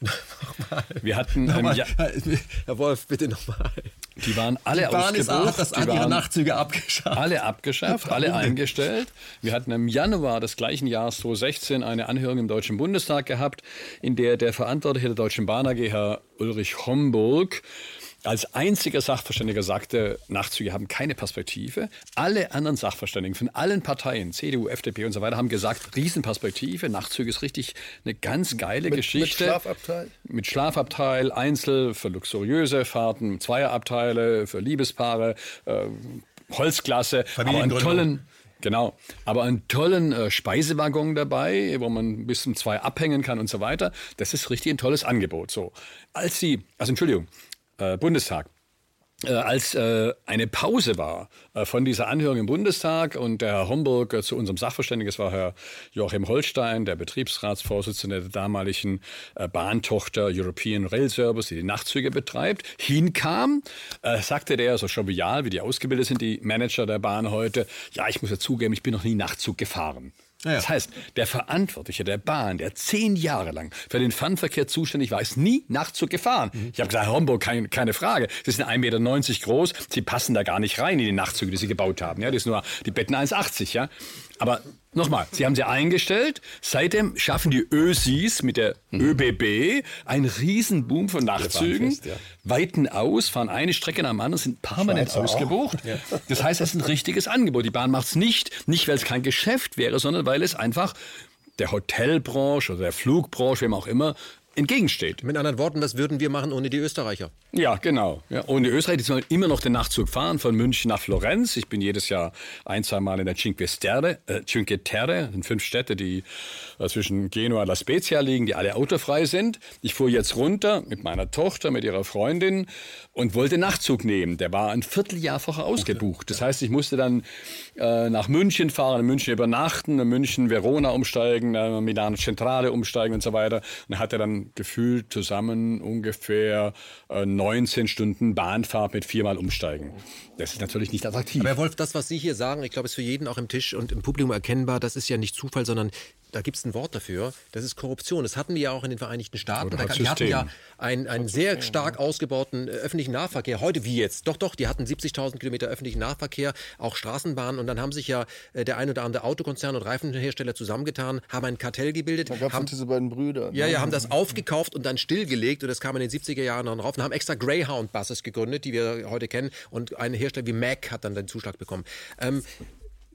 Wir hatten nochmal, ja Herr Wolf, bitte nochmal. Die waren alle Die Bahn ist, hat das die ihre Nachtzüge abgeschafft. Alle abgeschafft, alle eingestellt. Wir hatten im Januar des gleichen Jahres zweitausendsechzehn eine Anhörung im Deutschen Bundestag gehabt, in der der Verantwortliche der Deutschen Bahn A G, Herr Ulrich Homburg, als einziger Sachverständiger sagte, Nachtzüge haben keine Perspektive. Alle anderen Sachverständigen von allen Parteien, C D U, F D P und so weiter, haben gesagt, Riesenperspektive, Nachtzüge ist richtig eine ganz geile mit, Geschichte. Mit Schlafabteil? Mit Schlafabteil, Einzel, für luxuriöse Fahrten, Zweierabteile, für Liebespaare, äh, Holzklasse, aber einen tollen... Genau, aber einen tollen äh, Speisewaggon dabei, wo man bis um zwei abhängen kann und so weiter. Das ist richtig ein tolles Angebot. So, als sie, also Entschuldigung, äh, Bundestag, äh, als äh, eine Pause war äh, von dieser Anhörung im Bundestag und der Herr Homburg äh, zu unserem Sachverständigen, das war Herr Joachim Holstein, der Betriebsratsvorsitzende der damaligen äh, Bahntochter European Rail Service, die die Nachtzüge betreibt, hinkam, äh, sagte der so jovial, wie die ausgebildet sind, die Manager der Bahn heute, ja, ich muss ja zugeben, ich bin noch nie Nachtzug gefahren. Ja. Das heißt, der Verantwortliche der Bahn, der zehn Jahre lang für den Fernverkehr zuständig war, ist nie Nachtzug gefahren. Mhm. Ich habe gesagt, Herr Homburg, kein, keine Frage. Sie sind ein Meter neunzig groß, Sie passen da gar nicht rein in die Nachtzüge, die Sie gebaut haben. Ja, das ist nur, die Betten eins achtzig. Ja. Aber nochmal, Sie haben sie eingestellt. Seitdem schaffen die Ösis mit der mhm. Ö B B einen Riesenboom von Nachtzügen. Fest, ja. Weiten aus, fahren eine Strecke nach dem anderen, sind permanent Schweizer ausgebucht. Ja. Das heißt, es ist ein richtiges Angebot. Die Bahn macht es nicht, nicht weil es kein Geschäft wäre, sondern weil es einfach der Hotelbranche oder der Flugbranche, wem auch immer, entgegensteht. Mit anderen Worten, was würden wir machen ohne die Österreicher? Ja, genau. Ja, ohne Österreich, die sollen immer noch den Nachtzug fahren von München nach Florenz. Ich bin jedes Jahr ein, zwei Mal in der Cinque Terre, äh, Cinque Terre, das sind fünf Städte, die äh, zwischen Genua und La Spezia liegen, die alle autofrei sind. Ich fuhr jetzt runter mit meiner Tochter, mit ihrer Freundin und wollte Nachtzug nehmen. Der war ein Vierteljahr vorher ausgebucht. Das heißt, ich musste dann äh, nach München fahren, in München übernachten, in München Verona umsteigen, äh, Milano Centrale umsteigen und so weiter. Und hatte dann gefühlt zusammen ungefähr äh, neunzehn Stunden Bahnfahrt mit viermal umsteigen. Das ist natürlich nicht attraktiv. Aber Herr Wolf, das, was Sie hier sagen, ich glaube, ist für jeden auch im Tisch und im Publikum erkennbar, das ist ja nicht Zufall, sondern da gibt es ein Wort dafür, das ist Korruption. Das hatten wir ja auch in den Vereinigten Staaten. Da, die hatten ja einen, einen sehr stark ausgebauten äh, öffentlichen Nahverkehr, heute wie jetzt. Doch, doch, die hatten siebzigtausend Kilometer öffentlichen Nahverkehr, auch Straßenbahnen. Und dann haben sich ja äh, der ein oder andere Autokonzern und Reifenhersteller zusammengetan, haben ein Kartell gebildet. Da gab es diese beiden Brüder. Ja, ja, haben das aufgekauft und dann stillgelegt. Und das kam in den siebziger Jahren dann rauf und haben extra Greyhound-Buses gegründet, die wir heute kennen. Und ein Hersteller wie Mack hat dann den Zuschlag bekommen. Ähm,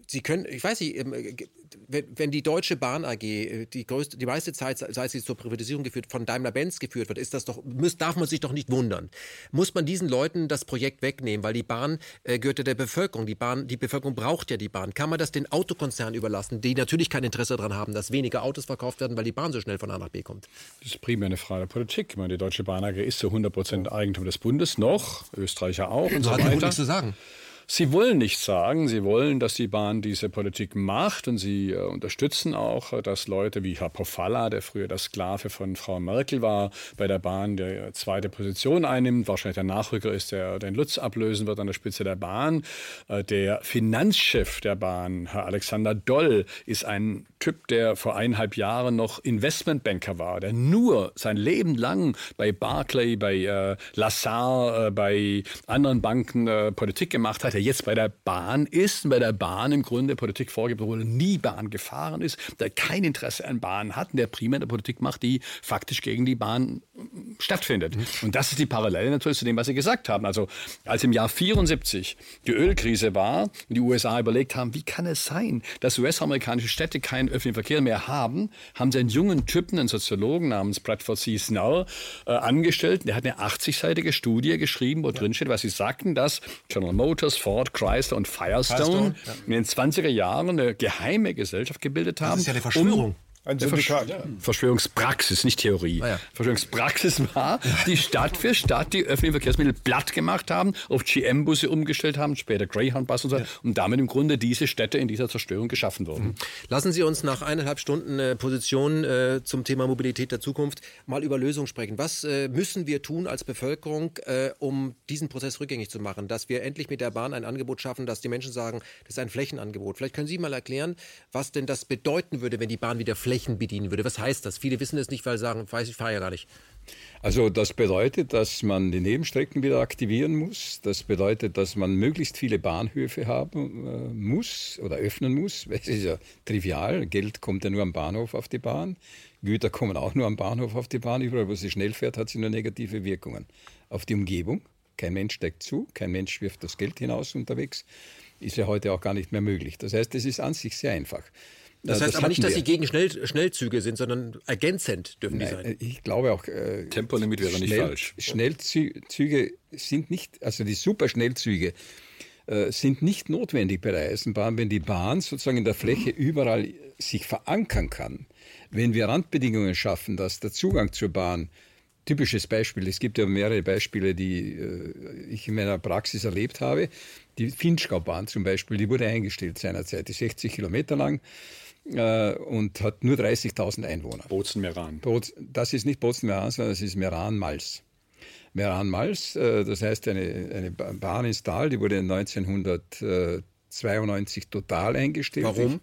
Sie können, ich weiß nicht, wenn die Deutsche Bahn A G die, größte, die meiste Zeit, seit sie zur Privatisierung geführt, von Daimler-Benz geführt wird, ist das doch, muss, darf man sich doch nicht wundern. Muss man diesen Leuten das Projekt wegnehmen, weil die Bahn äh, gehört ja der Bevölkerung. Die Bahn, die Bevölkerung braucht ja die Bahn. Kann man das den Autokonzernen überlassen, die natürlich kein Interesse daran haben, dass weniger Autos verkauft werden, weil die Bahn so schnell von A nach B kommt? Das ist primär eine Frage der Politik. Ich meine, die Deutsche Bahn A G ist zu hundert Prozent Eigentum des Bundes noch, Österreicher auch und so weiter. Hat nichts zu sagen. Sie wollen nichts sagen. Sie wollen, dass die Bahn diese Politik macht und sie äh, unterstützen auch, äh, dass Leute wie Herr Pofalla, der früher der Sklave von Frau Merkel war, bei der Bahn die zweite Position einnimmt. Wahrscheinlich der Nachrücker ist, der den Lutz ablösen wird an der Spitze der Bahn. Äh, der Finanzchef der Bahn, Herr Alexander Doll, ist ein Typ, der vor eineinhalb Jahren noch Investmentbanker war, der nur sein Leben lang bei Barclay, bei äh, Lazar, äh, bei anderen Banken äh, Politik gemacht hat, der jetzt bei der Bahn ist und bei der Bahn im Grunde Politik vorgibt, obwohl er nie Bahn gefahren ist, der kein Interesse an Bahn hat und der primär eine Politik macht, die faktisch gegen die Bahn stattfindet. Mhm. Und das ist die Parallele natürlich zu dem, was Sie gesagt haben. Also als im Jahr vierundsiebzig die Ölkrise war und die U S A überlegt haben, wie kann es sein, dass U S-amerikanische Städte keinen öffentlichen Verkehr mehr haben, haben sie einen jungen Typen, einen Soziologen namens Bradford C. Snell, äh, angestellt. Der hat eine achtzig-seitige Studie geschrieben, wo ja. drin steht, was sie sagten, dass General Motors, Ford, Chrysler und Firestone, Firestone ja. in den zwanziger Jahren eine geheime Gesellschaft gebildet haben. Das ist ja eine Verschwörung. Um Ein Syndikat. Ja. Verschwörungspraxis, nicht Theorie. Ah, ja. Verschwörungspraxis war, die Stadt für Stadt die öffentlichen Verkehrsmittel platt gemacht haben, auf G M-Busse umgestellt haben, später Greyhound-Bus und so, ja. und damit im Grunde diese Städte in dieser Zerstörung geschaffen wurden. Lassen Sie uns nach eineinhalb Stunden äh, Position äh, zum Thema Mobilität der Zukunft mal über Lösungen sprechen. Was äh, müssen wir tun als Bevölkerung, äh, um diesen Prozess rückgängig zu machen? Dass wir endlich mit der Bahn ein Angebot schaffen, dass die Menschen sagen, das ist ein Flächenangebot. Vielleicht können Sie mal erklären, was denn das bedeuten würde, wenn die Bahn wieder Flächen bedienen würde. Was heißt das? Viele wissen es nicht, weil sie sagen, weiß ich, fahre ja gar nicht. Also das bedeutet, dass man die Nebenstrecken wieder aktivieren muss. Das bedeutet, dass man möglichst viele Bahnhöfe haben äh, muss oder öffnen muss. Es ist ja trivial. Geld kommt ja nur am Bahnhof auf die Bahn. Güter kommen auch nur am Bahnhof auf die Bahn. Überall, wo sie schnell fährt, hat sie nur negative Wirkungen. Auf die Umgebung. Kein Mensch steckt zu. Kein Mensch wirft das Geld hinaus unterwegs. Ist ja heute auch gar nicht mehr möglich. Das heißt, es ist an sich sehr einfach. Das heißt das aber nicht, dass wir. Sie gegen Schnell, Schnellzüge sind, sondern ergänzend dürfen Nein, die sein. Ich glaube auch, äh, Tempolimit wäre nicht falsch. Schnellzüge sind nicht, also die Superschnellzüge äh, sind nicht notwendig bei der Eisenbahn, wenn die Bahn sozusagen in der Fläche überall sich verankern kann. Wenn wir Randbedingungen schaffen, dass der Zugang zur Bahn, typisches Beispiel, es gibt ja mehrere Beispiele, die äh, ich in meiner Praxis erlebt habe. Die Vinschgaubahn zum Beispiel, die wurde eingestellt seinerzeit, die sechzig Kilometer lang. Und hat nur dreißigtausend Einwohner. Bozen-Meran. Das ist nicht Bozen-Meran, sondern das ist Meran-Mals. Meran-Mals, das heißt eine, eine Bahn in Stahl, die wurde neunzehnhundertzweiundneunzig total eingestellt. Warum?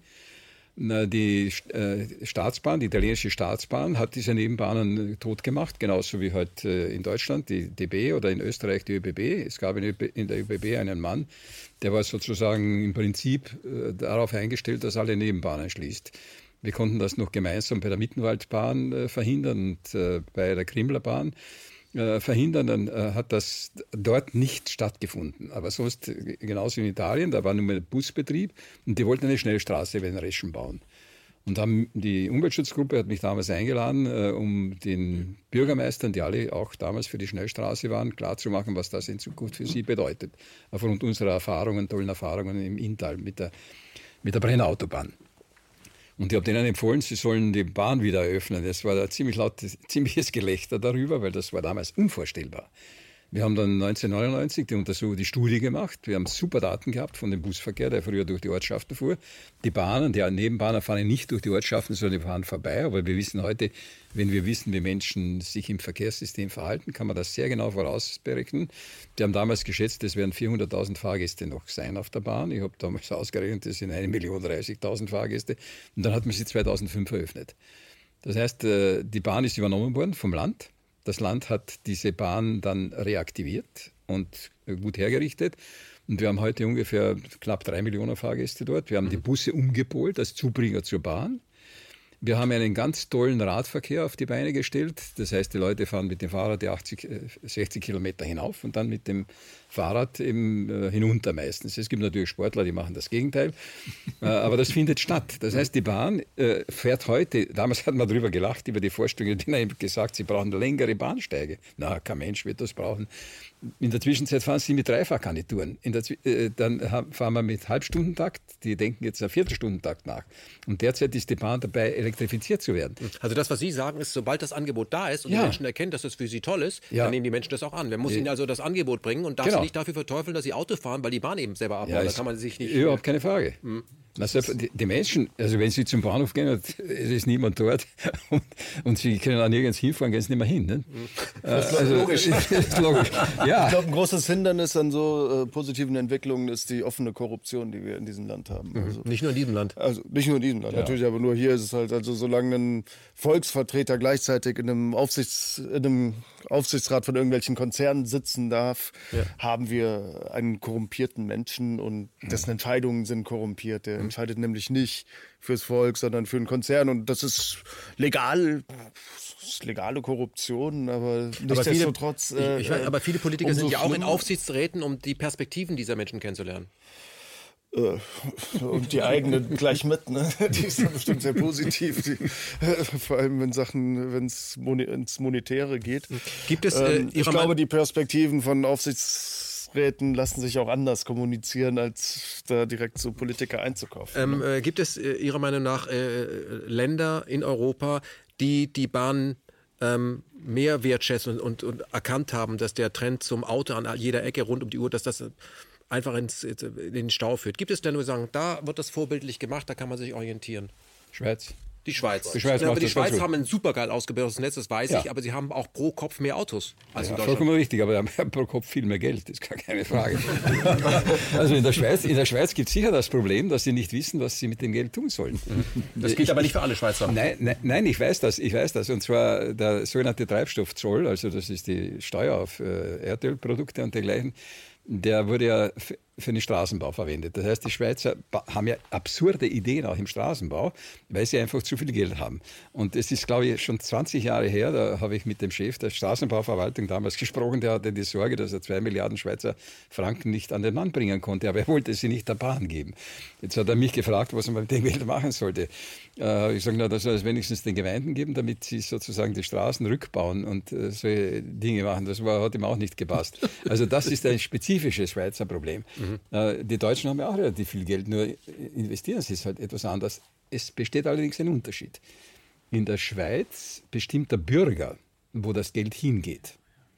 Die äh, Staatsbahn, die italienische Staatsbahn, hat diese Nebenbahnen tot gemacht, genauso wie halt äh, in Deutschland die D B oder in Österreich die ÖBB. Es gab in, ÖB, in der ÖBB einen Mann, der war sozusagen im Prinzip äh, darauf eingestellt, dass alle Nebenbahnen schließt. Wir konnten das noch gemeinsam bei der Mittenwaldbahn äh, verhindern und äh, bei der Krimlerbahn äh, verhindern, dann äh, hat das dort nicht stattgefunden. Aber sonst äh, genauso in Italien, da war nur ein Busbetrieb und die wollten eine Schnellstraße über den Reschen bauen. Und haben, die Umweltschutzgruppe hat mich damals eingeladen, äh, um den Bürgermeistern, die alle auch damals für die Schnellstraße waren, klarzumachen, was das in Zukunft für sie bedeutet. Aufgrund unserer Erfahrungen, tollen Erfahrungen im Inntal mit der, mit der Brennautobahn. Und ich habe denen empfohlen, sie sollen die Bahn wieder eröffnen. Es war ein ziemlich lautes, ziemliches Gelächter darüber, weil das war damals unvorstellbar. Wir haben dann neunzehnhundertneunundneunzig die Untersuchung, die Studie gemacht. Wir haben super Daten gehabt von dem Busverkehr, der früher durch die Ortschaften fuhr. Die Bahnen, die Nebenbahner fahren nicht durch die Ortschaften, sondern die fahren vorbei. Aber wir wissen heute, wenn wir wissen, wie Menschen sich im Verkehrssystem verhalten, kann man das sehr genau vorausberechnen. Die haben damals geschätzt, es werden vierhunderttausend Fahrgäste noch sein auf der Bahn. Ich habe damals ausgerechnet, das sind eine Million dreißigtausend Fahrgäste. Und dann hat man sie zweitausendfünf eröffnet. Das heißt, die Bahn ist übernommen worden vom Land. Das Land hat diese Bahn dann reaktiviert und gut hergerichtet. Und wir haben heute ungefähr knapp drei Millionen Fahrgäste dort. Wir haben die Busse umgepolt als Zubringer zur Bahn. Wir haben einen ganz tollen Radverkehr auf die Beine gestellt. Das heißt, die Leute fahren mit dem Fahrrad die achtzig, sechzig Kilometer hinauf und dann mit dem Fahrrad eben äh, hinunter meistens. Es gibt natürlich Sportler, die machen das Gegenteil, äh, aber das findet statt. Das heißt, die Bahn äh, fährt heute, damals hat man darüber gelacht, über die Vorstellung, die haben gesagt, sie brauchen längere Bahnsteige. Na, kein Mensch wird das brauchen. In der Zwischenzeit fahren sie mit Dreifachgarnituren. In der, äh, dann haben, fahren wir mit Halbstundentakt, die denken jetzt einen Viertelstundentakt nach. Und derzeit ist die Bahn dabei, elektrifiziert zu werden. Also das, was Sie sagen, ist, sobald das Angebot da ist und ja. die Menschen erkennen, dass das für sie toll ist, ja. dann nehmen die Menschen das auch an. Man muss ihnen also das Angebot bringen und darf genau. sie nicht dafür verteufeln, dass sie Auto fahren, weil die Bahn eben selber abbaut. Ja, da kann man sich nicht... Überhaupt keine Frage. Hm. Also die, die Menschen, also wenn sie zum Bahnhof gehen, es ist niemand dort und, und sie können auch nirgends hinfahren, gehen sie nicht mehr hin. Ne? Das ist also, logisch. Das ist logisch. Ja. Ich glaube, ein großes Hindernis an so äh, positiven Entwicklungen ist die offene Korruption, die wir in diesem Land haben. Mhm. Also, nicht nur in diesem Land. Also nicht nur in diesem Land, ja. natürlich, aber nur hier ist es halt, also solange ein Volksvertreter gleichzeitig in einem, Aufsichts, in einem Aufsichtsrat von irgendwelchen Konzernen sitzen darf, ja. haben wir einen korrumpierten Menschen und dessen Entscheidungen sind korrumpiert. Der mhm. entscheidet nämlich nicht fürs Volk, sondern für einen Konzern und das ist legal. Das ist legale Korruption, aber nichtsdestotrotz. Äh, ich, ich weiß, aber viele Politiker sind ja auch in Aufsichtsräten, um die Perspektiven dieser Menschen kennenzulernen. Und die eigene gleich mit, ne? Die ist ja bestimmt sehr positiv, die, vor allem wenn Sachen, wenn es moni- ins Monetäre geht. Gibt es, äh, ähm, ich glaube, die Perspektiven von Aufsichtsräten lassen sich auch anders kommunizieren, als da direkt so Politiker einzukaufen. Ähm, äh, gibt es äh, Ihrer Meinung nach äh, Länder in Europa, die die Bahn ähm, mehr wertschätzen und, und, und erkannt haben, dass der Trend zum Auto an jeder Ecke rund um die Uhr, dass das einfach ins, in den Stau führt? Gibt es denn nur sagen, da wird das vorbildlich gemacht, da kann man sich orientieren? Schweiz. Die Schweiz. Die Schweiz, ja, aber die das Schweiz haben ein supergeil ausgebildetes Netz, das weiß ja. ich, aber sie haben auch pro Kopf mehr Autos als ja, in Deutschland. Vollkommen richtig, aber wir haben pro Kopf viel mehr Geld, das ist gar keine Frage. Also in der Schweiz, in der Schweiz gibt es sicher das Problem, dass sie nicht wissen, was sie mit dem Geld tun sollen. Das gilt ich, aber nicht für alle Schweizer. Nein, nein, nein, ich weiß das, ich weiß das. Und zwar der sogenannte Treibstoffzoll, also das ist die Steuer auf äh, Erdölprodukte und dergleichen, der wurde ja für den Straßenbau verwendet. Das heißt, die Schweizer haben ja absurde Ideen auch im Straßenbau, weil sie einfach zu viel Geld haben. Und es ist, glaube ich, schon zwanzig Jahre her, da habe ich mit dem Chef der Straßenbauverwaltung damals gesprochen, der hatte die Sorge, dass er zwei Milliarden Schweizer Franken nicht an den Mann bringen konnte, aber er wollte sie nicht der Bahn geben. Jetzt hat er mich gefragt, was man mit dem Geld machen sollte. Äh, ich sage, na, das soll es wenigstens den Gemeinden geben, damit sie sozusagen die Straßen rückbauen und äh, solche Dinge machen. Das war, hat ihm auch nicht gepasst. Also das ist ein spezifisches Schweizer Problem. Mhm. Die Deutschen haben ja auch relativ viel Geld, nur investieren sie es halt etwas anders. Es besteht allerdings ein Unterschied. In der Schweiz bestimmt der Bürger, wo das Geld hingeht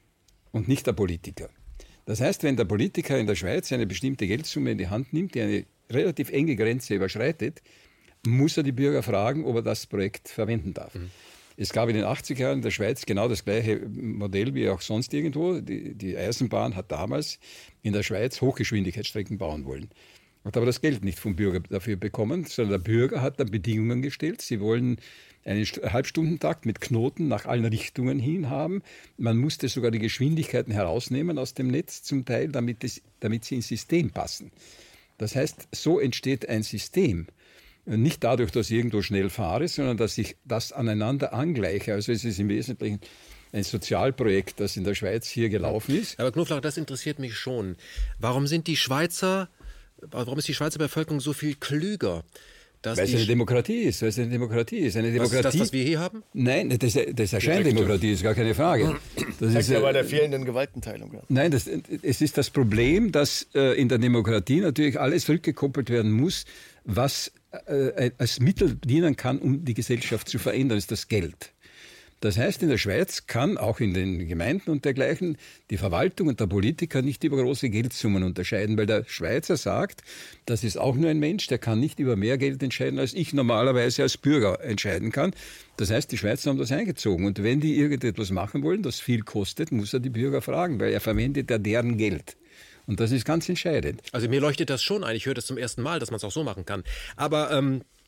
und nicht der Politiker. Das heißt, wenn der Politiker in der Schweiz eine bestimmte Geldsumme in die Hand nimmt, die eine relativ enge Grenze überschreitet, muss er die Bürger fragen, ob er das Projekt verwenden darf. Mhm. Es gab in den achtziger Jahren in der Schweiz genau das gleiche Modell wie auch sonst irgendwo. Die, die Eisenbahn hat damals in der Schweiz Hochgeschwindigkeitsstrecken bauen wollen. Hat aber das Geld nicht vom Bürger dafür bekommen, sondern der Bürger hat dann Bedingungen gestellt. Sie wollen einen Halbstundentakt mit Knoten nach allen Richtungen hin haben. Man musste sogar die Geschwindigkeiten herausnehmen aus dem Netz zum Teil, damit, es, damit sie ins System passen. Das heißt, so entsteht ein System. Nicht dadurch, dass ich irgendwo schnell fahre, sondern dass ich das aneinander angleiche. Also es ist im Wesentlichen ein Sozialprojekt, das in der Schweiz hier gelaufen ist. Aber Knoflach, das interessiert mich schon. Warum sind die Schweizer, warum ist die Schweizer Bevölkerung so viel klüger? Weil es eine Demokratie ist, weil es eine Demokratie ist. Eine Demokratie, was ist das, was wir hier haben? Nein, das, das ist eine Demokratie, ist gar keine Frage. Das ist ja bei der fehlenden Gewaltenteilung. Ja. Nein, das, es ist das Problem, dass äh, in der Demokratie natürlich alles rückgekoppelt werden muss, was äh, als Mittel dienen kann, um die Gesellschaft zu verändern, ist das Geld. Das heißt, in der Schweiz kann auch in den Gemeinden und dergleichen die Verwaltung und der Politiker nicht über große Geldsummen unterscheiden, weil der Schweizer sagt, das ist auch nur ein Mensch, der kann nicht über mehr Geld entscheiden, als ich normalerweise als Bürger entscheiden kann. Das heißt, die Schweizer haben das eingezogen. Und wenn die irgendetwas machen wollen, das viel kostet, muss er die Bürger fragen, weil er verwendet ja deren Geld. Und das ist ganz entscheidend. Also mir leuchtet das schon ein. Ich höre das zum ersten Mal, dass man es auch so machen kann. Aber ähm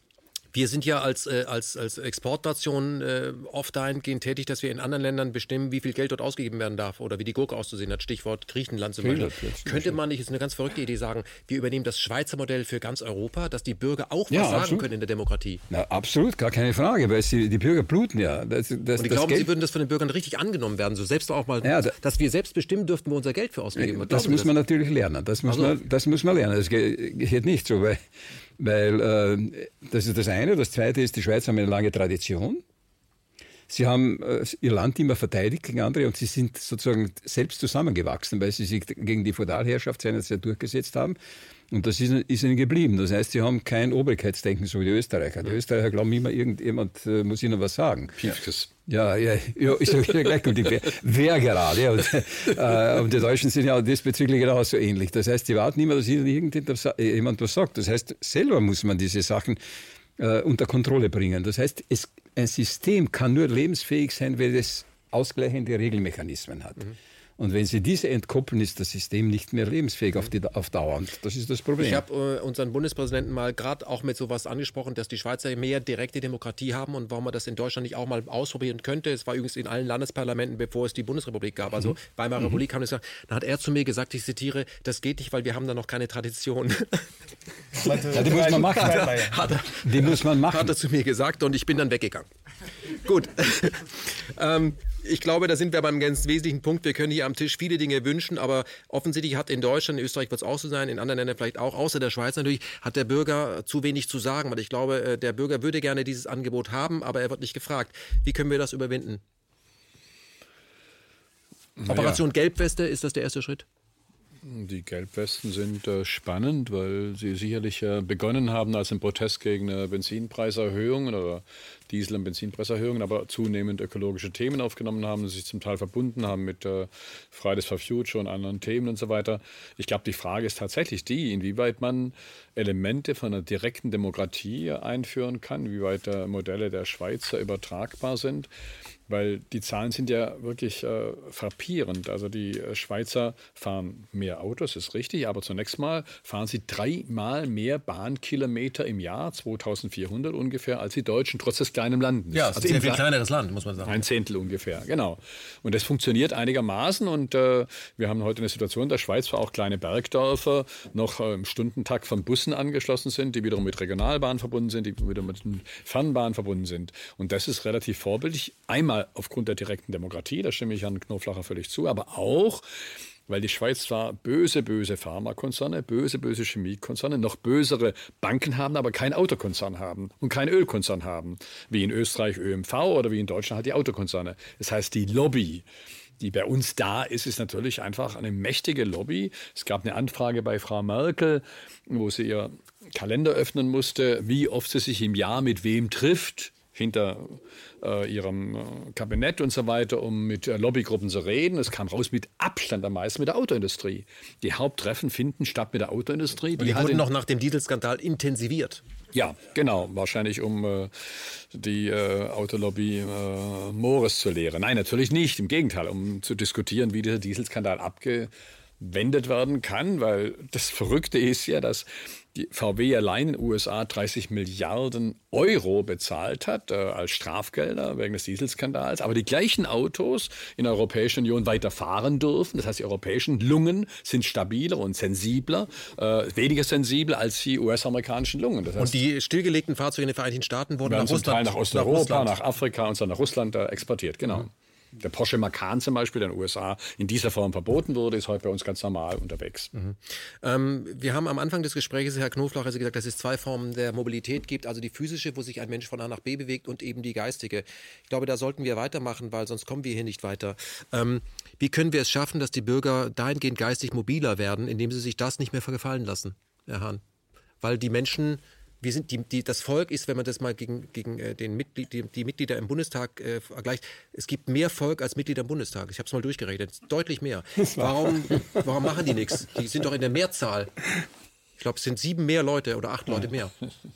Wir sind ja als, äh, als, als Exportnation äh, oft dahingehend tätig, dass wir in anderen Ländern bestimmen, wie viel Geld dort ausgegeben werden darf oder wie die Gurke auszusehen hat. Stichwort Griechenland zum Beispiel. Könnte man nicht, ist eine ganz verrückte Idee, sagen, wir übernehmen das Schweizer Modell für ganz Europa, dass die Bürger auch ja, was sagen absolut. können in der Demokratie? Na, absolut, gar keine Frage, weil sie, die Bürger bluten ja. Das, das, Und ich das glaube, Geld, Sie würden das von den Bürgern richtig angenommen werden, so selbst auch mal, Ja, da, dass wir selbst bestimmen dürften, wo unser Geld für ausgegeben wird. das Glauben muss Sie man natürlich lernen. Das muss, Also. man, das muss man lernen. Das geht, geht nicht so, weil, weil äh, das ist das eine. Das zweite ist, die Schweiz haben eine lange Tradition. Sie haben äh, ihr Land immer verteidigt gegen andere und sie sind sozusagen selbst zusammengewachsen, weil sie sich gegen die Feudalherrschaft seinerzeit durchgesetzt haben. Und das ist, ist ihnen geblieben. Das heißt, sie haben kein Obrigkeitsdenken, so wie die Österreicher. Die Österreicher glauben immer, irgendjemand äh, muss ihnen was sagen. Piefkes. Ja, ja, ja, ist ja gleichgültig. Wer, wer gerade? Ja, und, äh, und die Deutschen sind ja diesbezüglich genauso ähnlich. Das heißt, die warten immer, dass ihnen irgendjemand was sagt. Das heißt, selber muss man diese Sachen äh, unter Kontrolle bringen. Das heißt, es, ein System kann nur lebensfähig sein, wenn es ausgleichende Regelmechanismen hat. Mhm. Und wenn Sie diese entkoppeln, ist das System nicht mehr lebensfähig auf, die, auf Dauer. Und das ist das Problem. Ich habe äh, unseren Bundespräsidenten mal gerade auch mit sowas angesprochen, dass die Schweizer mehr direkte Demokratie haben und warum man das in Deutschland nicht auch mal ausprobieren könnte. Es war übrigens in allen Landesparlamenten, bevor es die Bundesrepublik gab. Also mhm. Weimarer mhm. Republik haben das gesagt. Dann hat er zu mir gesagt, ich zitiere, das geht nicht, weil wir haben da noch keine Tradition. Ja, die muss man machen. Hat er, die muss man machen. Hat er zu mir gesagt und ich bin dann weggegangen. Gut. ähm, Ich glaube, da sind wir beim ganz wesentlichen Punkt. Wir können hier am Tisch viele Dinge wünschen, aber offensichtlich hat in Deutschland, in Österreich wird es auch so sein, in anderen Ländern vielleicht auch, außer der Schweiz natürlich, hat der Bürger zu wenig zu sagen. Weil ich glaube, der Bürger würde gerne dieses Angebot haben, aber er wird nicht gefragt. Wie können wir das überwinden? Naja. Operation Gelbweste, ist das der erste Schritt? Die Gelbwesten sind äh, spannend, weil sie sicherlich äh, begonnen haben als ein Protest gegen äh, Benzinpreiserhöhungen oder Diesel- und Benzinpreiserhöhungen, aber zunehmend ökologische Themen aufgenommen haben, sich zum Teil verbunden haben mit äh, Fridays for Future und anderen Themen und so weiter. Ich glaube, die Frage ist tatsächlich die, inwieweit man Elemente von einer direkten Demokratie einführen kann, inwieweit äh, Modelle der Schweizer übertragbar sind. Weil die Zahlen sind ja wirklich äh, frappierend. Also die äh, Schweizer fahren mehr Autos, ist richtig, aber zunächst mal fahren sie dreimal mehr Bahnkilometer im Jahr, zweitausendvierhundert ungefähr, als die Deutschen, trotz des kleinen Landes. Ja, es ist also ein viel kleineres Land, muss man sagen. Ein Zehntel ungefähr, genau. Und das funktioniert einigermaßen und äh, wir haben heute eine Situation in der Schweiz, wo auch kleine Bergdörfer noch äh, im Stundentakt von Bussen angeschlossen sind, die wiederum mit Regionalbahnen verbunden sind, die wiederum mit Fernbahnen verbunden sind. Und das ist relativ vorbildlich. Einmal aufgrund der direkten Demokratie, da stimme ich Herrn Knoflacher völlig zu, aber auch, weil die Schweiz zwar böse, böse Pharmakonzerne, böse, böse Chemiekonzerne, noch bösere Banken haben, aber keinen Autokonzern haben und keinen Ölkonzern haben, wie in Österreich Ö M V oder wie in Deutschland halt die Autokonzerne. Das heißt, die Lobby, die bei uns da ist, ist natürlich einfach eine mächtige Lobby. Es gab eine Anfrage bei Frau Merkel, wo sie ihr Kalender öffnen musste, wie oft sie sich im Jahr mit wem trifft, hinter äh, ihrem äh, Kabinett und so weiter, um mit äh, Lobbygruppen zu reden. Es kam raus mit Abstand am meisten mit der Autoindustrie. Die Haupttreffen finden statt mit der Autoindustrie. Die, die halt wurden noch nach dem Dieselskandal intensiviert. Ja, genau. Wahrscheinlich, um äh, die äh, Autolobby äh, Mores zu lehren. Nein, natürlich nicht. Im Gegenteil, um zu diskutieren, wie dieser Dieselskandal abgewendet werden kann. Weil das Verrückte ist ja, dass die V W allein in den U S A dreißig Milliarden Euro bezahlt hat äh, als Strafgelder wegen des Dieselskandals. Aber die gleichen Autos in der Europäischen Union weiter fahren dürfen. Das heißt, die europäischen Lungen sind stabiler und sensibler, äh, weniger sensibel als die U S-amerikanischen Lungen. Das heißt, und die stillgelegten Fahrzeuge in den Vereinigten Staaten wurden nach nach Russland, nach Osteuropa, nach, nach Afrika und dann nach Russland äh, exportiert. Genau. Mhm. Der Porsche Macan zum Beispiel, der in den U S A in dieser Form verboten wurde, ist heute bei uns ganz normal unterwegs. Mhm. Ähm, wir haben am Anfang des Gesprächs, Herr Knoflacher, gesagt, dass es zwei Formen der Mobilität gibt. Also die physische, wo sich ein Mensch von A nach B bewegt, und eben die geistige. Ich glaube, da sollten wir weitermachen, weil sonst kommen wir hier nicht weiter. Ähm, wie können wir es schaffen, dass die Bürger dahingehend geistig mobiler werden, indem sie sich das nicht mehr gefallen lassen, Herr Hahn? Weil die Menschen... Wir sind die, die, das Volk ist, wenn man das mal gegen, gegen äh, den Mitglied, die, die Mitglieder im Bundestag äh, vergleicht, es gibt mehr Volk als Mitglieder im Bundestag. Ich habe es mal durchgerechnet, deutlich mehr. Warum, warum machen die nichts? Die sind doch in der Mehrzahl. Ich glaube, es sind sieben mehr Leute oder acht Leute mehr.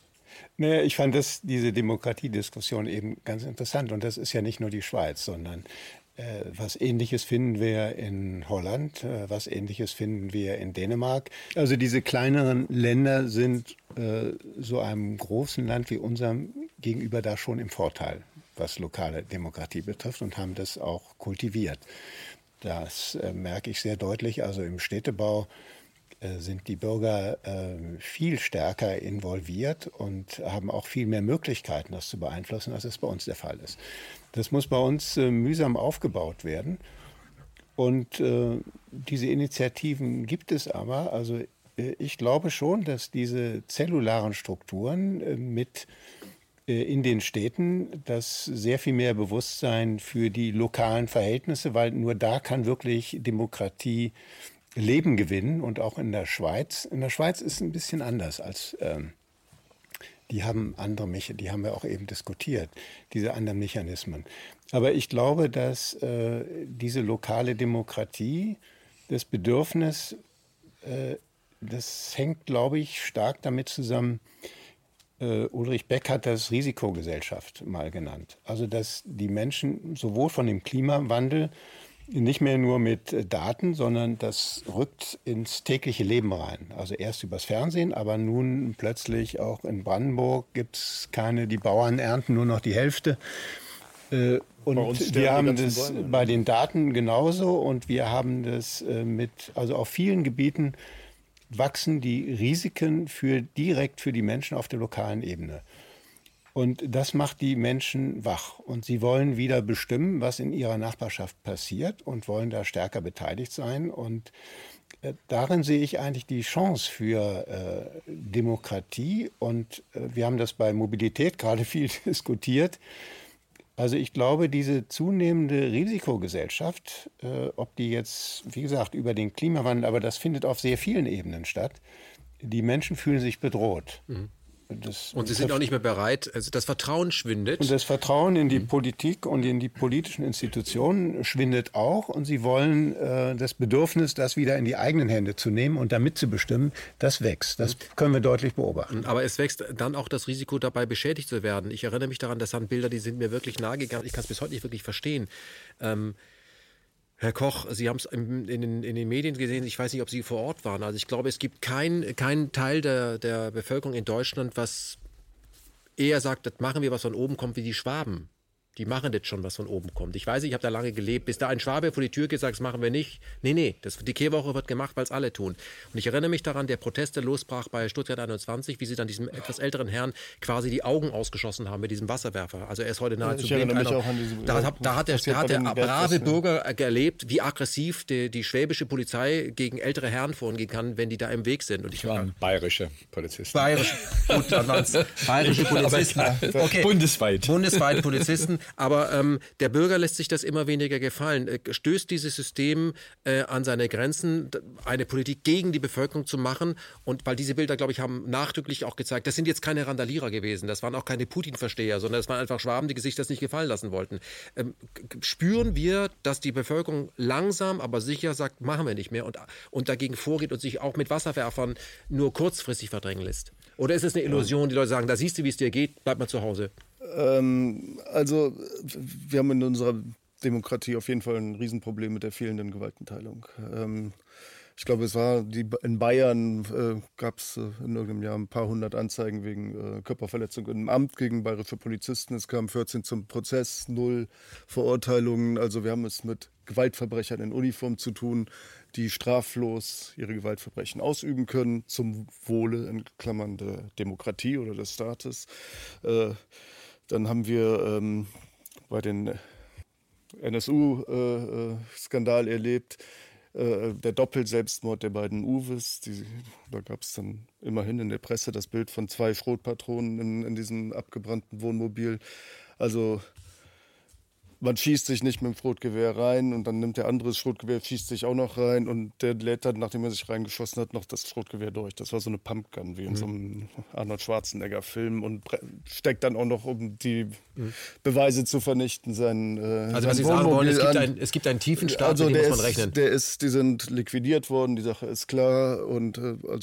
Naja, ich fand das, diese Demokratiediskussion eben ganz interessant. Und das ist ja nicht nur die Schweiz, sondern Äh, was Ähnliches finden wir in Holland, äh, was Ähnliches finden wir in Dänemark. Also diese kleineren Länder sind äh, so einem großen Land wie unserem gegenüber da schon im Vorteil, was lokale Demokratie betrifft, und haben das auch kultiviert. Das äh, merke ich sehr deutlich. Also im Städtebau äh, sind die Bürger äh, viel stärker involviert und haben auch viel mehr Möglichkeiten, das zu beeinflussen, als es bei uns der Fall ist. Das muss bei uns äh, mühsam aufgebaut werden. Und äh, diese Initiativen gibt es aber. Also äh, ich glaube schon, dass diese zellularen Strukturen äh, mit äh, in den Städten das sehr viel mehr Bewusstsein für die lokalen Verhältnisse, weil nur da kann wirklich Demokratie Leben gewinnen, und auch in der Schweiz. In der Schweiz ist es ein bisschen anders als ähm, die haben andere Mechanismen, die haben wir auch eben diskutiert, diese anderen Mechanismen. Aber ich glaube, dass äh, diese lokale Demokratie, das Bedürfnis, äh, das hängt, glaube ich, stark damit zusammen. Äh, Ulrich Beck hat das Risikogesellschaft mal genannt. Also, dass die Menschen sowohl von dem Klimawandel nicht mehr nur mit Daten, sondern das rückt ins tägliche Leben rein. Also erst übers Fernsehen, aber nun plötzlich auch in Brandenburg gibt es keine, die Bauern ernten nur noch die Hälfte. Und wir haben das Bäume, bei den Daten genauso, und wir haben das mit, also auf vielen Gebieten wachsen die Risiken für, direkt für die Menschen auf der lokalen Ebene. Und das macht die Menschen wach. Und sie wollen wieder bestimmen, was in ihrer Nachbarschaft passiert, und wollen da stärker beteiligt sein. Und äh, darin sehe ich eigentlich die Chance für äh, Demokratie. Und äh, wir haben das bei Mobilität gerade viel diskutiert. Also ich glaube, diese zunehmende Risikogesellschaft, äh, ob die jetzt, wie gesagt, über den Klimawandel, aber das findet auf sehr vielen Ebenen statt, die Menschen fühlen sich bedroht. Mhm. Das und sie sind auch nicht mehr bereit, also das Vertrauen schwindet. Und das Vertrauen in die mhm. Politik und in die politischen Institutionen schwindet auch. Und sie wollen äh, das Bedürfnis, das wieder in die eigenen Hände zu nehmen und damit zu bestimmen, das wächst. Das können wir deutlich beobachten. Aber es wächst dann auch das Risiko, dabei beschädigt zu werden. Ich erinnere mich daran, das sind Bilder, die sind mir wirklich nahe gegangen. Ich kann es bis heute nicht wirklich verstehen. Ähm, Herr Koch, Sie haben es in, in, in den Medien gesehen, ich weiß nicht, ob Sie vor Ort waren. Also ich glaube, es gibt keinen kein Teil der, der Bevölkerung in Deutschland, was eher sagt, das machen wir, was von oben kommt, wie die Schwaben. Die machen das schon, was von oben kommt. Ich weiß, ich habe da lange gelebt, bis da ein Schwabe vor die Tür geht, sagt, das machen wir nicht. Nee, nee, das, die Kehrwoche wird gemacht, weil es alle tun. Und ich erinnere mich daran, der Protest, der losbrach bei Stuttgart einundzwanzig, wie sie dann diesem etwas älteren Herrn quasi die Augen ausgeschossen haben mit diesem Wasserwerfer. Also er ist heute nahezu blind. Ich erinnere mich auch an diese, da, da, da hat der, da hat der brave Bürger erlebt, wie aggressiv die, die schwäbische Polizei gegen ältere Herren vorgehen kann, wenn die da im Weg sind. Und ich waren bayerische Polizisten. Bayerische, gut, dann waren's bayerische Polizisten. Okay. Bundesweit. Bundesweit Polizisten. Aber ähm, der Bürger lässt sich das immer weniger gefallen. Äh, stößt dieses System äh, an seine Grenzen, eine Politik gegen die Bevölkerung zu machen. Und weil diese Bilder, glaube ich, haben nachdrücklich auch gezeigt, das sind jetzt keine Randalierer gewesen, das waren auch keine Putin-Versteher, sondern das waren einfach Schwaben, die sich das nicht gefallen lassen wollten. Ähm, spüren wir, dass die Bevölkerung langsam, aber sicher sagt, machen wir nicht mehr, und, und dagegen vorgeht und sich auch mit Wasserwerfern nur kurzfristig verdrängen lässt? Oder ist es eine Illusion, die Leute sagen, da siehst du, wie es dir geht, bleib mal zu Hause? Ähm, also wir haben in unserer Demokratie auf jeden Fall ein Riesenproblem mit der fehlenden Gewaltenteilung. Ähm, ich glaube, es war die, in Bayern äh, gab es äh, in irgendeinem Jahr ein paar hundert Anzeigen wegen äh, Körperverletzung im Amt gegen bayerische Polizisten. Es kamen vierzehn zum Prozess, null Verurteilungen. Also wir haben es mit Gewaltverbrechern in Uniform zu tun, die straflos ihre Gewaltverbrechen ausüben können, zum Wohle in Klammern der Demokratie oder des Staates. Äh, Dann haben wir ähm, bei den N S U-Skandal äh, erlebt, äh, der Doppelselbstmord der beiden Uwes. Die, da gab es dann immerhin in der Presse das Bild von zwei Schrotpatronen in, in diesem abgebrannten Wohnmobil. Also man schießt sich nicht mit dem Schrotgewehr rein und dann nimmt der andere das Schrotgewehr, schießt sich auch noch rein und der lädt dann, nachdem er sich reingeschossen hat, noch das Schrotgewehr durch. Das war so eine Pumpgun, wie in mhm. so einem Arnold Schwarzenegger-Film, und steckt dann auch noch, um die mhm. Beweise zu vernichten, sein äh, Also was Sie sagen wollen, es gibt, ein, es gibt einen tiefen Staat, also mit dem der muss man ist, rechnen. Der ist, die sind liquidiert worden, die Sache ist klar, und äh, also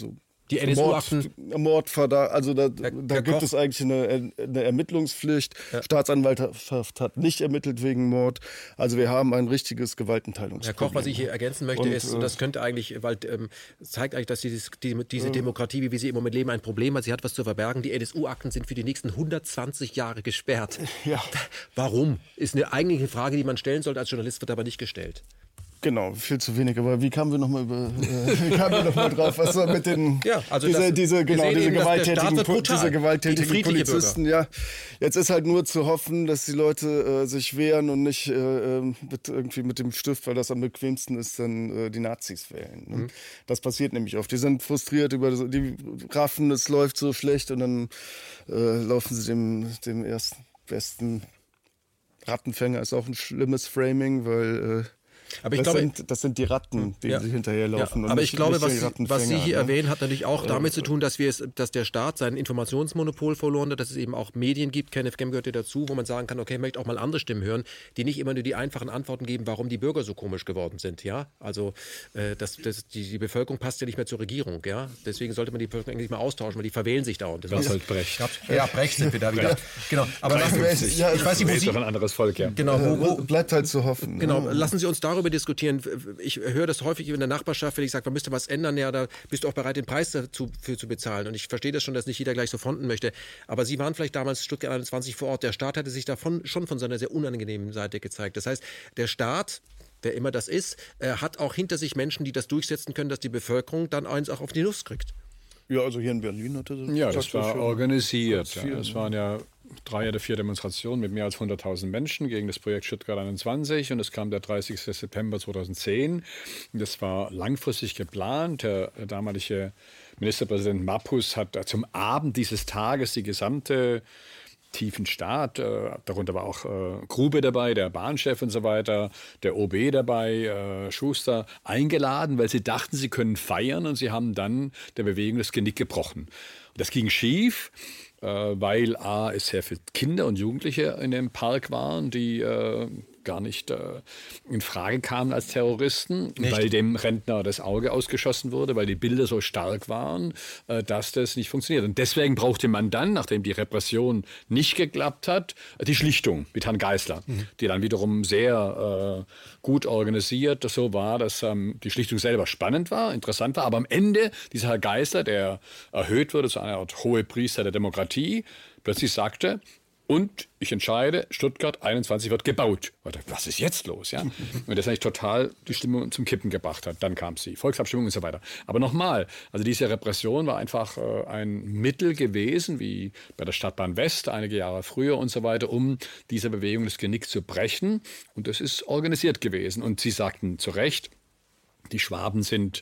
Die N S U-Akten? Mord, Mordverdacht, also da, Herr, da Herr gibt Koch. es eigentlich eine, eine Ermittlungspflicht. Ja. Staatsanwaltschaft hat nicht ermittelt wegen Mord. Also wir haben ein richtiges Gewaltenteilungsproblem. Herr Koch, was ich hier ergänzen möchte, Und, ist, und das könnte eigentlich, weil ähm, zeigt eigentlich, dass dieses, die, diese Demokratie, wie wir sie im Moment leben, ein Problem hat. Sie hat was zu verbergen. Die N S U-Akten sind für die nächsten hundertzwanzig Jahre gesperrt. Ja. Warum? Ist eine eigentliche Frage, die man stellen sollte als Journalist, wird aber nicht gestellt. Genau, viel zu wenig. Aber wie kamen wir nochmal über, äh, wie kamen wir noch mal drauf? Was war mit den, Ja, also diese, das- diese, wir genau, sehen diese eben, dass der Staat gewalttätigen, wird brutal diese gewalttätigen gegen friedliche Polizisten? Ja, jetzt ist halt nur zu hoffen, dass die Leute äh, sich wehren und nicht äh, mit, irgendwie mit dem Stift, weil das am bequemsten ist, dann äh, die Nazis wählen. Ne? Mhm. Das passiert nämlich oft. Die sind frustriert über das, die raffen, es läuft so schlecht und dann äh, laufen sie dem, dem ersten besten Rattenfänger. Ist auch ein schlimmes Framing, weil äh, Aber ich das, glaube, sind, das sind die Ratten, denen Ja. sie hinterherlaufen. Ja, und aber nicht- ich glaube, nicht was, die Sie- Rattenfänger, was Sie hier ne? erwähnen, hat natürlich auch damit zu tun, dass, wir es, dass der Staat sein Informationsmonopol verloren hat, dass es eben auch Medien gibt, K N F G E M gehört ja dazu, wo man sagen kann, okay, ich möchte auch mal andere Stimmen hören, die nicht immer nur die einfachen Antworten geben, warum die Bürger so komisch geworden sind. Ja? Also äh, das, das, die, die Bevölkerung passt ja nicht mehr zur Regierung. Ja? Deswegen sollte man die Bevölkerung eigentlich mal austauschen, weil die verwählen sich dauernd. Das Bertolt Brecht. Ja, Brecht sind wir da wieder. Genau. Aber lassen wir, ich Ja, weiß nicht, wo ist Sie... doch ein anderes Volk, ja. Genau, wo, wo, Bleibt halt zu hoffen. Genau, ne? lassen Sie uns darüber diskutieren. Ich höre das häufig in der Nachbarschaft, wenn ich sage, man müsste was ändern, ja, da bist du auch bereit, den Preis dazu für zu bezahlen. Und ich verstehe das schon, dass nicht jeder gleich so fronten möchte. Aber Sie waren vielleicht damals Stuttgart einundzwanzig vor Ort. Der Staat hatte sich davon schon von seiner sehr unangenehmen Seite gezeigt. Das heißt, der Staat, wer immer das ist, äh, hat auch hinter sich Menschen, die das durchsetzen können, dass die Bevölkerung dann eins auch auf die Nuss kriegt. Ja, also hier in Berlin hatte sie. Ja, das war schon organisiert. ganz viel, Ja. Es waren ja drei oder vier Demonstrationen mit mehr als hunderttausend Menschen gegen das Projekt Stuttgart einundzwanzig und es kam der dreißigste September zweitausendzehn. Das war langfristig geplant. Der damalige Ministerpräsident Mappus hat zum Abend dieses Tages die gesamte tiefen Staat, äh, darunter war auch äh, Grube dabei, der Bahnchef und so weiter, der O B dabei, äh, Schuster, eingeladen, weil sie dachten, sie können feiern und sie haben dann der Bewegung das Genick gebrochen. Und das ging schief, äh, weil A, es sehr viele Kinder und Jugendliche in dem Park waren, die äh, gar nicht äh, in Frage kamen als Terroristen, Nicht? weil dem Rentner das Auge ausgeschossen wurde, weil die Bilder so stark waren, äh, dass das nicht funktioniert. Und deswegen brauchte man dann, nachdem die Repression nicht geklappt hat, die Schlichtung mit Herrn Geisler, mhm. die dann wiederum sehr äh, gut organisiert so war, dass ähm, die Schlichtung selber spannend war, interessant war, aber am Ende dieser Herr Geisler, der erhöht wurde zu einer Art Hohepriester der Demokratie, plötzlich sagte, und ich entscheide, Stuttgart einundzwanzig wird gebaut. Was ist jetzt los? Ja? Und das eigentlich total die Stimmung zum Kippen gebracht hat. Dann kam sie, Volksabstimmung und so weiter. Aber nochmal, also diese Repression war einfach äh, ein Mittel gewesen, wie bei der Stadtbahn West einige Jahre früher und so weiter, um dieser Bewegung das Genick zu brechen. Und das ist organisiert gewesen. Und Sie sagten zu Recht, die Schwaben sind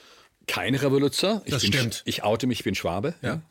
keine Revoluzer. Ich Das bin, stimmt. Ich oute mich, ich bin Schwabe. Ja.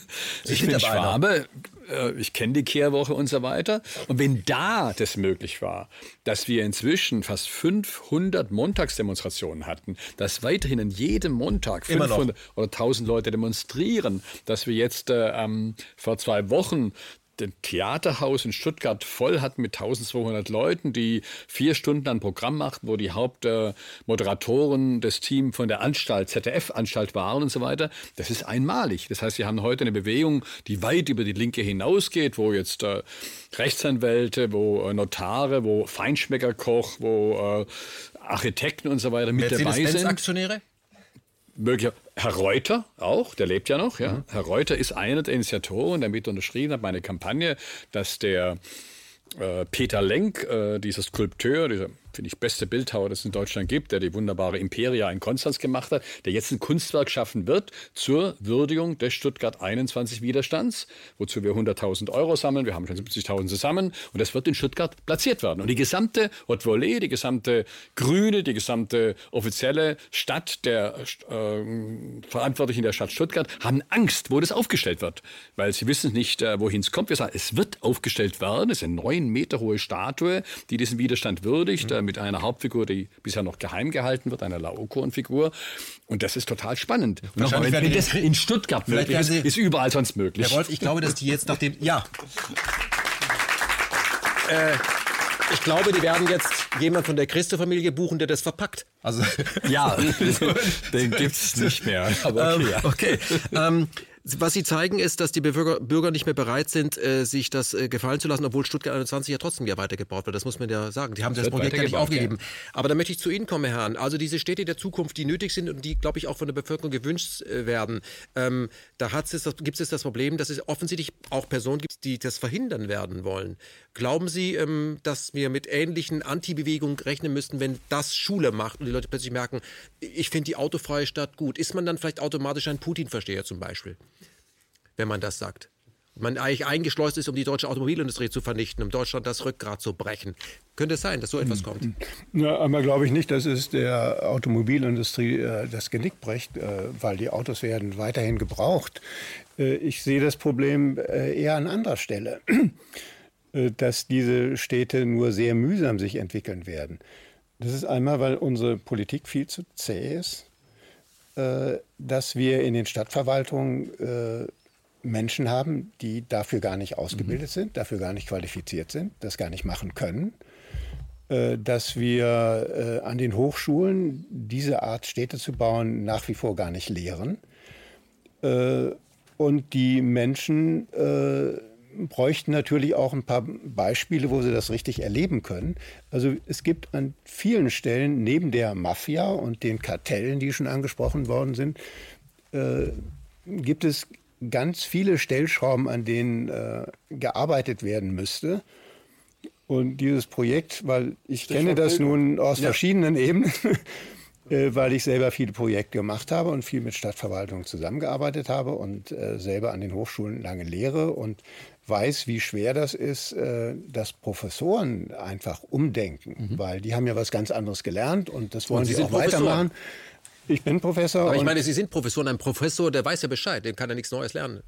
Ich sind bin aber einer. Schwabe, äh, ich kenne die Kehrwoche und so weiter. Und wenn da das möglich war, dass wir inzwischen fast fünfhundert Montagsdemonstrationen hatten, dass weiterhin an jedem Montag Immer noch. fünfhundert oder tausend Leute demonstrieren, dass wir jetzt äh, ähm, vor zwei Wochen das Theaterhaus in Stuttgart voll hatten mit eintausendzweihundert Leuten, die vier Stunden ein Programm machten, wo die Hauptmoderatoren des Teams von der Anstalt, Z D F-Anstalt waren und so weiter. Das ist einmalig. Das heißt, wir haben heute eine Bewegung, die weit über die Linke hinausgeht, wo jetzt äh, Rechtsanwälte, wo äh, Notare, wo Feinschmeckerkoch, wo äh, Architekten und so weiter mit dabei sind. Mercedes-Benz-Aktionäre? Möglicher Herr Reuter auch, der lebt ja noch. Ja. Mhm. Herr Reuter ist einer der Initiatoren, der mit unterschrieben hat, meine Kampagne, dass der äh, Peter Lenk, äh, dieser Skulpteur, dieser, finde ich, beste Bildhauer, das es in Deutschland gibt, der die wunderbare Imperia in Konstanz gemacht hat, der jetzt ein Kunstwerk schaffen wird zur Würdigung des Stuttgart einundzwanzig Widerstands, wozu wir hunderttausend Euro sammeln. Wir haben schon siebzigtausend zusammen und das wird in Stuttgart platziert werden. Und die gesamte Haute Volée, die gesamte Grüne, die gesamte offizielle Stadt, der äh, Verantwortlichen der Stadt Stuttgart haben Angst, wo das aufgestellt wird, weil sie wissen nicht, äh, wohin es kommt. Wir sagen, es wird aufgestellt werden. Es ist eine neun Meter hohe Statue, die diesen Widerstand würdigt, mhm. mit einer Hauptfigur, die bisher noch geheim gehalten wird, einer Laokoon-Figur. Und das ist total spannend. Und nochmal, wenn, wenn das in Stuttgart möglich ist, ist überall sonst möglich. Herr Wolf, ich glaube, dass die jetzt nach dem... Ja. äh, Ich glaube, die werden jetzt jemand von der Christo-Familie buchen, der das verpackt. Also ja, den gibt es nicht mehr. Aber okay, ähm, ja. okay. Ähm, was Sie zeigen, ist, dass die Bürger, Bürger nicht mehr bereit sind, äh, sich das äh, gefallen zu lassen, obwohl Stuttgart einundzwanzig ja trotzdem ja weitergebaut wird. Das muss man ja sagen. Die haben das, das Projekt ja nicht aufgegeben. Ja. Aber da möchte ich zu Ihnen kommen, Herr Hahn. Also diese Städte der Zukunft, die nötig sind und die, glaube ich, auch von der Bevölkerung gewünscht äh, werden, ähm, da hat's es, gibt es das Problem, dass es offensichtlich auch Personen gibt, die das verhindern werden wollen. Glauben Sie, ähm, dass wir mit ähnlichen Anti-Bewegungen rechnen müssten, wenn das Schule macht und die Leute plötzlich merken, ich finde die autofreie Stadt gut? Ist man dann vielleicht automatisch ein Putin-Versteher zum Beispiel, wenn man das sagt? Man eigentlich eingeschleust ist, um die deutsche Automobilindustrie zu vernichten, um Deutschland das Rückgrat zu brechen. Könnte es sein, dass so etwas kommt? Ja, aber glaube ich nicht, dass es der Automobilindustrie äh, das Genick bricht, äh, weil die Autos werden weiterhin gebraucht. Äh, ich sehe das Problem äh, eher an anderer Stelle, äh, dass diese Städte nur sehr mühsam sich entwickeln werden. Das ist einmal, weil unsere Politik viel zu zäh ist, äh, dass wir in den Stadtverwaltungen äh, Menschen haben, die dafür gar nicht ausgebildet mhm. sind, dafür gar nicht qualifiziert sind, das gar nicht machen können, äh, dass wir äh, an den Hochschulen diese Art Städte zu bauen nach wie vor gar nicht lehren. Äh, und die Menschen äh, bräuchten natürlich auch ein paar Beispiele, wo sie das richtig erleben können. Also es gibt an vielen Stellen neben der Mafia und den Kartellen, die schon angesprochen worden sind, äh, gibt es ganz viele Stellschrauben, an denen äh, gearbeitet werden müsste. Und dieses Projekt, weil ich Stichwort kenne das Bildung. nun aus ja. verschiedenen Ebenen, äh, weil ich selber viele Projekte gemacht habe und viel mit Stadtverwaltung zusammengearbeitet habe und äh, selber an den Hochschulen lange lehre und weiß, wie schwer das ist, äh, dass Professoren einfach umdenken, mhm. weil die haben ja was ganz anderes gelernt und das wollen und sie, sie auch weitermachen. Ich bin Professor. Aber ich meine, Sie sind Professor und ein Professor, der weiß ja Bescheid, dem kann er nichts Neues lernen.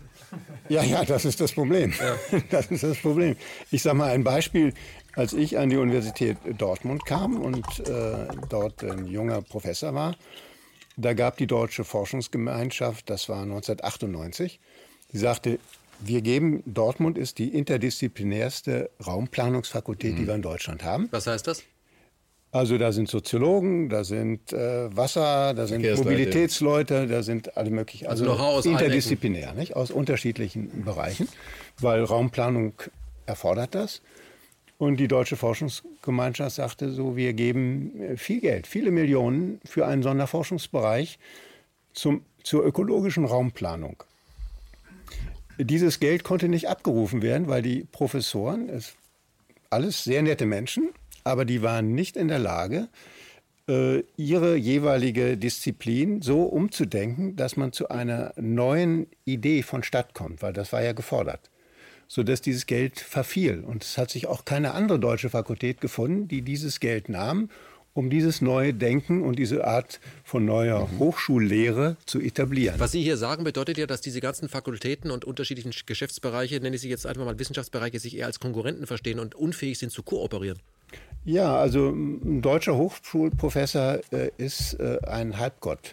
Ja, ja, das ist das Problem. Ja. Das ist das Problem. Ich sage mal ein Beispiel. Als ich an die Universität Dortmund kam und äh, dort ein junger Professor war, da gab die Deutsche Forschungsgemeinschaft, das war neunzehnhundertachtundneunzig, die sagte, wir geben, Dortmund ist die interdisziplinärste Raumplanungsfakultät, mhm. die wir in Deutschland haben. Was heißt das? Also da sind Soziologen, da sind äh, Wasser, da sind Mobilitätsleute, da sind alle möglichen, also, also interdisziplinär, nicht? Aus unterschiedlichen Bereichen, weil Raumplanung erfordert das. Und die Deutsche Forschungsgemeinschaft sagte so, wir geben viel Geld, viele Millionen für einen Sonderforschungsbereich zum, zur ökologischen Raumplanung. Dieses Geld konnte nicht abgerufen werden, weil die Professoren, es, alles sehr nette Menschen, aber die waren nicht in der Lage, äh, ihre jeweilige Disziplin so umzudenken, dass man zu einer neuen Idee von Stadt kommt, weil das war ja gefordert, sodass dieses Geld verfiel. Und es hat sich auch keine andere deutsche Fakultät gefunden, die dieses Geld nahm, um dieses neue Denken und diese Art von neuer mhm. Hochschullehre zu etablieren. Was Sie hier sagen, bedeutet ja, dass diese ganzen Fakultäten und unterschiedlichen Geschäftsbereiche, nenne ich sie jetzt einfach mal Wissenschaftsbereiche, sich eher als Konkurrenten verstehen und unfähig sind zu kooperieren. Ja, also ein deutscher Hochschulprofessor äh, ist äh, ein Halbgott.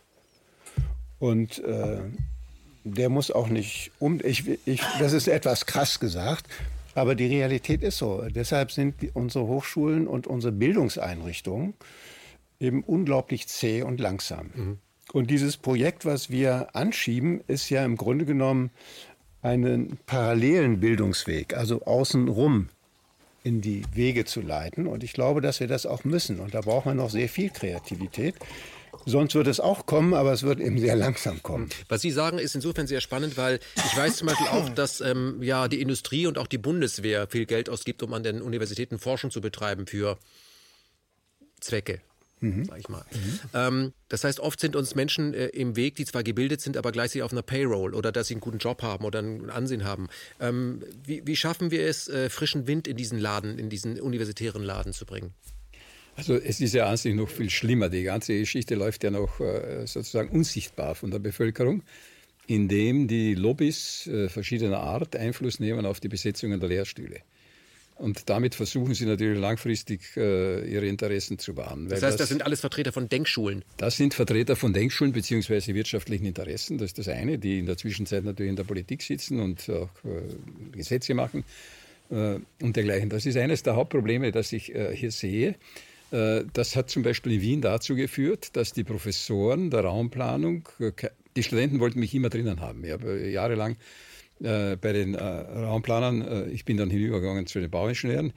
Und äh, der muss auch nicht um. Ich, ich, das ist etwas krass gesagt, aber die Realität ist so. Deshalb sind die, unsere Hochschulen und unsere Bildungseinrichtungen eben unglaublich zäh und langsam. Mhm. Und dieses Projekt, was wir anschieben, ist ja im Grunde genommen einen parallelen Bildungsweg, also außenrum in die Wege zu leiten. Und ich glaube, dass wir das auch müssen. Und da braucht man noch sehr viel Kreativität. Sonst wird es auch kommen, aber es wird eben sehr langsam kommen. Was Sie sagen, ist insofern sehr spannend, weil ich weiß zum Beispiel auch, dass ähm, ja, die Industrie und auch die Bundeswehr viel Geld ausgibt, um an den Universitäten Forschung zu betreiben für Zwecke. Mhm. Sag ich mal. Mhm. Ähm, das heißt, oft sind uns Menschen äh, im Weg, die zwar gebildet sind, aber gleichzeitig auf einer Payroll oder dass sie einen guten Job haben oder ein Ansehen haben. Ähm, wie, wie schaffen wir es, äh, frischen Wind in diesen Laden, in diesen universitären Laden zu bringen? Also es ist ja an sich noch viel schlimmer. Die ganze Geschichte läuft ja noch äh, sozusagen unsichtbar von der Bevölkerung, indem die Lobbys äh, verschiedener Art Einfluss nehmen auf die Besetzungen der Lehrstühle. Und damit versuchen sie natürlich langfristig äh, ihre Interessen zu wahren. Das heißt, das, das sind alles Vertreter von Denkschulen? Das sind Vertreter von Denkschulen bzw. wirtschaftlichen Interessen. Das ist das eine, die in der Zwischenzeit natürlich in der Politik sitzen und auch äh, Gesetze machen. äh, und dergleichen. Das ist eines der Hauptprobleme, das ich äh, hier sehe. Äh, das hat zum Beispiel in Wien dazu geführt, dass die Professoren der Raumplanung, äh, die Studenten wollten mich immer drinnen haben. Ich habe jahrelang äh, bei den äh, Raumplanern, äh, ich bin dann hinübergegangen zu den Bauingenieuren,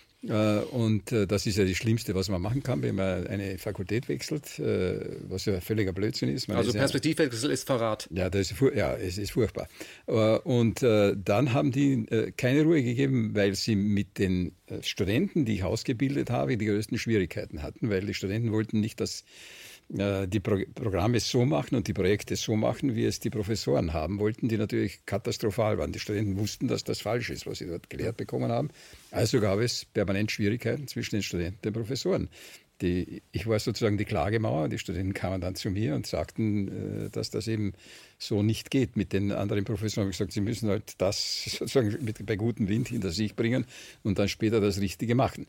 und das ist ja das Schlimmste, was man machen kann, wenn man eine Fakultät wechselt, was ja völliger Blödsinn ist. Man also ist Perspektivwechsel ja, ist Verrat. Ja, das ist, ja, es ist furchtbar. Und dann haben die keine Ruhe gegeben, weil sie mit den Studenten, die ich ausgebildet habe, die größten Schwierigkeiten hatten, weil die Studenten wollten nicht, dass die Pro Programme so machen und die Projekte so machen, wie es die Professoren haben wollten, die natürlich katastrophal waren. Die Studenten wussten, dass das falsch ist, was sie dort gelehrt bekommen haben. Also gab es permanent Schwierigkeiten zwischen den Studenten und den Professoren. Die, ich war sozusagen die Klagemauer. Die Studenten kamen dann zu mir und sagten, dass das eben so nicht geht. Mit den anderen Professoren habe ich gesagt, sie müssen halt das sozusagen mit, bei gutem Wind hinter sich bringen und dann später das Richtige machen.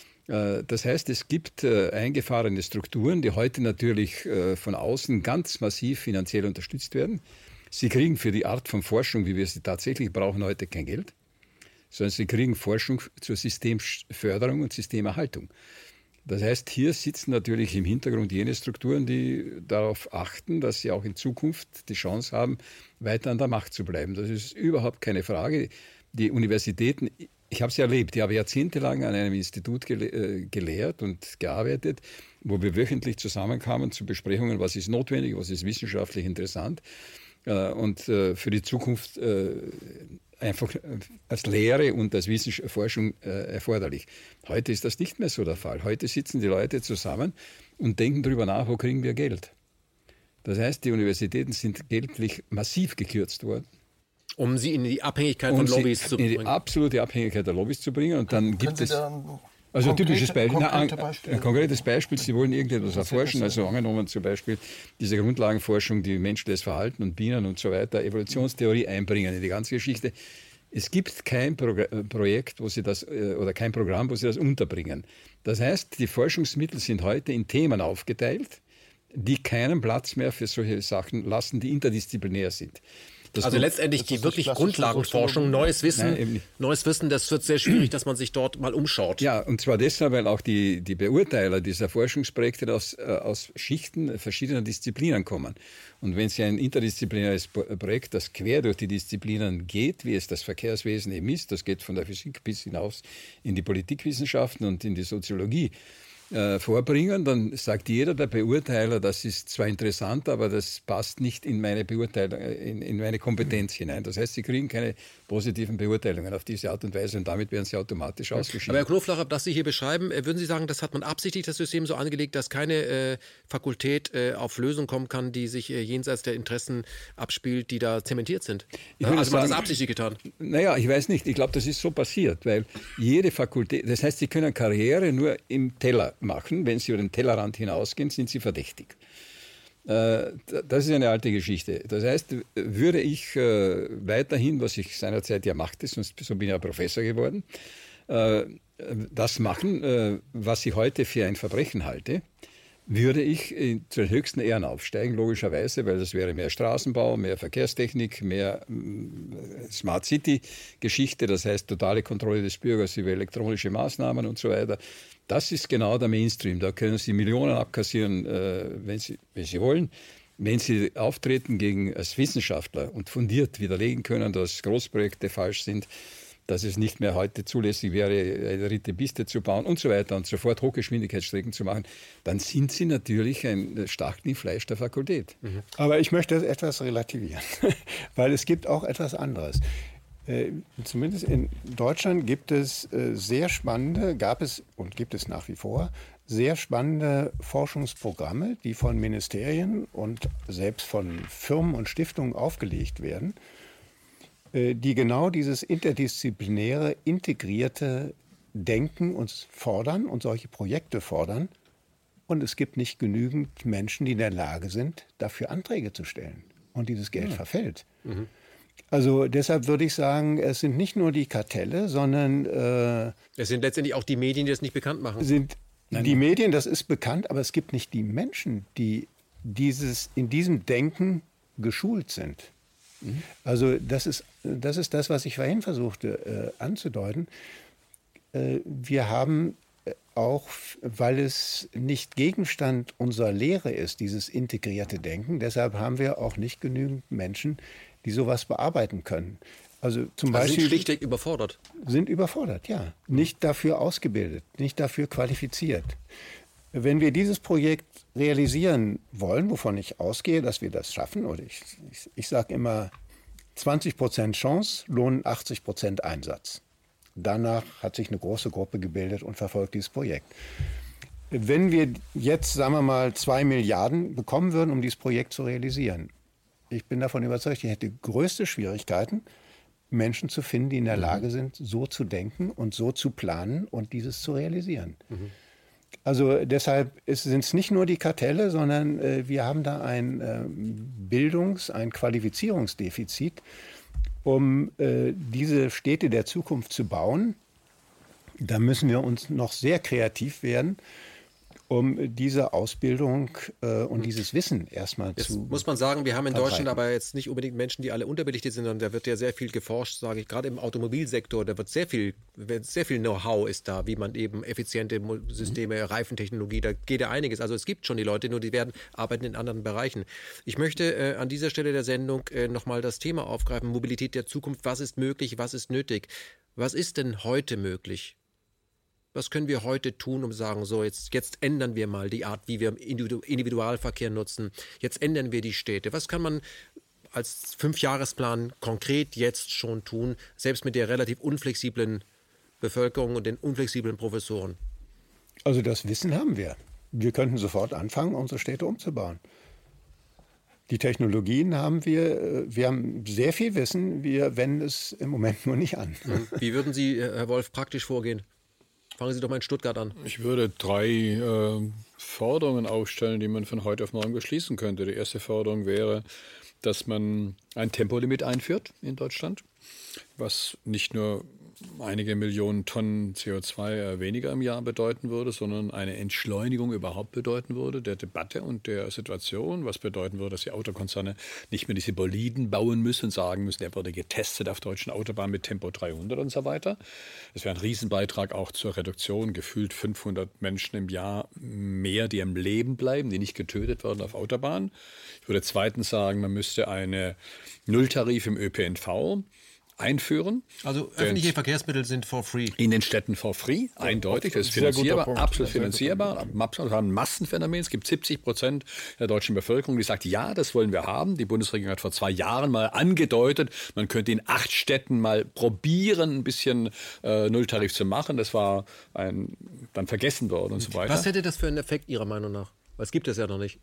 Das heißt, es gibt eingefahrene Strukturen, die heute natürlich von außen ganz massiv finanziell unterstützt werden. Sie kriegen für die Art von Forschung, wie wir sie tatsächlich brauchen, heute kein Geld, sondern sie kriegen Forschung zur Systemförderung und Systemerhaltung. Das heißt, hier sitzen natürlich im Hintergrund jene Strukturen, die darauf achten, dass sie auch in Zukunft die Chance haben, weiter an der Macht zu bleiben. Das ist überhaupt keine Frage. Die Universitäten, ich habe sie erlebt, ich habe jahrzehntelang an einem Institut gele gelehrt und gearbeitet, wo wir wöchentlich zusammenkamen zu Besprechungen, was ist notwendig, was ist wissenschaftlich interessant äh, und äh, für die Zukunft äh, einfach als Lehre und als Wissensforschung äh, erforderlich. Heute ist das nicht mehr so der Fall. Heute sitzen die Leute zusammen und denken darüber nach, wo kriegen wir Geld. Das heißt, die Universitäten sind geldlich massiv gekürzt worden. Um sie in die Abhängigkeit um von Lobbys zu bringen. In die absolute Abhängigkeit der Lobbys zu bringen. Und dann gibt es. Also konkrete, typisches Beispiel. konkrete Na, Beispiel. Ein konkretes Beispiel, Sie wollen irgendetwas erforschen, also angenommen zum Beispiel diese Grundlagenforschung, die menschliches Verhalten und Bienen und so weiter, Evolutionstheorie einbringen in die ganze Geschichte. Es gibt kein Pro Projekt, wo Sie das, oder kein Programm, wo Sie das unterbringen. Das heißt, die Forschungsmittel sind heute in Themen aufgeteilt, die keinen Platz mehr für solche Sachen lassen, die interdisziplinär sind. Das also letztendlich die wirklich Grundlagenforschung, neues Wissen, Nein, neues Wissen, das wird sehr schwierig, dass man sich dort mal umschaut. Ja, und zwar deshalb, weil auch die, die Beurteiler dieser Forschungsprojekte aus, äh, aus Schichten verschiedener Disziplinen kommen. Und wenn Sie ein interdisziplinäres Projekt, das quer durch die Disziplinen geht, wie es das Verkehrswesen eben ist, das geht von der Physik bis hinaus in die Politikwissenschaften und in die Soziologie, Äh, vorbringen, dann sagt jeder der Beurteiler, das ist zwar interessant, aber das passt nicht in meine Beurteilung, in, in meine Kompetenz hinein. Das heißt, sie kriegen keine positiven Beurteilungen auf diese Art und Weise und damit werden sie automatisch ausgeschieden. Aber Herr Knoflacher, das Sie hier beschreiben, würden Sie sagen, das hat man absichtlich das System so angelegt, dass keine äh, Fakultät äh, auf Lösungen kommen kann, die sich äh, jenseits der Interessen abspielt, die da zementiert sind? Ich also man hat sagen, das absichtlich getan? Naja, ich weiß nicht. Ich glaube, das ist so passiert, weil jede Fakultät, das heißt, sie können Karriere nur im Teller machen. Wenn sie über den Tellerrand hinausgehen, sind sie verdächtig. Äh, das ist eine alte Geschichte. Das heißt, würde ich äh, weiterhin, was ich seinerzeit ja machte, sonst so bin ich ja Professor geworden, äh, das machen, äh, was ich heute für ein Verbrechen halte, würde ich äh, zu den höchsten Ehren aufsteigen, logischerweise, weil das wäre mehr Straßenbau, mehr Verkehrstechnik, mehr äh, Smart City-Geschichte, das heißt totale Kontrolle des Bürgers über elektronische Maßnahmen und so weiter. Das ist genau der Mainstream. Da können Sie Millionen abkassieren, äh, wenn, Sie, wenn Sie wollen. Wenn Sie auftreten gegen als Wissenschaftler und fundiert widerlegen können, dass Großprojekte falsch sind, dass es nicht mehr heute zulässig wäre, eine dritte Piste zu bauen und so weiter und so fort, Hochgeschwindigkeitsstrecken zu machen, dann sind Sie natürlich ein starkes Fleisch der Fakultät. Mhm. Aber ich möchte das etwas relativieren, weil es gibt auch etwas anderes. Äh, zumindest in Deutschland gibt es äh, sehr spannende, gab es und gibt es nach wie vor, sehr spannende Forschungsprogramme, die von Ministerien und selbst von Firmen und Stiftungen aufgelegt werden, äh, die genau dieses interdisziplinäre, integrierte Denken uns fordern und solche Projekte fordern. Und es gibt nicht genügend Menschen, die in der Lage sind, dafür Anträge zu stellen. Und dieses Geld ja. verfällt. Mhm. Also deshalb würde ich sagen, es sind nicht nur die Kartelle, sondern äh, es sind letztendlich auch die Medien, die das nicht bekannt machen. Sind Nein. Die Medien, das ist bekannt, aber es gibt nicht die Menschen, die dieses, in diesem Denken geschult sind. Also das ist, das ist das, was ich vorhin versuchte äh, anzudeuten. Äh, wir haben auch, weil es nicht Gegenstand unserer Lehre ist, dieses integrierte Denken, deshalb haben wir auch nicht genügend Menschen, die sowas bearbeiten können. Also zum also Beispiel sind schlichtweg überfordert. Sind überfordert, ja. Nicht dafür ausgebildet, nicht dafür qualifiziert. Wenn wir dieses Projekt realisieren wollen, wovon ich ausgehe, dass wir das schaffen, oder ich, ich, ich sage immer zwanzig Prozent Chance, lohnen achtzig Prozent Einsatz. Danach hat sich eine große Gruppe gebildet und verfolgt dieses Projekt. Wenn wir jetzt, sagen wir mal, zwei Milliarden bekommen würden, um dieses Projekt zu realisieren, ich bin davon überzeugt, ich hätte größte Schwierigkeiten, Menschen zu finden, die in der Lage sind, so zu denken und so zu planen und dieses zu realisieren. Mhm. Also deshalb sind es nicht nur die Kartelle, sondern äh, wir haben da ein äh, Bildungs-, ein Qualifizierungsdefizit, um äh, diese Städte der Zukunft zu bauen. Da müssen wir uns noch sehr kreativ werden, um diese Ausbildung äh, und dieses Wissen erstmal jetzt zu muss man sagen, wir haben in verbreiten. Deutschland aber jetzt nicht unbedingt Menschen, die alle unterbelichtet sind, sondern da wird ja sehr viel geforscht, sage ich, gerade im Automobilsektor, da wird sehr viel, sehr viel Know-how ist da, wie man eben effiziente Systeme, mhm. Reifentechnologie, da geht ja einiges. Also es gibt schon die Leute, nur die werden arbeiten in anderen Bereichen. Ich möchte äh, an dieser Stelle der Sendung äh, nochmal das Thema aufgreifen, Mobilität der Zukunft, was ist möglich, was ist nötig? Was ist denn heute möglich? Was können wir heute tun, um zu sagen, so jetzt, jetzt ändern wir mal die Art, wie wir Individualverkehr nutzen. Jetzt ändern wir die Städte. Was kann man als Fünfjahresplan konkret jetzt schon tun, selbst mit der relativ unflexiblen Bevölkerung und den unflexiblen Professoren? Also das Wissen haben wir. Wir könnten sofort anfangen, unsere Städte umzubauen. Die Technologien haben wir. Wir haben sehr viel Wissen. Wir wenden es im Moment nur nicht an. Wie würden Sie, Herr Wolf, praktisch vorgehen? Fangen Sie doch mal in Stuttgart an. Ich würde drei äh, Forderungen aufstellen, die man von heute auf morgen beschließen könnte. Die erste Forderung wäre, dass man ein Tempolimit einführt in Deutschland, was nicht nur einige Millionen Tonnen C O zwei weniger im Jahr bedeuten würde, sondern eine Entschleunigung überhaupt bedeuten würde, der Debatte und der Situation, was bedeuten würde, dass die Autokonzerne nicht mehr diese Boliden bauen müssen und sagen müssen, der wurde getestet auf deutschen Autobahnen mit Tempo dreihundert und so weiter. Das wäre ein Riesenbeitrag auch zur Reduktion, gefühlt fünfhundert Menschen im Jahr mehr, die am Leben bleiben, die nicht getötet werden auf Autobahnen. Ich würde zweitens sagen, man müsste eine Nulltarif im Ö P N V einführen. Also öffentliche Verkehrsmittel sind for free. In den Städten for free, ja, eindeutig. Das ist finanzierbar, absolut finanzierbar. Das ist ein Massenphänomen. Es gibt siebzig Prozent der deutschen Bevölkerung, die sagt, ja, das wollen wir haben. Die Bundesregierung hat vor zwei Jahren mal angedeutet, man könnte in acht Städten mal probieren, ein bisschen äh, Nulltarif zu machen. Das war ein, dann vergessen worden und so weiter. Was hätte das für einen Effekt Ihrer Meinung nach? Weil es gibt es ja noch nicht.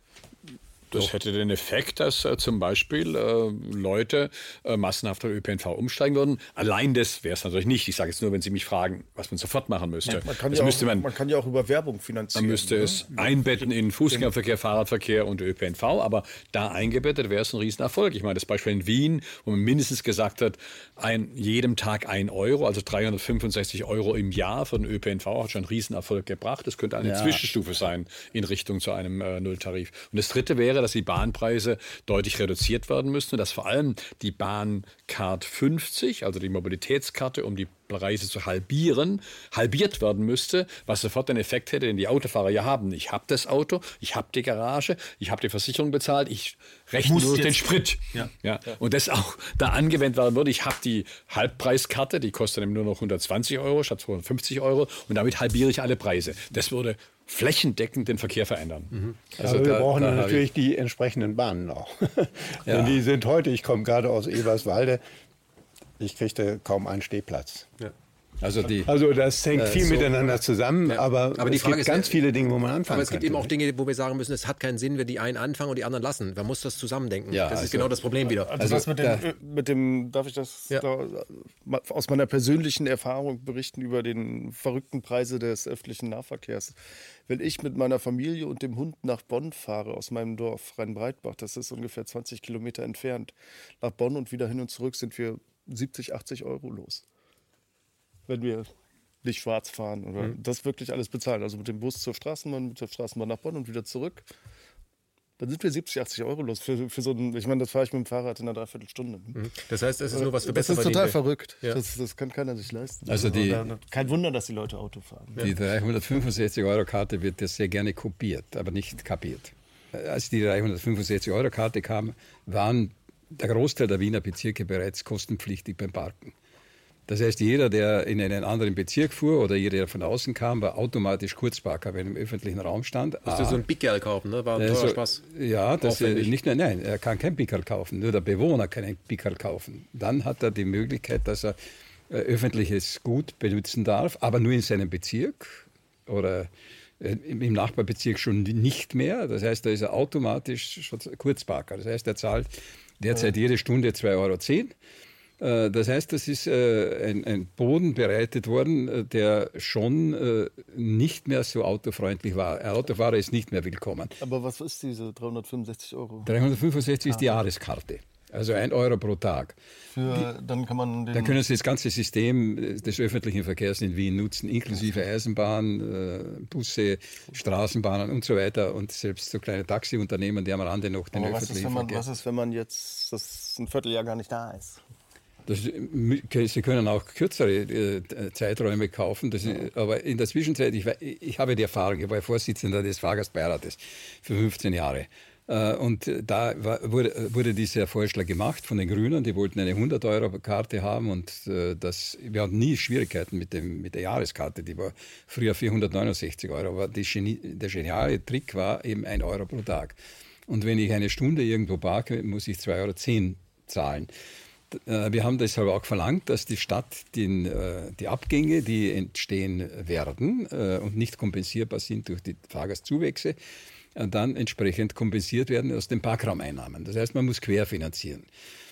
Das hätte den Effekt, dass äh, zum Beispiel äh, Leute äh, massenhaft auf Ö P N V umsteigen würden. Allein das wäre es natürlich nicht. Ich sage jetzt nur, wenn Sie mich fragen, was man sofort machen müsste. Ja, man, kann das ja müsste auch, man, man kann ja auch über Werbung finanzieren. Man müsste ne? es einbetten in Fußgängerverkehr, Fahrradverkehr und Ö P N V. Aber da eingebettet wäre es ein Riesenerfolg. Ich meine, das Beispiel in Wien, wo man mindestens gesagt hat, ein, jedem Tag ein Euro, also dreihundertfünfundsechzig Euro im Jahr für den Ö P N V, hat schon einen Riesenerfolg gebracht. Das könnte eine ja. Zwischenstufe sein in Richtung zu einem äh, Nulltarif. Und das Dritte wäre, dass die Bahnpreise deutlich reduziert werden müssten, dass vor allem die Bahncard fünfzig, also die Mobilitätskarte, um die Preise zu halbieren, halbiert werden müsste, was sofort den Effekt hätte, den die Autofahrer ja haben. Ich habe das Auto, ich habe die Garage, ich habe die Versicherung bezahlt, ich rechne nur den Sprit. Ja. Ja. Und das auch da angewendet werden würde. Ich habe die Halbpreiskarte, die kostet nämlich nur noch hundertzwanzig Euro statt zweihundertfünfzig Euro und damit halbiere ich alle Preise. Das würde flächendeckend den Verkehr verändern. Mhm. Also Aber wir da, brauchen da natürlich die entsprechenden Bahnen auch. Ja. Denn die sind heute, ich komme gerade aus Eberswalde, ich kriegte kaum einen Stehplatz. Ja. Also, die, also das hängt äh, viel so, miteinander zusammen, ja. aber, aber die es Frage gibt ist, ganz viele Dinge, wo man anfangen kann. Aber es gibt könnte. eben auch Dinge, wo wir sagen müssen, es hat keinen Sinn, wenn die einen anfangen und die anderen lassen. Man muss das zusammendenken. Ja, das also, ist genau das Problem wieder. Also, also das mit dem, mit dem, darf ich das ja. da, aus meiner persönlichen Erfahrung berichten über den verrückten Preise des öffentlichen Nahverkehrs. Wenn ich mit meiner Familie und dem Hund nach Bonn fahre, aus meinem Dorf Rheinbreitbach, das ist ungefähr zwanzig Kilometer entfernt, nach Bonn und wieder hin und zurück sind wir siebzig, achtzig Euro los. Wenn wir nicht schwarz fahren oder mhm. das wirklich alles bezahlen. Also mit dem Bus zur Straßenbahn, mit der Straßenbahn nach Bonn und wieder zurück. dann sind wir siebzig, achtzig Euro los. Für, für so ein, ich meine, das fahre ich mit dem Fahrrad in einer Dreiviertelstunde. Das heißt, es ist nur was für Das besser ist total Verdiente. verrückt. Ja. Das, das kann keiner sich leisten. Also die- kein Wunder, dass die Leute Auto fahren. Die dreihundertfünfundsechzig Euro Karte wird ja sehr gerne kopiert, aber nicht kapiert. Als die dreihundertfünfundsechzig Euro Karte kam, waren der Großteil der Wiener Bezirke bereits kostenpflichtig beim Parken. Das heißt, jeder, der in einen anderen Bezirk fuhr oder jeder, der von außen kam, war automatisch Kurzparker, wenn er im öffentlichen Raum stand. Musst du so ein Big Girl kaufen, ne? War ein teurer Also, Spaß. Ja, das äh, Aufwendig. nicht nur, nein, er kann kein Pickerl kaufen, nur der Bewohner kann ein Pickerl kaufen. Dann hat er die Möglichkeit, dass er äh, öffentliches Gut benutzen darf, aber nur in seinem Bezirk oder äh, im im Nachbarbezirk schon nicht mehr. Das heißt, da ist er automatisch schon Kurzparker. Das heißt, er zahlt derzeit jede Stunde zwei Euro zehn. Äh, Das heißt, das ist äh, ein, ein Boden bereitet worden, äh, der schon äh, nicht mehr so autofreundlich war. Ein Autofahrer ist nicht mehr willkommen. Aber was ist diese dreihundertfünfundsechzig Euro? dreihundertfünfundsechzig ist die Jahreskarte, also ein Euro pro Tag. Für, dann kann man den. Dann können Sie das ganze System äh, des öffentlichen Verkehrs in Wien nutzen, inklusive Eisenbahn, äh, Busse, Straßenbahnen und so weiter und selbst so kleine Taxiunternehmen, die am Rande noch den aber was ist, öffentlichen wenn man, Verkehr. was ist, wenn man jetzt das ein Vierteljahr gar nicht da ist? Das, Sie können auch kürzere äh, Zeiträume kaufen, das ist, aber in der Zwischenzeit, ich, ich habe die Erfahrung, ich war Vorsitzender des Fahrgastbeirates für fünfzehn Jahre. Äh, und da war, wurde, wurde dieser Vorschlag gemacht von den Grünen, die wollten eine hundert Euro Karte haben und äh, das, wir hatten nie Schwierigkeiten mit, dem, mit der Jahreskarte, die war früher vierhundertneunundsechzig Euro, aber die Genie, der geniale Trick war eben ein Euro pro Tag. Und wenn ich eine Stunde irgendwo parke, muss ich zwei Euro zehn zahlen. Wir haben deshalb auch verlangt, dass die Stadt den, die Abgänge, die entstehen werden und nicht kompensierbar sind durch die Fahrgastzuwächse, dann entsprechend kompensiert werden aus den Parkraumeinnahmen. Das heißt, man muss querfinanzieren.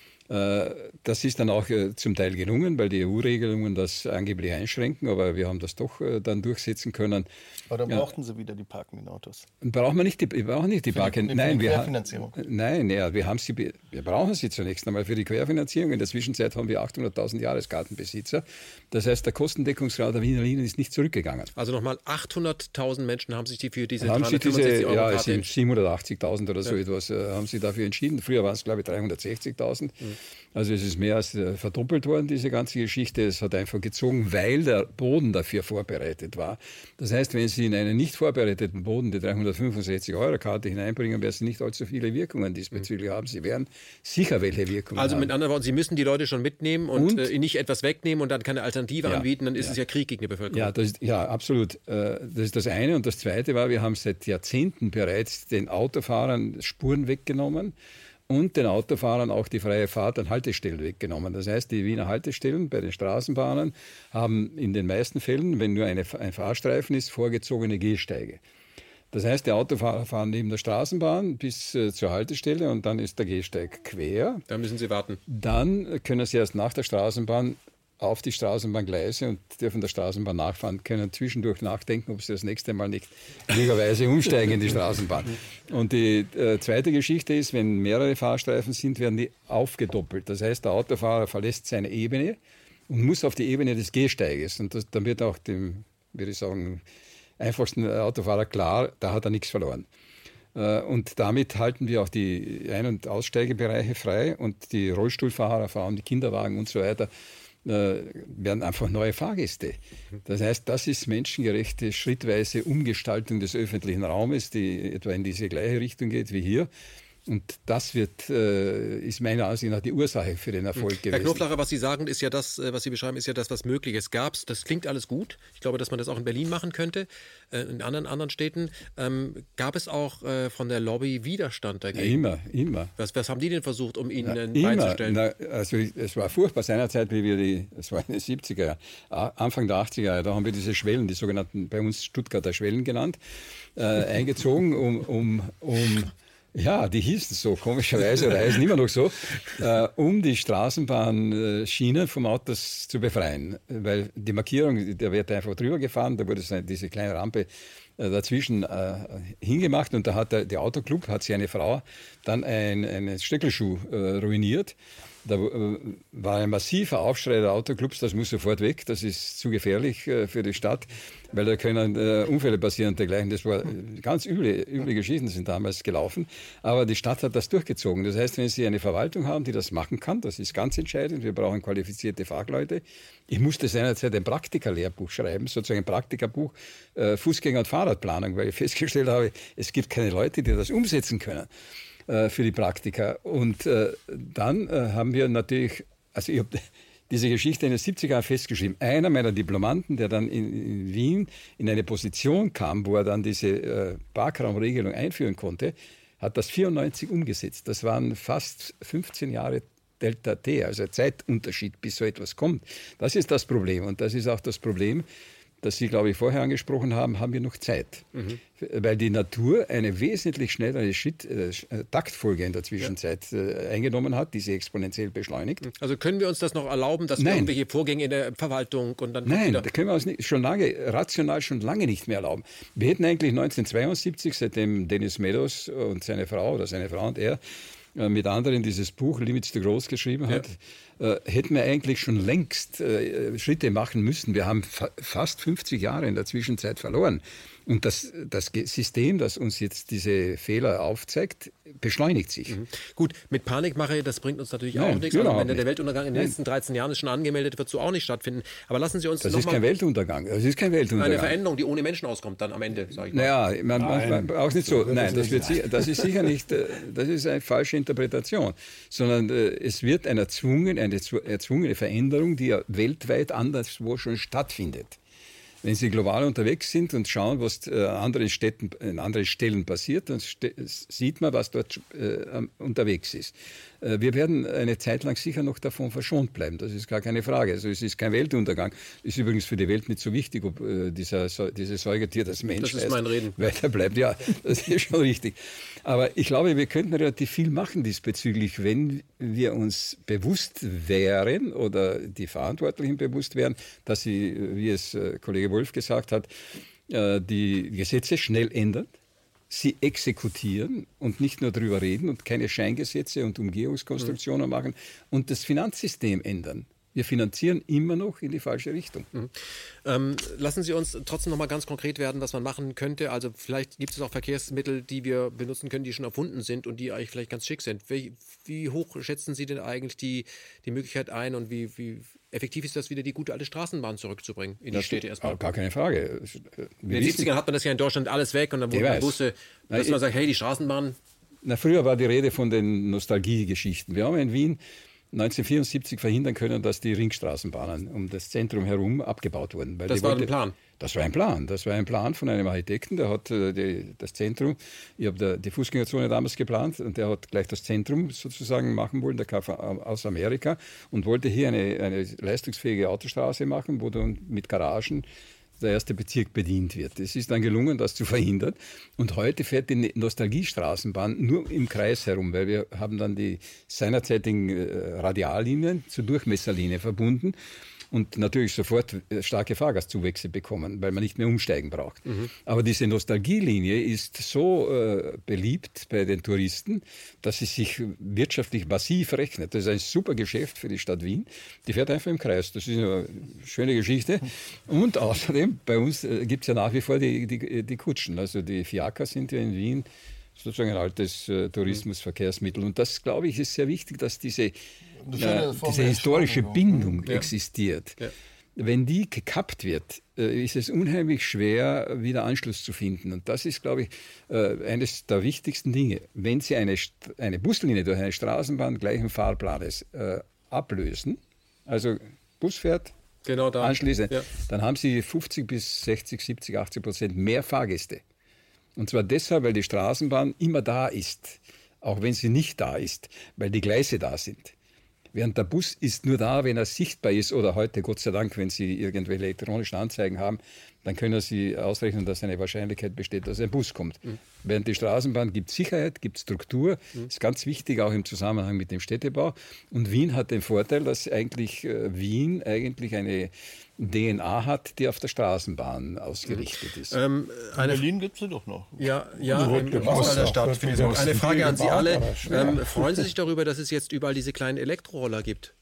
Das ist dann auch zum Teil gelungen, weil die E U-Regelungen das angeblich einschränken, aber wir haben das doch dann durchsetzen können. Aber dann brauchten Sie wieder die parkenden Autos. Brauchen wir nicht die, wir brauchen nicht die Parken. die Nein, wir, Querfinanzierung. nein, ja, wir haben sie, wir brauchen sie zunächst einmal für die Querfinanzierung. In der Zwischenzeit haben wir achthunderttausend Jahreskartenbesitzer. Das heißt, der Kostendeckungsgrad der Wiener Linien ist nicht zurückgegangen. Also nochmal, achthunderttausend Menschen haben sich die für diese Haben sie diese, dreihundertfünfundsechzig Euro ja, es Karte sind siebenhundertachtzigtausend oder so Ja. etwas, äh, haben sie dafür entschieden. Früher waren es, glaube ich, dreihundertsechzigtausend. Mhm. Also es ist mehr als äh, verdoppelt worden, diese ganze Geschichte. Es hat einfach gezogen, weil der Boden dafür vorbereitet war. Das heißt, wenn Sie in einen nicht vorbereiteten Boden die dreihundertfünfundsechzig Euro Karte hineinbringen, werden Sie nicht allzu viele Wirkungen diesbezüglich haben. Sie werden sicher welche Wirkungen Also haben. mit anderen Worten, Sie müssen die Leute schon mitnehmen und, Und? äh, nicht etwas wegnehmen und dann keine Alternative Ja, anbieten, dann ist ja. es ja Krieg gegen die Bevölkerung. Ja, das ist, ja, absolut. Äh, Das ist das eine. Und das zweite war, wir haben seit Jahrzehnten bereits den Autofahrern Spuren weggenommen und den Autofahrern auch die freie Fahrt an Haltestellen weggenommen. Das heißt, die Wiener Haltestellen bei den Straßenbahnen haben in den meisten Fällen, wenn nur eine, ein Fahrstreifen ist, vorgezogene Gehsteige. Das heißt, die Autofahrer fahren neben der Straßenbahn bis äh, zur Haltestelle und dann ist der Gehsteig quer. Da müssen Sie warten. Dann können Sie erst nach der Straßenbahn auf die Straßenbahngleise und dürfen der Straßenbahn nachfahren, können zwischendurch nachdenken, ob sie das nächste Mal nicht möglicherweise umsteigen in die Straßenbahn. Und die äh, zweite Geschichte ist, wenn mehrere Fahrstreifen sind, werden die aufgedoppelt. Das heißt, der Autofahrer verlässt seine Ebene und muss auf die Ebene des Gehsteiges. Und das, dann wird auch dem, würde ich sagen, einfachsten Autofahrer klar, da hat er nichts verloren. Und damit halten wir auch die Ein- und Aussteigebereiche frei und die Rollstuhlfahrer, vor allem die Kinderwagen und so weiter, werden einfach neue Fahrgäste. Das heißt, das ist menschengerechte, schrittweise Umgestaltung des öffentlichen Raumes, die etwa in diese gleiche Richtung geht wie hier. Und das wird, äh, ist meiner Ansicht nach die Ursache für den Erfolg gewesen. Herr Knoflacher, was Sie sagen, ist ja das, was Sie beschreiben, ist ja das, was möglich ist. Gab's, das klingt alles gut. Ich glaube, dass man das auch in Berlin machen könnte, äh, in anderen, anderen Städten. Ähm, gab es auch äh, von der Lobby Widerstand dagegen? Ja, immer, immer. Was, was haben die denn versucht, um Ihnen Ja, äh, immer. beizustellen? Na, also es war furchtbar seinerzeit, wie wir die, es war in den siebziger Jahren, Anfang der achtziger Jahre, da haben wir diese Schwellen, die sogenannten, bei uns Stuttgarter Schwellen genannt, äh, eingezogen, um, um, um ja, die hießen so, komischerweise, oder heißen immer noch so, äh, um die Straßenbahnschiene vom Autos zu befreien. Weil die Markierung, der wird einfach drüber gefahren, da wurde so diese kleine Rampe äh, dazwischen äh, hingemacht und da hat der, der Autoclub, hat seine Frau dann ein, einen Stöckelschuh äh, ruiniert. Da äh, war ein massiver Aufschrei der Autoclubs, das muss sofort weg, das ist zu gefährlich äh, für die Stadt, weil da können äh, Unfälle passieren und dergleichen. Das war äh, ganz üble, üble Geschichten sind damals gelaufen, aber die Stadt hat das durchgezogen. Das heißt, wenn Sie eine Verwaltung haben, die das machen kann, das ist ganz entscheidend, wir brauchen qualifizierte Fachleute. Ich musste seinerzeit ein Praktikerlehrbuch schreiben, sozusagen ein Praktikerbuch äh, Fußgänger- und Fahrradplanung, weil ich festgestellt habe, es gibt keine Leute, die das umsetzen können für die Praktiker. Und äh, dann äh, haben wir natürlich, also ich habe diese Geschichte in den siebziger Jahren festgeschrieben. Einer meiner Diplomanten, der dann in, in Wien in eine Position kam, wo er dann diese äh, Parkraumregelung einführen konnte, hat das vierundneunzig umgesetzt. Das waren fast fünfzehn Jahre Delta T, also Zeitunterschied, bis so etwas kommt. Das ist das Problem. Und das ist auch das Problem, das Sie, glaube ich, vorher angesprochen haben, haben wir noch Zeit. Mhm. Weil die Natur eine wesentlich schnellere Schritt, äh, Taktfolge in der Zwischenzeit ja. äh, eingenommen hat, die sie exponentiell beschleunigt. Also können wir uns das noch erlauben, dass Nein. irgendwelche Vorgänge in der Verwaltung und dann... Nein, da können wir uns nicht, schon lange, rational schon lange nicht mehr erlauben. Wir hätten eigentlich neunzehnhundertzweiundsiebzig, seitdem Dennis Meadows und seine Frau oder seine Frau und er mit anderen dieses Buch Limits to Growth geschrieben hat, ja. äh, hätten wir eigentlich schon längst äh, Schritte machen müssen. Wir haben fa fast fünfzig Jahre in der Zwischenzeit verloren. Und das, das System, das uns jetzt diese Fehler aufzeigt, beschleunigt sich. Mhm. Gut, mit Panikmache, das bringt uns natürlich Nein, auch nichts. Also wenn nicht. der Weltuntergang in den Nein. letzten dreizehn Jahren ist schon angemeldet, wird so auch nicht stattfinden. Aber lassen Sie uns Das noch ist mal kein Weltuntergang. Das ist kein Weltuntergang. Eine Veränderung, die ohne Menschen auskommt, dann am Ende, sage ich mal. Naja, man, man, man, auch nicht so. Nein, das, wird, das ist sicher nicht, das ist eine falsche Interpretation, sondern äh, es wird eine erzwungen, eine erzwungene Veränderung, die ja weltweit anderswo schon stattfindet. Wenn Sie global unterwegs sind und schauen, was äh, anderen Städten, in anderen Stellen passiert, dann ste sieht man, was dort äh, unterwegs ist. Äh, wir werden eine Zeit lang sicher noch davon verschont bleiben. Das ist gar keine Frage. Also es ist kein Weltuntergang. Ist übrigens für die Welt nicht so wichtig, ob äh, dieser, so, dieses Säugetier, das Mensch, das ist mein Reden. weiter bleibt. Ja, das ist schon richtig. Aber ich glaube, wir könnten relativ viel machen diesbezüglich, wenn wir uns bewusst wären oder die Verantwortlichen bewusst wären, dass sie, wie es äh, Kollege Wolf gesagt hat, äh, die Gesetze schnell ändern, sie exekutieren und nicht nur drüber reden und keine Scheingesetze und Umgehungskonstruktionen mhm. machen und das Finanzsystem ändern. Wir finanzieren immer noch in die falsche Richtung. Mhm. Ähm, lassen Sie uns trotzdem noch mal ganz konkret werden, was man machen könnte. Also vielleicht gibt es auch Verkehrsmittel, die wir benutzen können, die schon erfunden sind und die eigentlich vielleicht ganz schick sind. Wie, wie hoch schätzen Sie denn eigentlich die, die Möglichkeit ein und wie, wie effektiv ist das, wieder die gute alte Straßenbahn zurückzubringen in die das Städte erstmal? Gar keine Frage. In den siebzigern hat man das ja in Deutschland alles weg und dann wurde man wusste, dass man sagt, hey, die Straßenbahn... Na, früher war die Rede von den Nostalgiegeschichten. Wir haben in Wien neunzehnhundertvierundsiebzig verhindern können, dass die Ringstraßenbahnen um das Zentrum herum abgebaut wurden. Weil das war wollte, ein Plan? Das war ein Plan. Das war ein Plan von einem Architekten, der hat äh, die, das Zentrum, ich habe die Fußgängerzone damals geplant und der hat gleich das Zentrum sozusagen machen wollen, der kam aus Amerika und wollte hier eine, eine leistungsfähige Autostraße machen, wo dann mit Garagen der erste Bezirk bedient wird. Es ist dann gelungen, das zu verhindern. Und heute fährt die Nostalgiestraßenbahn nur im Kreis herum, weil wir haben dann die seinerzeitigen Radiallinien zur Durchmesserlinie verbunden und natürlich sofort starke Fahrgastzuwächse bekommen, weil man nicht mehr umsteigen braucht. Mhm. Aber diese Nostalgielinie ist so äh, beliebt bei den Touristen, dass sie sich wirtschaftlich massiv rechnet. Das ist ein super Geschäft für die Stadt Wien. Die fährt einfach im Kreis. Das ist eine schöne Geschichte. Und außerdem, bei uns äh, gibt es ja nach wie vor die, die, die Kutschen. Also die Fiaker sind ja in Wien sozusagen ein altes äh, Tourismusverkehrsmittel. Und das, glaube ich, ist sehr wichtig, dass diese Äh, diese historische Bindung ja. existiert. Ja. Wenn die gekappt wird, äh, ist es unheimlich schwer, wieder Anschluss zu finden. Und das ist, glaube ich, äh, eines der wichtigsten Dinge. Wenn Sie eine, eine Buslinie durch eine Straßenbahn gleichen Fahrplanes äh, ablösen, also Bus fährt, genau da. anschließend, ja. dann haben Sie fünfzig bis sechzig, siebzig, achtzig Prozent mehr Fahrgäste. Und zwar deshalb, weil die Straßenbahn immer da ist, auch wenn sie nicht da ist, weil die Gleise da sind. Während der Bus ist nur da, wenn er sichtbar ist oder heute, Gott sei Dank, wenn Sie irgendwelche elektronischen Anzeigen haben, dann können Sie ausrechnen, dass eine Wahrscheinlichkeit besteht, dass ein Bus kommt. Mhm. Während die Straßenbahn gibt Sicherheit, gibt Struktur, mhm. ist ganz wichtig, auch im Zusammenhang mit dem Städtebau. Und Wien hat den Vorteil, dass eigentlich äh, Wien eigentlich eine D N A hat, die auf der Straßenbahn ausgerichtet ist. Ähm, In Berlin gibt es sie doch noch. Ja, ja, im Großteil der Stadt. Eine Frage an Sie alle. Ähm, freuen Sie sich darüber, dass es jetzt überall diese kleinen Elektroroller gibt,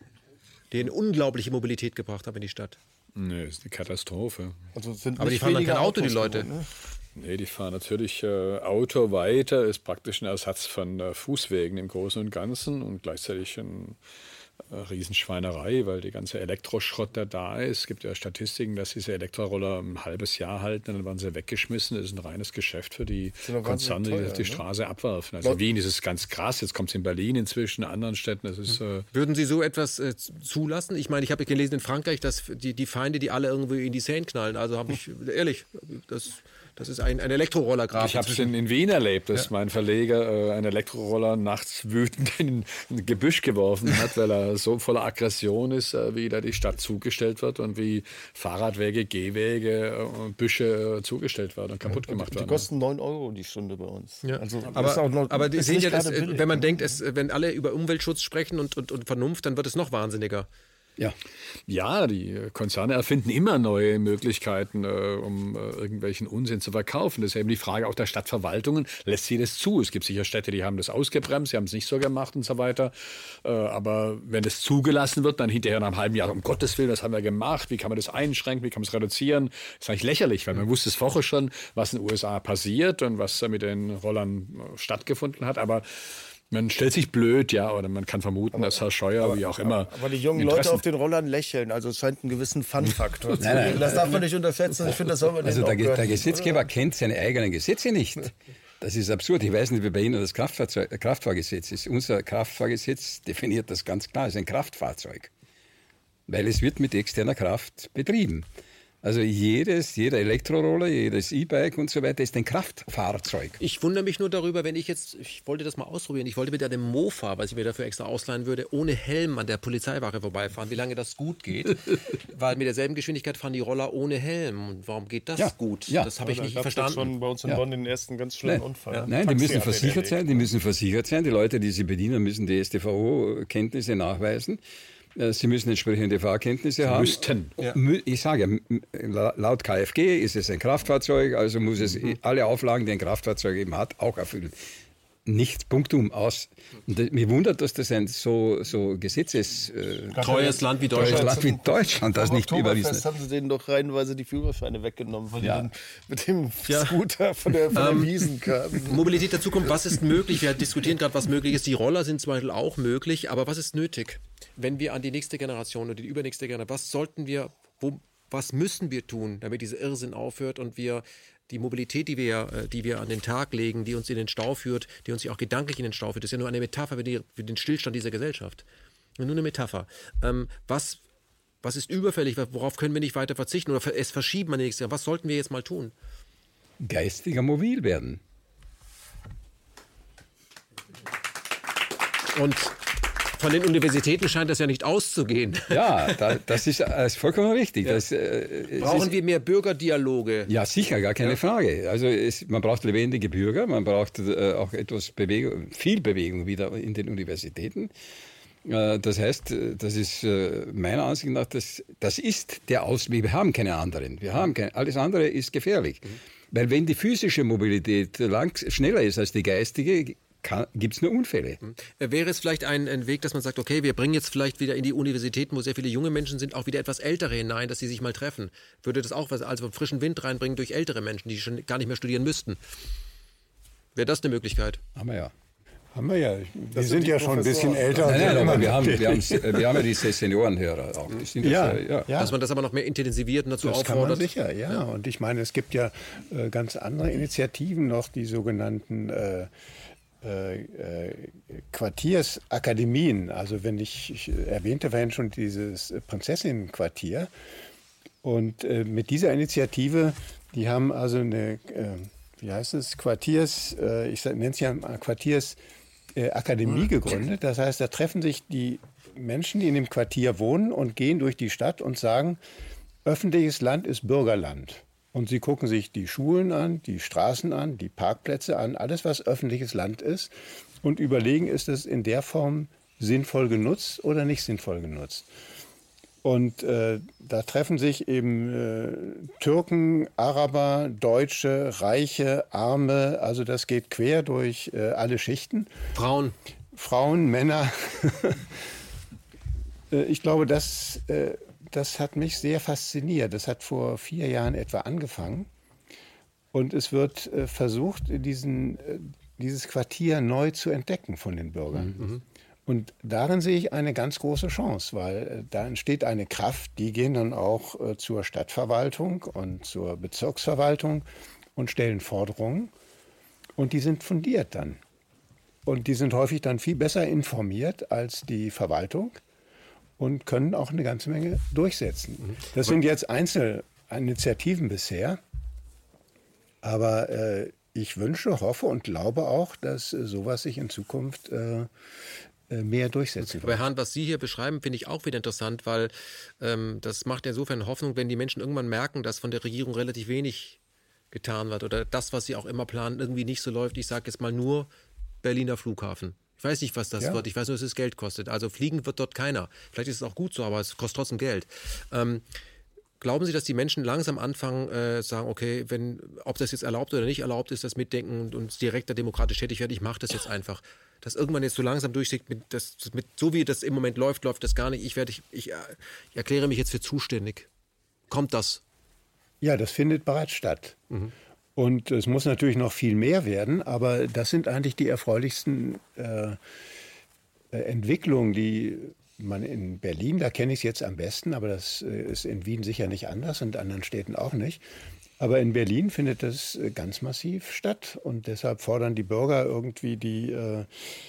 die eine unglaubliche Mobilität gebracht haben in die Stadt? Nee, ist eine Katastrophe. Also sind Aber die fahren dann kein Auto, die Leute. Gewohnt, ne? Nee, die fahren natürlich äh, Auto weiter, ist praktisch ein Ersatz von äh, Fußwegen im Großen und Ganzen und gleichzeitig ein äh, Riesenschweinerei, weil die ganze Elektroschrott, der da ist. Es gibt ja Statistiken, dass diese Elektroroller ein halbes Jahr halten, dann werden sie weggeschmissen. Das ist ein reines Geschäft für die Konzerne, die auf die Straße abwerfen. Also in Wien ist es ganz krass, jetzt kommt es in Berlin inzwischen, in anderen Städten. Das ist, äh Würden Sie so etwas äh, zulassen? Ich meine, ich habe gelesen in Frankreich, dass die, die Feinde, die alle irgendwie in die Seine knallen. Also habe ich, ehrlich, das... Das ist ein, ein Elektroroller gerade. Ich habe es in, in Wien erlebt, dass ja. mein Verleger äh, einen Elektroroller nachts wütend in ein Gebüsch geworfen hat, weil er so voller Aggression ist, äh, wie da die Stadt zugestellt wird und wie Fahrradwege, Gehwege und äh, Büsche äh, zugestellt werden und kaputt gemacht die werden. Die kosten neun Euro die Stunde bei uns. Ja. Also, aber auch noch, aber Sie sehen ja, dass, billig, wenn man ne? denkt, es, wenn alle über Umweltschutz sprechen und, und, und Vernunft, dann wird es noch wahnsinniger. Ja. ja, die Konzerne erfinden immer neue Möglichkeiten, äh, um äh, irgendwelchen Unsinn zu verkaufen. Das ist eben die Frage auch der Stadtverwaltungen. Lässt sie das zu? Es gibt sicher Städte, die haben das ausgebremst, sie haben es nicht so gemacht und so weiter. Äh, aber wenn es zugelassen wird, dann hinterher nach einem halben Jahr, um Gottes Willen, was haben wir gemacht? Wie kann man das einschränken? Wie kann man es reduzieren? Das ist eigentlich lächerlich, weil man wusste es vorher schon, was in den U S A passiert und was mit den Rollern stattgefunden hat. Aber man stellt sich blöd, ja, oder man kann vermuten, aber, dass Herr Scheuer, aber, wie auch immer. Aber die jungen Leute auf den Rollern lächeln, also es scheint einen gewissen Fun-Faktor zu geben. Das darf man nicht unterschätzen. Ich finde, das soll man Also der, der Gesetzgeber oder? kennt seine eigenen Gesetze nicht. Das ist absurd. Ich weiß nicht, wie bei Ihnen das Kraftfahrzeug, Kraftfahrgesetz ist. Unser Kraftfahrgesetz definiert das ganz klar. Es ist ein Kraftfahrzeug, weil es wird mit externer Kraft betrieben. Also jedes, jeder Elektroroller, jedes E-Bike und so weiter ist ein Kraftfahrzeug. Ich wundere mich nur darüber, wenn ich jetzt, ich wollte das mal ausprobieren, ich wollte mit einem Mofa, was ich mir dafür extra ausleihen würde, ohne Helm an der Polizeiwache vorbeifahren, wie lange das gut geht. Weil mit derselben Geschwindigkeit fahren die Roller ohne Helm. Und warum geht das ja, gut? Ja. Das habe ich ja, nicht verstanden. schon bei uns in ja. Bonn den ersten ganz schlimmen Nein. Unfall. Ja. Nein, die müssen versichert sein, die müssen versichert sein. Die Leute, die sie bedienen, müssen die S t V O-Kenntnisse nachweisen. Sie müssen entsprechende Fahrkenntnisse Sie haben. Müssten. Ja. Ich sage, laut K F G ist es ein Kraftfahrzeug, also muss es mhm. alle Auflagen, die ein Kraftfahrzeug eben hat, auch erfüllen. Nicht punktum aus. Und das, mich wundert, dass das ein so, so Gesetzes... Äh, teures Land wie Deutschland. Land wie Deutschland das nicht überwiesen hat. haben sie denen doch reihenweise die Führerscheine weggenommen, weil ja. die dann mit dem ja. Scooter von der, von ähm, der Wiesen kamen. Mobilität der Zukunft, was ist möglich? Wir diskutieren gerade, was möglich ist. Die Roller sind zum Beispiel auch möglich, aber was ist nötig? Wenn wir an die nächste Generation oder die übernächste Generation, was sollten wir, wo, was müssen wir tun, damit dieser Irrsinn aufhört und wir die Mobilität, die wir, die wir an den Tag legen, die uns in den Stau führt, die uns ja auch gedanklich in den Stau führt, das ist ja nur eine Metapher für, die, für den Stillstand dieser Gesellschaft. Nur eine Metapher. Ähm, was, was ist überfällig? Worauf können wir nicht weiter verzichten oder es verschieben an die nächste Jahr? Was sollten wir jetzt mal tun? Geistiger mobil werden. Und von den Universitäten scheint das ja nicht auszugehen. Ja, da, das, ist, das ist vollkommen richtig. Ja. Das, äh, Brauchen ist, wir mehr Bürgerdialoge? Ja, sicher, gar keine ja. Frage. Also es, man braucht lebendige Bürger, man braucht äh, auch etwas Bewegung, viel Bewegung wieder in den Universitäten. Äh, das heißt, das ist äh, meiner Ansicht nach, das, das ist der Ausweg. Wir haben keine anderen. Wir haben keine, alles andere ist gefährlich. Mhm. Weil wenn die physische Mobilität lang, schneller ist als die geistige, gibt es nur Unfälle. Wäre es vielleicht ein, ein Weg, dass man sagt, okay, wir bringen jetzt vielleicht wieder in die Universitäten, wo sehr viele junge Menschen sind, auch wieder etwas Ältere hinein, dass sie sich mal treffen? Würde das auch was, also frischen Wind reinbringen durch ältere Menschen, die schon gar nicht mehr studieren müssten? Wäre das eine Möglichkeit? Haben wir ja. Haben wir ja. Wir sind, sind ja schon ein bisschen älter. Nein, nein, aber wir haben, wir, haben, wir haben ja diese Seniorenhörer auch. Die sind ja, das, ja. ja. Dass man das aber noch mehr intensiviert und dazu das auffordert. Kann man sicher, ja. ja. Und ich meine, es gibt ja äh, ganz andere Initiativen noch, die sogenannten äh, Äh, Quartiersakademien. Also wenn ich, ich erwähnte vorhin schon dieses Prinzessinnenquartier. Und äh, mit dieser Initiative, die haben also eine, äh, wie heißt es, Quartiers, äh, ich nenne es ja Quartiersakademie äh, gegründet. Das heißt, da treffen sich die Menschen, die in dem Quartier wohnen und gehen durch die Stadt und sagen, öffentliches Land ist Bürgerland. Und sie gucken sich die Schulen an, die Straßen an, die Parkplätze an, alles, was öffentliches Land ist, und überlegen, ist es in der Form sinnvoll genutzt oder nicht sinnvoll genutzt. Und äh, da treffen sich eben äh, Türken, Araber, Deutsche, Reiche, Arme, also das geht quer durch äh, alle Schichten. Frauen. Frauen, Männer. äh, ich glaube, das... Äh, Das hat mich sehr fasziniert. Das hat vor vier Jahren etwa angefangen. Und es wird äh, versucht, diesen, äh, dieses Quartier neu zu entdecken von den Bürgern. Mhm. Und darin sehe ich eine ganz große Chance, weil äh, da entsteht eine Kraft, die gehen dann auch äh, zur Stadtverwaltung und zur Bezirksverwaltung und stellen Forderungen. Und die sind fundiert dann. Und die sind häufig dann viel besser informiert als die Verwaltung. Und können auch eine ganze Menge durchsetzen. Das sind jetzt Einzelinitiativen bisher. Aber äh, ich wünsche, hoffe und glaube auch, dass äh, sowas sich in Zukunft äh, mehr durchsetzen wird. Bei Herrn, was Sie hier beschreiben, finde ich auch wieder interessant, weil ähm, das macht insofern Hoffnung, wenn die Menschen irgendwann merken, dass von der Regierung relativ wenig getan wird oder das, was sie auch immer planen, irgendwie nicht so läuft. Ich sage jetzt mal nur Berliner Flughafen. Ich weiß nicht, was das ja. wird. Ich weiß nur, dass es Geld kostet. Also fliegen wird dort keiner. Vielleicht ist es auch gut so, aber es kostet trotzdem Geld. Ähm, glauben Sie, dass die Menschen langsam anfangen, äh, sagen, okay, wenn, ob das jetzt erlaubt oder nicht erlaubt ist, das Mitdenken und, und direkter demokratisch tätig werden, ich mache das jetzt einfach. Dass irgendwann jetzt so langsam durchsieht, mit, das, mit, so wie das im Moment läuft, läuft das gar nicht. Ich, werde, ich, ich, ich erkläre mich jetzt für zuständig. Kommt das? Ja, das findet bereits statt. Mhm. Und es muss natürlich noch viel mehr werden, aber das sind eigentlich die erfreulichsten äh, Entwicklungen, die man in Berlin, da kenne ich es jetzt am besten, aber das ist in Wien sicher nicht anders und in anderen Städten auch nicht. Aber in Berlin findet das ganz massiv statt und deshalb fordern die Bürger irgendwie die äh,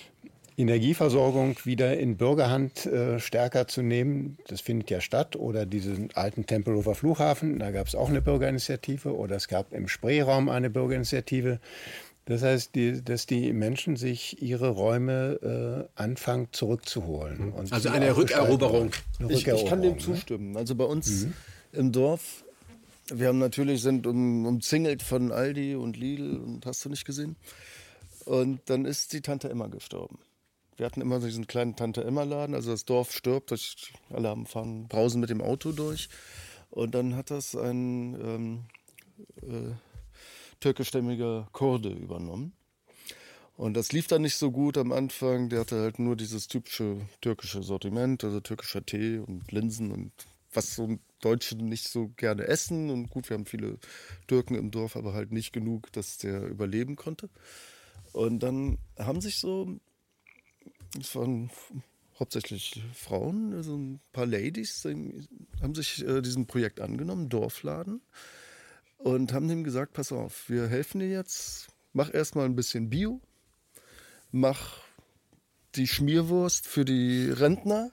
Energieversorgung wieder in Bürgerhand äh, stärker zu nehmen. Das findet ja statt. Oder diesen alten Tempelhofer Flughafen, da gab es auch eine Bürgerinitiative. Oder es gab im Spreeraum eine Bürgerinitiative. Das heißt, die, dass die Menschen sich ihre Räume äh, anfangen zurückzuholen. Und also eine Rückeroberung. eine ich, Rückeroberung. Ich kann dem zustimmen. Ne? Also bei uns mhm. im Dorf, wir haben natürlich sind um, umzingelt von Aldi und Lidl und hast du nicht gesehen. Und dann ist die Tante Emma gestorben. Wir hatten immer diesen kleinen Tante-Emma-Laden, also das Dorf stirbt, alle haben fahren, brausen mit dem Auto durch. Und dann hat das ein ähm, äh, türkischstämmiger Kurde übernommen. Und das lief dann nicht so gut am Anfang. Der hatte halt nur dieses typische türkische Sortiment, also türkischer Tee und Linsen und was so Deutsche nicht so gerne essen. Und gut, wir haben viele Türken im Dorf, aber halt nicht genug, dass der überleben konnte. Und dann haben sich so... Es waren hauptsächlich Frauen, also ein paar Ladies, die haben sich äh, diesem Projekt angenommen, Dorfladen, und haben dem gesagt, pass auf, wir helfen dir jetzt, mach erstmal ein bisschen Bio, mach die Schmierwurst für die Rentner.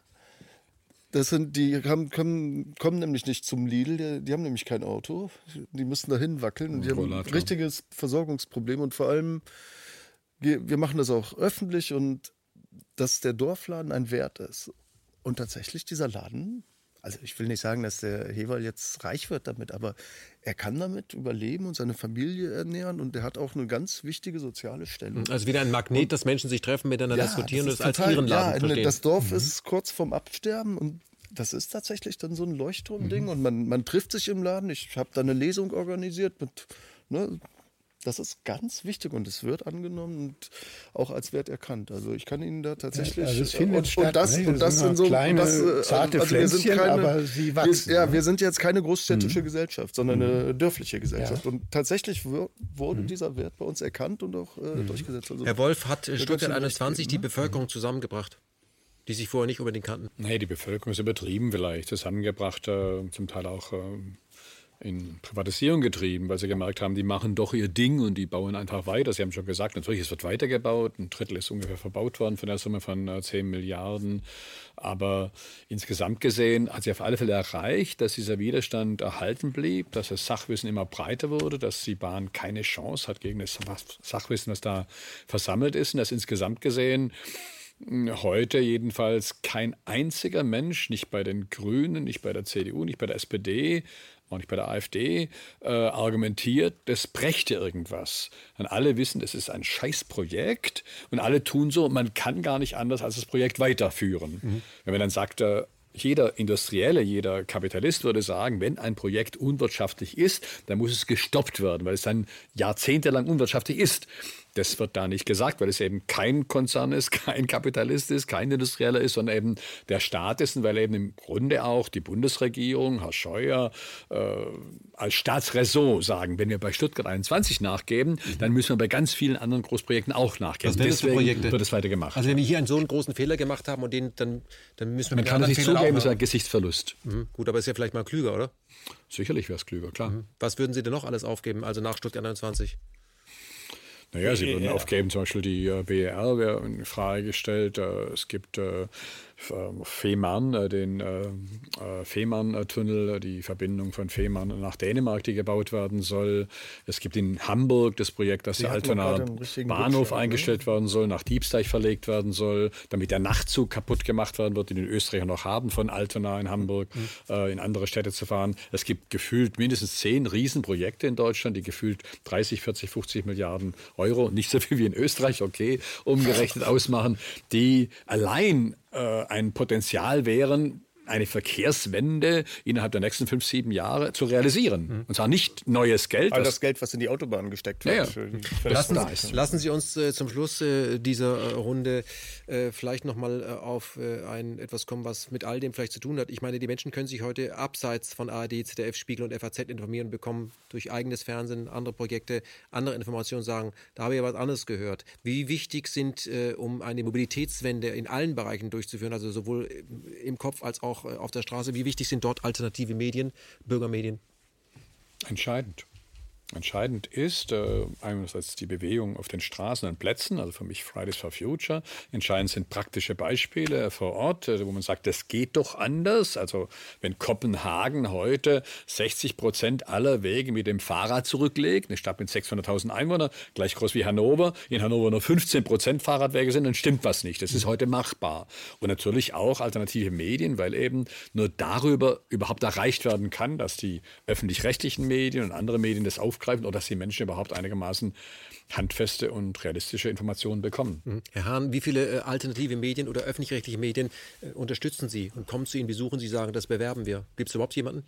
Das sind, die haben, kommen, kommen nämlich nicht zum Lidl, die, die haben nämlich kein Auto, die müssen dahin wackeln und die haben ein richtiges Versorgungsproblem und vor allem, wir, wir machen das auch öffentlich und dass der Dorfladen ein Wert ist. Und tatsächlich dieser Laden, also ich will nicht sagen, dass der Hewal jetzt reich wird damit, aber er kann damit überleben und seine Familie ernähren und er hat auch eine ganz wichtige soziale Stellung. Also wieder ein Magnet, und, dass Menschen sich treffen, miteinander ja, diskutieren das und das total, als ihren Laden ja, verstehen. Das Dorf mhm. ist kurz vorm Absterben und das ist tatsächlich dann so ein Leuchtturm-Ding mhm. und man, man trifft sich im Laden. Ich habe da eine Lesung organisiert mit... Ne, das ist ganz wichtig und es wird angenommen und auch als Wert erkannt. Also ich kann Ihnen da tatsächlich... Ja, also es findet und, statt, und das, ne? und das sind so kleine, das, zarte also wir sind Pflänzchen, keine, aber sie wachsen. Wir, ja, ne? wir sind jetzt keine großstädtische mhm. Gesellschaft, sondern mhm. eine dörfliche Gesellschaft. Ja. Und tatsächlich wurde mhm. dieser Wert bei uns erkannt und auch äh, mhm. durchgesetzt. Also Herr Wolf, hat Stuttgart einundzwanzig die Bevölkerung zusammengebracht, die sich vorher nicht unbedingt kannten? Nee, die Bevölkerung ist übertrieben vielleicht, zusammengebracht, äh, zum Teil auch... Äh, in Privatisierung getrieben, weil sie gemerkt haben, die machen doch ihr Ding und die bauen einfach weiter. Sie haben schon gesagt, natürlich, es wird weitergebaut. Ein Drittel ist ungefähr verbaut worden von der Summe von äh, zehn Milliarden. Aber insgesamt gesehen hat sie auf alle Fälle erreicht, dass dieser Widerstand erhalten blieb, dass das Sachwissen immer breiter wurde, dass die Bahn keine Chance hat gegen das Sachwissen, was da versammelt ist. Und dass insgesamt gesehen Heute jedenfalls kein einziger Mensch, nicht bei den Grünen, nicht bei der C D U, nicht bei der S P D, auch nicht bei der AfD, äh, argumentiert, das brächte irgendwas. Und alle wissen, das ist ein Scheißprojekt und alle tun so, man kann gar nicht anders als das Projekt weiterführen. Mhm. Wenn man dann sagt, äh, jeder Industrielle, jeder Kapitalist würde sagen, wenn ein Projekt unwirtschaftlich ist, dann muss es gestoppt werden, weil es dann jahrzehntelang unwirtschaftlich ist. Das wird da nicht gesagt, weil es eben kein Konzern ist, kein Kapitalist ist, kein Industrieller ist, sondern eben der Staat ist. Und weil eben im Grunde auch die Bundesregierung, Herr Scheuer, äh, als Staatsräson sagen, wenn wir bei Stuttgart einundzwanzig nachgeben, mhm. dann müssen wir bei ganz vielen anderen Großprojekten auch nachgeben. Was wären das für Projekte? Wird es weiter gemacht. Also wenn wir hier einen so einen großen Fehler gemacht haben und den, dann, dann müssen wir Man mit kann das nicht Fehlern zugeben, auch, ist ein Gesichtsverlust. Mhm. Gut, aber ist ja vielleicht mal klüger, oder? Sicherlich wäre es klüger, klar. Mhm. Was würden Sie denn noch alles aufgeben, also nach Stuttgart einundzwanzig? Naja, sie würden ja. aufgeben, zum Beispiel die äh, B E R wäre in Frage gestellt. Äh, es gibt äh, Fehmarn, äh, den äh, Fehmarn-Tunnel, die Verbindung von Fehmarn nach Dänemark, die gebaut werden soll. Es gibt in Hamburg das Projekt, dass sie der Altonaer Bahnhof Rutsch, eingestellt werden soll, nach Diebsteich verlegt werden soll, damit der Nachtzug kaputt gemacht werden wird, den die Österreicher noch haben, von Altona in Hamburg mhm. äh, in andere Städte zu fahren. Es gibt gefühlt mindestens zehn Riesenprojekte in Deutschland, die gefühlt dreißig, vierzig, fünfzig Milliarden Euro, nicht so viel wie in Österreich, okay, umgerechnet ausmachen, die allein äh, ein Potenzial wären, eine Verkehrswende innerhalb der nächsten fünf, sieben Jahre zu realisieren. Mhm. Und zwar nicht neues Geld. All das Geld, was in die Autobahnen gesteckt wird. Ja, ja. Lassen, lassen Sie uns äh, zum Schluss äh, dieser äh, Runde äh, vielleicht nochmal äh, auf äh, ein, etwas kommen, was mit all dem vielleicht zu tun hat. Ich meine, die Menschen können sich heute abseits von A R D, Z D F, Spiegel und F A Z informieren, bekommen durch eigenes Fernsehen, andere Projekte, andere Informationen, sagen, da habe ich ja was anderes gehört. Wie wichtig sind, äh, um eine Mobilitätswende in allen Bereichen durchzuführen, also sowohl im Kopf als auch auf der Straße, wie wichtig sind dort alternative Medien, Bürgermedien? Entscheidend. Entscheidend ist äh, einerseits die Bewegung auf den Straßen und Plätzen, also für mich Fridays for Future. Entscheidend sind praktische Beispiele vor Ort, äh, wo man sagt, das geht doch anders. Also wenn Kopenhagen heute sechzig Prozent aller Wege mit dem Fahrrad zurücklegt, eine Stadt mit sechshunderttausend Einwohnern, gleich groß wie Hannover, in Hannover nur fünfzehn Prozent Fahrradwege sind, dann stimmt was nicht. Das ist heute machbar. Und natürlich auch alternative Medien, weil eben nur darüber überhaupt erreicht werden kann, dass die öffentlich-rechtlichen Medien und andere Medien das aufgreifen, oder dass die Menschen überhaupt einigermaßen handfeste und realistische Informationen bekommen. Herr Hahn, wie viele äh, alternative Medien oder öffentlich-rechtliche Medien äh, unterstützen Sie und kommen zu Ihnen, besuchen Sie, sagen, das bewerben wir? Gibt es überhaupt jemanden?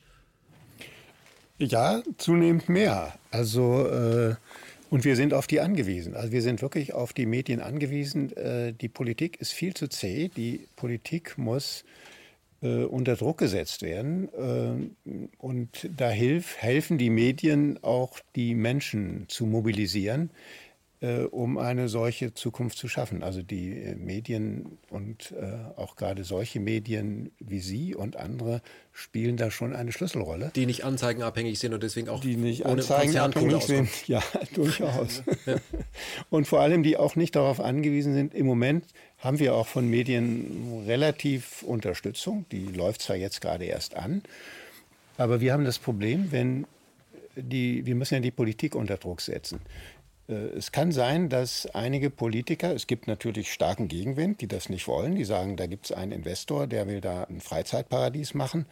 Ja, zunehmend mehr. Also äh, und wir sind auf die angewiesen. Also wir sind wirklich auf die Medien angewiesen. Äh, die Politik ist viel zu zäh. Die Politik muss unter Druck gesetzt werden. Und da hilf, helfen die Medien auch, die Menschen zu mobilisieren, um eine solche Zukunft zu schaffen. Also die Medien und auch gerade solche Medien wie Sie und andere spielen da schon eine Schlüsselrolle. Die nicht anzeigenabhängig sind und deswegen auch die nicht anzeigenabhängig sind. Ja, durchaus. Ja. Und vor allem, die auch nicht darauf angewiesen sind. Im Moment haben wir auch von Medien relativ Unterstützung. Die läuft zwar jetzt gerade erst an, aber wir haben das Problem, wenn die, wir müssen ja die Politik unter Druck setzen. Es kann sein, dass einige Politiker, es gibt natürlich starken Gegenwind, die das nicht wollen, die sagen, da gibt es einen Investor, der will da ein Freizeitparadies machen.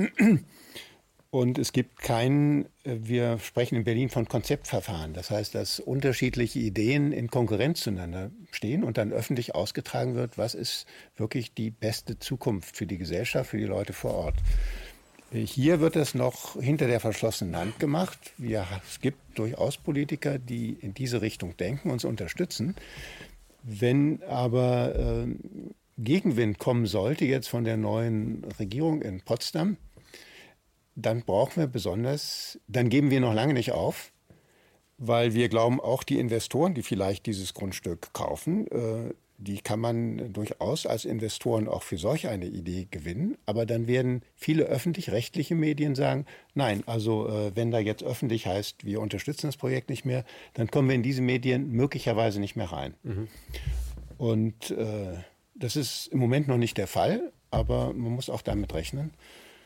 Und es gibt keinen, wir sprechen in Berlin von Konzeptverfahren. Das heißt, dass unterschiedliche Ideen in Konkurrenz zueinander stehen und dann öffentlich ausgetragen wird, was ist wirklich die beste Zukunft für die Gesellschaft, für die Leute vor Ort. Hier wird das noch hinter der verschlossenen Hand gemacht. Wir, es gibt durchaus Politiker, die in diese Richtung denken, uns unterstützen. Wenn aber äh, Gegenwind kommen sollte jetzt von der neuen Regierung in Potsdam, dann brauchen wir besonders, dann geben wir noch lange nicht auf, weil wir glauben, auch die Investoren, die vielleicht dieses Grundstück kaufen, äh, die kann man durchaus als Investoren auch für solch eine Idee gewinnen. Aber dann werden viele öffentlich-rechtliche Medien sagen, nein, also äh, wenn da jetzt öffentlich heißt, wir unterstützen das Projekt nicht mehr, dann kommen wir in diese Medien möglicherweise nicht mehr rein. Mhm. Und äh, das ist im Moment noch nicht der Fall, aber man muss auch damit rechnen.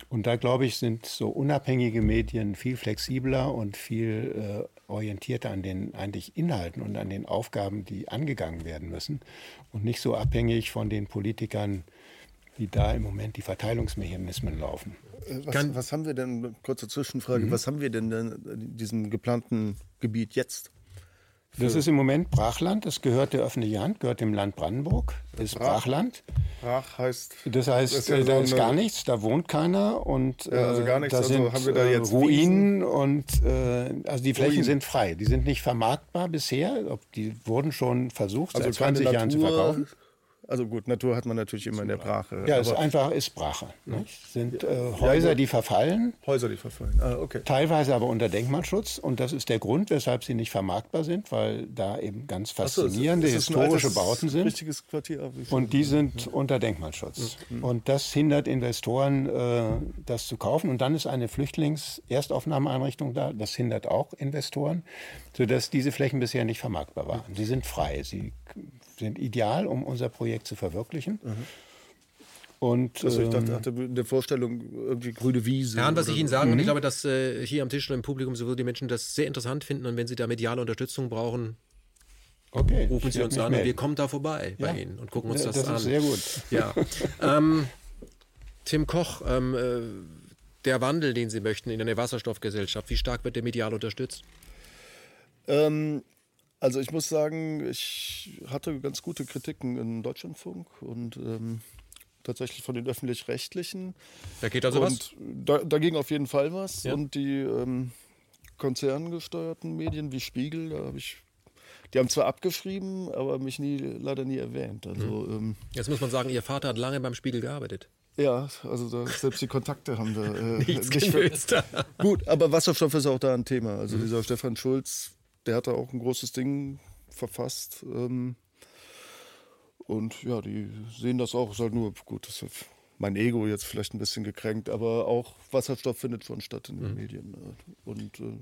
Und da, glaube ich, sind so unabhängige Medien viel flexibler und viel äh, orientierter an den eigentlich Inhalten und an den Aufgaben, die angegangen werden müssen. Und nicht so abhängig von den Politikern, wie da im Moment die Verteilungsmechanismen laufen. Was, was haben wir denn, kurze Zwischenfrage, mhm. was haben wir denn in diesem geplanten Gebiet jetzt? Das ist im Moment Brachland, das gehört der öffentlichen Hand, gehört dem Land Brandenburg, das ist Brach. Brachland. Brach heißt? Das heißt, das ist ja da so ist gar nichts, da wohnt keiner und ja, also gar nichts, da also sind haben wir da jetzt Ruinen und äh, also die Flächen Ruinen. sind frei, die sind nicht vermarktbar bisher, die wurden schon versucht, also seit zwanzig Jahren zu verkaufen. Also gut, Natur hat man natürlich immer in der Brache. Ja, es ist einfach ist Brache. Ne? Es sind äh, Häuser, die verfallen. Häuser, die verfallen. Ah, okay. Teilweise aber unter Denkmalschutz. Und das ist der Grund, weshalb sie nicht vermarktbar sind, weil da eben ganz faszinierende so, ist, ist historische Bauten sind. Richtiges Quartier. Und die sind ja. unter Denkmalschutz. Mhm. Und das hindert Investoren, äh, das zu kaufen. Und dann ist eine Flüchtlings-Erstaufnahmeeinrichtung da. Das hindert auch Investoren, sodass diese Flächen bisher nicht vermarktbar waren. Sie sind frei. Sie sind ideal, um unser Projekt zu verwirklichen. Mhm. Und, also ich dachte, ähm, hatte in der Vorstellung irgendwie grüne Wiese. Herr Hahn, was ich Ihnen sagen, mhm. und ich glaube, dass äh, hier am Tisch und im Publikum sowohl die Menschen das sehr interessant finden und wenn Sie da mediale Unterstützung brauchen, okay, rufen Sie uns an melden. und wir kommen da vorbei ja. bei Ihnen und gucken uns ja, das, das an. Das ist sehr gut. Ja. ähm, Tim Koch, ähm, äh, der Wandel, den Sie möchten in eine Wasserstoffgesellschaft, wie stark wird der medial unterstützt? Ähm, Also ich muss sagen, ich hatte ganz gute Kritiken im Deutschlandfunk und ähm, tatsächlich von den Öffentlich-Rechtlichen. Da geht also und was? Da, da ging auf jeden Fall was. Ja. Und die ähm, konzerngesteuerten Medien wie Spiegel, da habe ich, die haben zwar abgeschrieben, aber mich nie, leider nie erwähnt. Also, mhm. ähm, Jetzt muss man sagen, Ihr Vater hat lange beim Spiegel gearbeitet. Ja, also da, selbst die Kontakte haben da äh, nichts nicht genützt. Gut, aber Wasserstoff ist auch da ein Thema. Also mhm. dieser Stefan Schulz, der hat da auch ein großes Ding verfasst. Ähm, und ja, die sehen das auch. Ist halt nur, gut, das ist mein Ego jetzt vielleicht ein bisschen gekränkt, aber auch Wasserstoff findet schon statt in den mhm. Medien. Und äh,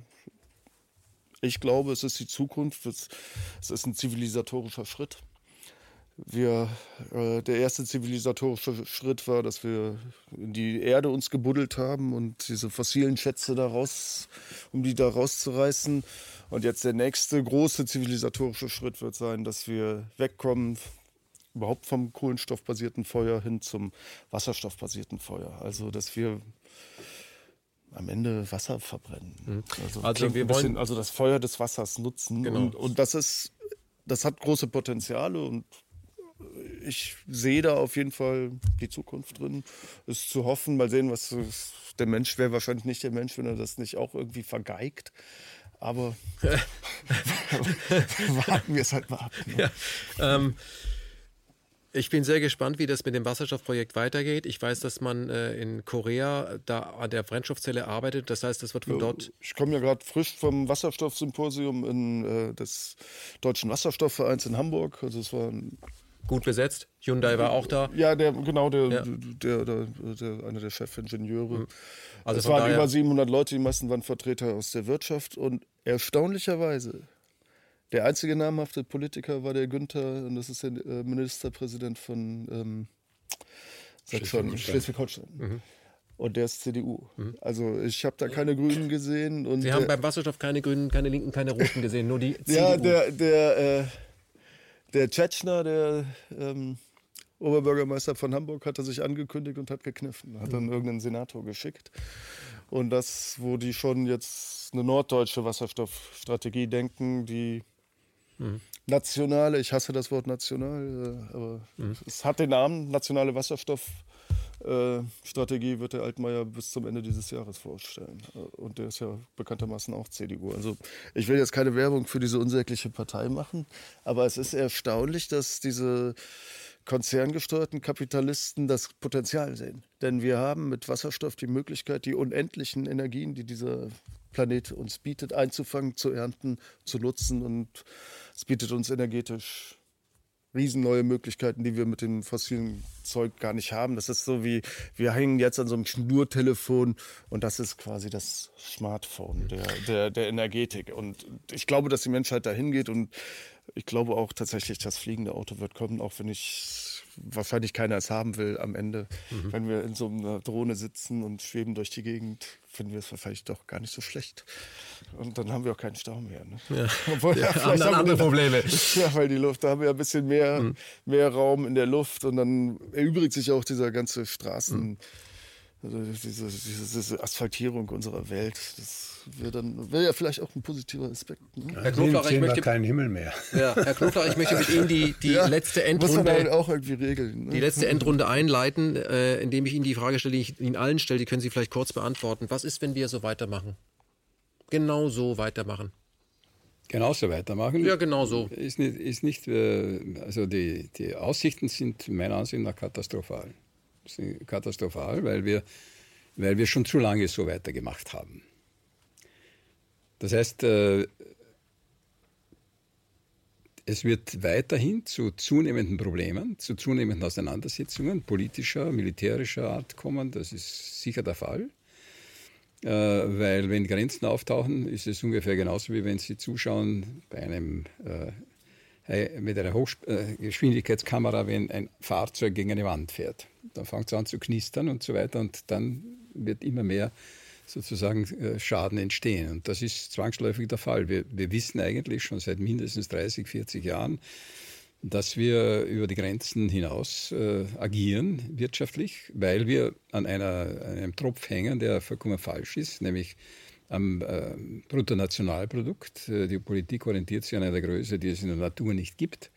ich glaube, es ist die Zukunft. Es, es ist ein zivilisatorischer Schritt. Wir, äh, der erste zivilisatorische Schritt war, dass wir in die Erde uns gebuddelt haben und diese fossilen Schätze da raus, um die da rauszureißen. Und jetzt der nächste große zivilisatorische Schritt wird sein, dass wir wegkommen überhaupt vom kohlenstoffbasierten Feuer hin zum wasserstoffbasierten Feuer. Also dass wir am Ende Wasser verbrennen. Mhm. Also, also, wir bisschen, wollen also das Feuer des Wassers nutzen. Genau. Und, und das ist, das hat große Potenziale und ich sehe da auf jeden Fall die Zukunft drin. Ist zu hoffen, mal sehen, was der Mensch wäre wahrscheinlich nicht der Mensch, wenn er das nicht auch irgendwie vergeigt. Aber warten wir es halt mal ab. Ne? Ja, ähm, ich bin sehr gespannt, wie das mit dem Wasserstoffprojekt weitergeht. Ich weiß, dass man äh, in Korea da an der Brennstoffzelle arbeitet. Das heißt, das wird von ja, dort... Ich komme ja gerade frisch vom Wasserstoffsymposium in, äh, des Deutschen Wasserstoffvereins in Hamburg. Also es war ein gut besetzt. Hyundai war auch da. Ja, der, genau, der, ja. der, der, der, einer der Chefingenieure. Also es waren daher... über siebenhundert Leute, die meisten waren Vertreter aus der Wirtschaft. Und erstaunlicherweise, der einzige namhafte Politiker war der Günther, und das ist der äh, Ministerpräsident von ähm, Schleswig-Holstein. Schleswig-Holstein. Mhm. Und der ist C D U. Mhm. Also ich habe da keine Grünen gesehen. Und Sie haben beim Wasserstoff keine Grünen, keine Linken, keine Roten gesehen, nur die C D U. Ja, der... der äh, Der Tschetschner, der ähm, Oberbürgermeister von Hamburg, hatte sich angekündigt und hat gekniffen. Hat dann irgendeinen Senator geschickt. Und das, wo die schon jetzt eine norddeutsche Wasserstoffstrategie denken, die mhm. nationale, ich hasse das Wort national, aber mhm. es hat den Namen, nationale Wasserstoffstrategie wird der Altmaier bis zum Ende dieses Jahres vorstellen. Und der ist ja bekanntermaßen auch C D U. Also ich will jetzt keine Werbung für diese unsägliche Partei machen, aber es ist erstaunlich, dass diese konzerngesteuerten Kapitalisten das Potenzial sehen. Denn wir haben mit Wasserstoff die Möglichkeit, die unendlichen Energien, die dieser Planet uns bietet, einzufangen, zu ernten, zu nutzen. Und es bietet uns energetisch riesen neue Möglichkeiten, die wir mit dem fossilen Zeug gar nicht haben. Das ist so wie, wir hängen jetzt an so einem Schnurtelefon und das ist quasi das Smartphone der, der, der Energetik. Und ich glaube, dass die Menschheit dahin geht und ich glaube auch tatsächlich, das fliegende Auto wird kommen, auch wenn ich wahrscheinlich keiner es haben will am Ende. Mhm. Wenn wir in so einer Drohne sitzen und schweben durch die Gegend, finden wir es vielleicht doch gar nicht so schlecht. Und dann haben wir auch keinen Stau mehr. Ne? Ja. Obwohl, ja, haben dann andere Probleme. Ja, weil die Luft, da haben wir ein bisschen mehr, mhm. mehr Raum in der Luft und dann erübrigt sich auch dieser ganze Straßen, mhm. also diese, diese, diese Asphaltierung unserer Welt. Das wäre dann wäre ja vielleicht auch ein positiver Aspekt. Ne? Herr Knoflach, ich möchte keinen Himmel mehr. Ja, Herr Knoflach, ich möchte mit Ihnen die, die ja, letzte Endrunde muss man auch irgendwie regeln. Ne? Die letzte Endrunde einleiten, äh, indem ich Ihnen die Frage stelle, die ich Ihnen allen stelle, die können Sie vielleicht kurz beantworten. Was ist, wenn wir so weitermachen? Genau so weitermachen. Genauso weitermachen? Ja, genau so. Ist nicht, ist nicht äh, also die, die Aussichten sind meiner Ansicht nach katastrophal. Sind katastrophal, weil wir, weil wir schon zu lange so weitergemacht haben. Das heißt, äh, es wird weiterhin zu zunehmenden Problemen, zu zunehmenden Auseinandersetzungen politischer, militärischer Art kommen. Das ist sicher der Fall. Äh, weil wenn Grenzen auftauchen, ist es ungefähr genauso, wie wenn Sie zuschauen bei einem, äh, mit einer Hochgeschwindigkeitskamera, wenn ein Fahrzeug gegen eine Wand fährt. Dann fängt es an zu knistern und so weiter und dann wird immer mehr sozusagen äh, Schaden entstehen. Und das ist zwangsläufig der Fall. Wir, wir wissen eigentlich schon seit mindestens dreißig, vierzig Jahren, dass wir über die Grenzen hinaus äh, agieren wirtschaftlich, weil wir an einer, einem Tropf hängen, der vollkommen falsch ist, nämlich am äh, Bruttonationalprodukt. Äh, die Politik orientiert sich an einer Größe, die es in der Natur nicht gibt,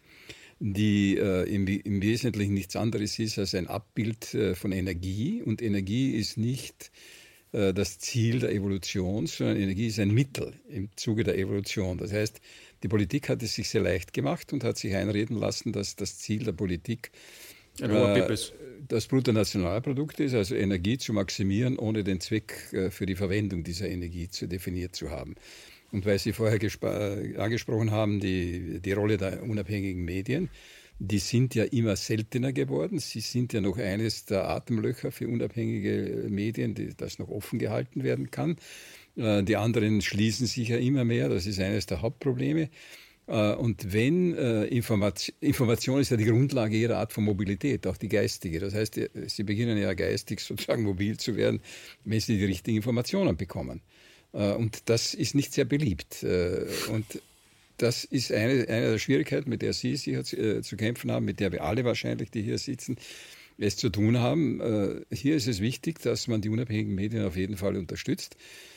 die äh, im, im Wesentlichen nichts anderes ist als ein Abbild äh, von Energie. Und Energie ist nicht äh, das Ziel der Evolution, sondern Energie ist ein Mittel im Zuge der Evolution. Das heißt, die Politik hat es sich sehr leicht gemacht und hat sich einreden lassen, dass das Ziel der Politik ein hoher P I B ist. Das Bruttonationalprodukt ist, also Energie zu maximieren, ohne den Zweck äh, für die Verwendung dieser Energie zu definiert zu haben. Und weil Sie vorher äh, angesprochen haben, die, die Rolle der unabhängigen Medien, die sind ja immer seltener geworden. Sie sind ja noch eines der Atemlöcher für unabhängige Medien, die, das noch offen gehalten werden kann. Äh, die anderen schließen sich ja immer mehr. Das ist eines der Hauptprobleme. Äh, und wenn äh, Information, Information ist ja die Grundlage jeder Art von Mobilität, auch die geistige. Das heißt, Sie beginnen ja geistig sozusagen mobil zu werden, wenn Sie die richtigen Informationen bekommen. Und das ist nicht sehr beliebt. Und das ist eine, eine der Schwierigkeiten, mit der Sie sicher zu, zu kämpfen haben, mit der wir alle wahrscheinlich, die hier sitzen, es zu tun haben. Hier ist es wichtig, dass man die unabhängigen Medien auf jeden Fall unterstützt.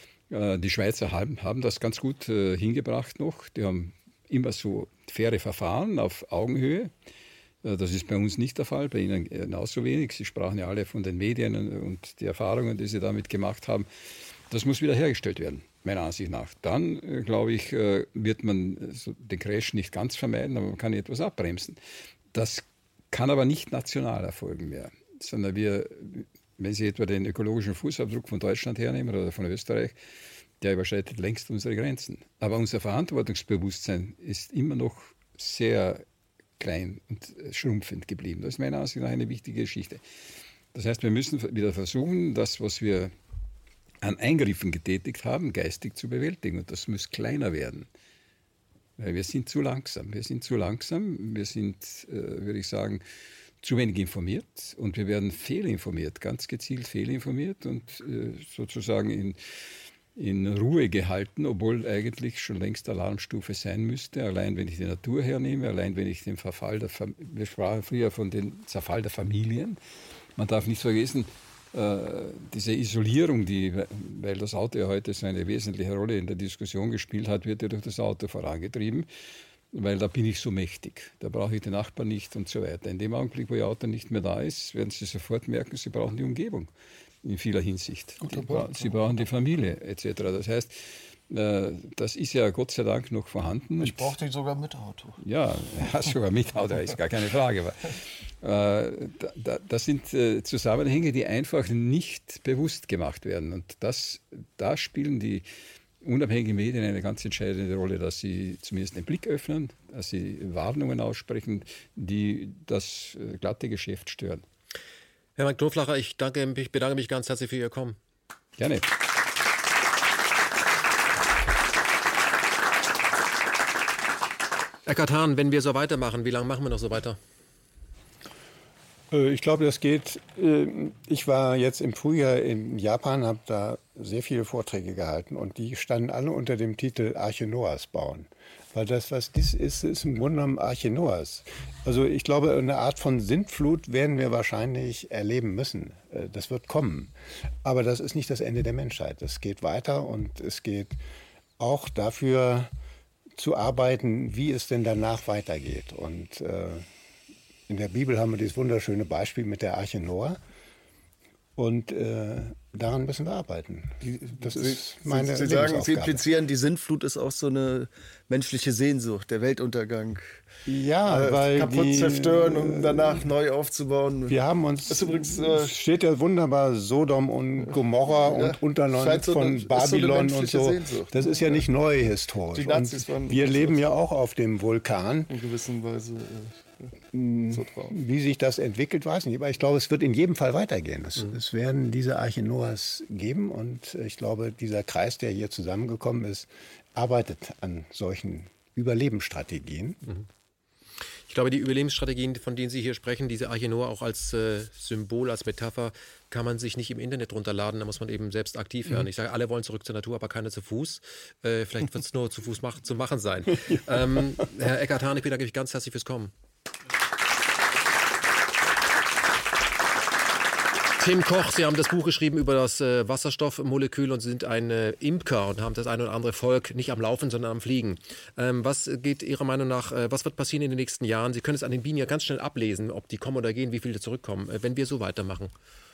Die Schweizer haben, haben das ganz gut hingebracht noch. Die haben immer so faire Verfahren auf Augenhöhe. Das ist bei uns nicht der Fall, bei Ihnen genauso wenig. Sie sprachen ja alle von den Medien und die Erfahrungen, die Sie damit gemacht haben. Das muss wieder hergestellt werden, meiner Ansicht nach. Dann, äh, glaube ich, äh, wird man so den Crash nicht ganz vermeiden, aber man kann etwas abbremsen. Das kann aber nicht national erfolgen mehr, sondern wir, wenn Sie etwa den ökologischen Fußabdruck von Deutschland hernehmen oder von Österreich, der überschreitet längst unsere Grenzen. Aber unser Verantwortungsbewusstsein ist immer noch sehr klein und schrumpfend geblieben. Das ist meiner Ansicht nach eine wichtige Geschichte. Das heißt, wir müssen wieder versuchen, das, was wir an Eingriffen getätigt haben, geistig zu bewältigen. Und das muss kleiner werden. Weil wir sind zu langsam. Wir sind zu langsam. Wir sind, äh, würde ich sagen, zu wenig informiert. Und wir werden fehlinformiert, ganz gezielt fehlinformiert und äh, sozusagen in, in Ruhe gehalten, obwohl eigentlich schon längst Alarmstufe sein müsste. Allein wenn ich die Natur hernehme, allein wenn ich den Verfall der Fam- wir sprachen früher von dem Zerfall der Familien. Man darf nicht vergessen, diese Isolierung, die, weil das Auto ja heute so eine wesentliche Rolle in der Diskussion gespielt hat, wird ja durch das Auto vorangetrieben, weil da bin ich so mächtig, da brauche ich den Nachbarn nicht und so weiter. In dem Augenblick, wo Ihr Auto nicht mehr da ist, werden Sie sofort merken, Sie brauchen die Umgebung in vieler Hinsicht. Die, Sie brauchen die Familie et cetera. Das heißt, das ist ja Gott sei Dank noch vorhanden. Ich brauche dich sogar mit Auto. Ja, ja sogar mit Auto, ist gar keine Frage. Aber, äh, da, das sind äh, Zusammenhänge, die einfach nicht bewusst gemacht werden. Und das, da spielen die unabhängigen Medien eine ganz entscheidende Rolle, dass sie zumindest den Blick öffnen, dass sie Warnungen aussprechen, die das äh, glatte Geschäft stören. Herr Knoflacher, ich, danke, ich bedanke mich ganz herzlich für Ihr Kommen. Gerne. Eckart Hahn, wenn wir so weitermachen, wie lange machen wir noch so weiter? Ich glaube, das geht. Ich war jetzt im Frühjahr in Japan, habe da sehr viele Vorträge gehalten und die standen alle unter dem Titel Arche Noahs bauen. Weil das, was dies ist, ist im Grunde genommen Arche Noahs. Also ich glaube, eine Art von Sintflut werden wir wahrscheinlich erleben müssen. Das wird kommen. Aber das ist nicht das Ende der Menschheit. Es geht weiter und es geht auch dafür zu arbeiten, wie es denn danach weitergeht. Und äh, in der Bibel haben wir dieses wunderschöne Beispiel mit der Arche Noah. Und äh, daran müssen wir arbeiten. Das ist meine Sie sagen, Sie implizieren, die Sintflut ist auch so eine menschliche Sehnsucht, der Weltuntergang. Ja, äh, weil kaputt die, zerstören, um danach neu aufzubauen. Wir haben uns, das ist übrigens, äh, steht ja wunderbar Sodom und Gomorra ja, und Unterland so von Babylon so und so. Sehnsucht. Das ist ja nicht neu historisch. Die Nazis waren wir leben ja auch auf dem Vulkan. In gewisser Weise. Äh, So wie sich das entwickelt, weiß ich nicht. Aber ich glaube, es wird in jedem Fall weitergehen. Es, mhm. es werden diese Arche Noahs geben. Und ich glaube, dieser Kreis, der hier zusammengekommen ist, arbeitet an solchen Überlebensstrategien. Mhm. Ich glaube, die Überlebensstrategien, von denen Sie hier sprechen, diese Arche Noah auch als äh, Symbol, als Metapher, kann man sich nicht im Internet runterladen. Da muss man eben selbst aktiv werden. Mhm. Ich sage, alle wollen zurück zur Natur, aber keiner zu Fuß. Äh, vielleicht wird es nur zu Fuß mach, zu machen sein. Ja. Ähm, Herr Eckart-Hahn, ich bedanke mich ganz herzlich fürs Kommen. Tim Koch, Sie haben das Buch geschrieben über das äh, Wasserstoffmolekül und sind ein äh, Imker und haben das ein oder andere Volk nicht am Laufen, sondern am Fliegen. Ähm, was geht Ihrer Meinung nach, äh, was wird passieren in den nächsten Jahren? Sie können es an den Bienen ja ganz schnell ablesen, ob die kommen oder gehen, wie viele zurückkommen, äh, wenn wir so weitermachen.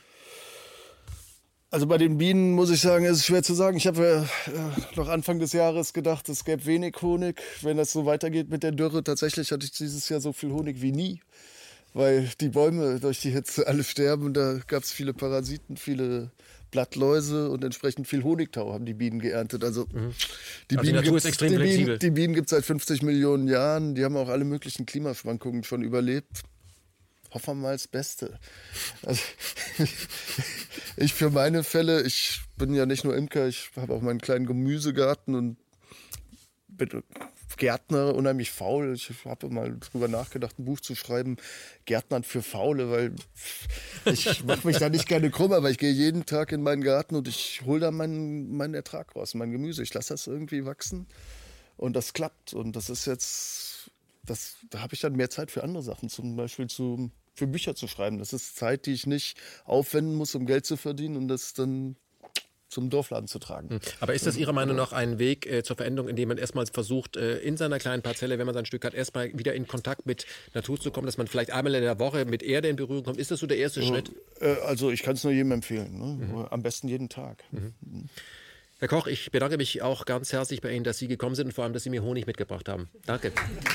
Also bei den Bienen muss ich sagen, ist es schwer zu sagen. Ich habe äh, noch Anfang des Jahres gedacht, es gäbe wenig Honig, wenn das so weitergeht mit der Dürre. Tatsächlich hatte ich dieses Jahr so viel Honig wie nie. Weil die Bäume durch die Hitze alle sterben und da gab es viele Parasiten, viele Blattläuse und entsprechend viel Honigtau haben die Bienen geerntet. Also, mhm. die, also Bienen die Natur ist extrem die flexibel. Bienen, die Bienen gibt es seit fünfzig Millionen Jahren. Die haben auch alle möglichen Klimaschwankungen schon überlebt. Hoffen wir mal das Beste. Also, ich für meine Fälle, ich bin ja nicht nur Imker, ich habe auch meinen kleinen Gemüsegarten und bin Gärtner, unheimlich faul. Ich habe mal drüber nachgedacht, ein Buch zu schreiben, Gärtnern für Faule, weil ich mache mich da nicht gerne krumm, aber ich gehe jeden Tag in meinen Garten und ich hole da meinen, meinen Ertrag raus, mein Gemüse. Ich lasse das irgendwie wachsen und das klappt. Und das ist jetzt, das, da habe ich dann mehr Zeit für andere Sachen, zum Beispiel zu, für Bücher zu schreiben. Das ist Zeit, die ich nicht aufwenden muss, um Geld zu verdienen und das dann zum Dorfladen zu tragen. Aber ist das Ihrer Meinung nach ein Weg äh, zur Veränderung, indem man erstmal versucht, äh, in seiner kleinen Parzelle, wenn man sein Stück hat, erstmal wieder in Kontakt mit Natur zu kommen, dass man vielleicht einmal in der Woche mit Erde in Berührung kommt? Ist das so der erste also, Schritt? Äh, also ich kann es nur jedem empfehlen. Ne? Mhm. Am besten jeden Tag. Mhm. Herr Koch, ich bedanke mich auch ganz herzlich bei Ihnen, dass Sie gekommen sind und vor allem, dass Sie mir Honig mitgebracht haben. Danke.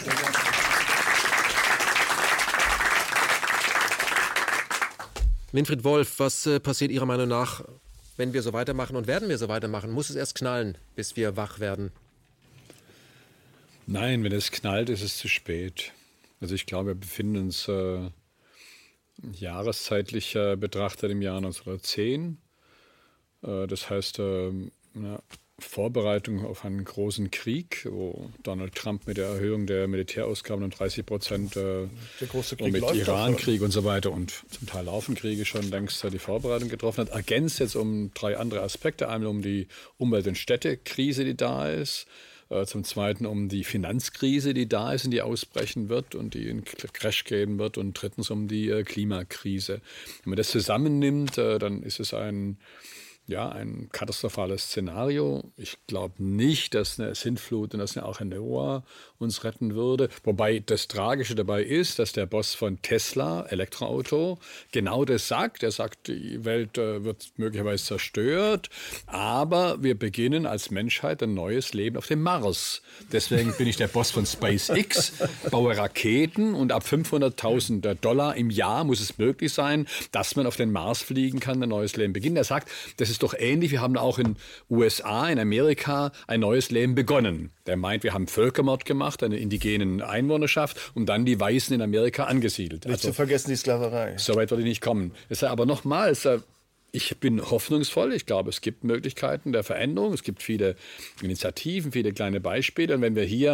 Winfried Wolf, was äh, passiert Ihrer Meinung nach, wenn wir so weitermachen und werden wir so weitermachen? Muss es erst knallen, bis wir wach werden? Nein, wenn es knallt, ist es zu spät. Also ich glaube, wir befinden uns äh, jahreszeitlich äh, betrachtet im Jahr neunzehnhundertzehn. Äh, das heißt, äh, na, Vorbereitung auf einen großen Krieg, wo Donald Trump mit der Erhöhung der Militärausgaben um dreißig Prozent äh, der große Krieg und mit Irankrieg schon. Und so weiter und zum Teil laufen Kriege schon längst die Vorbereitung getroffen hat. Ergänzt jetzt um drei andere Aspekte. Einmal um die Umwelt- und Städtekrise, die da ist. Äh, zum Zweiten um die Finanzkrise, die da ist und die ausbrechen wird und die einen Crash geben wird. Und drittens um die äh, Klimakrise. Wenn man das zusammennimmt, äh, dann ist es ein... Ja, ein katastrophales Szenario. Ich glaube nicht, dass eine Sintflut und dass eine Arche Noah uns retten würde. Wobei das Tragische dabei ist, dass der Boss von Tesla, Elektroauto, genau das sagt. Er sagt, die Welt äh, wird möglicherweise zerstört, aber wir beginnen als Menschheit ein neues Leben auf dem Mars. Deswegen bin ich der Boss von SpaceX, baue Raketen und ab fünfhunderttausend Dollar im Jahr muss es möglich sein, dass man auf den Mars fliegen kann, ein neues Leben beginnen. Er sagt, das ist doch ähnlich. Wir haben auch in U S A, in Amerika ein neues Leben begonnen. Der meint, wir haben Völkermord gemacht, eine indigenen Einwohnerschaft und dann die Weißen in Amerika angesiedelt. Nicht also, zu vergessen die Sklaverei. So weit würde ich nicht kommen. Das aber nochmals, ich bin hoffnungsvoll. Ich glaube, es gibt Möglichkeiten der Veränderung. Es gibt viele Initiativen, viele kleine Beispiele. Und wenn wir hier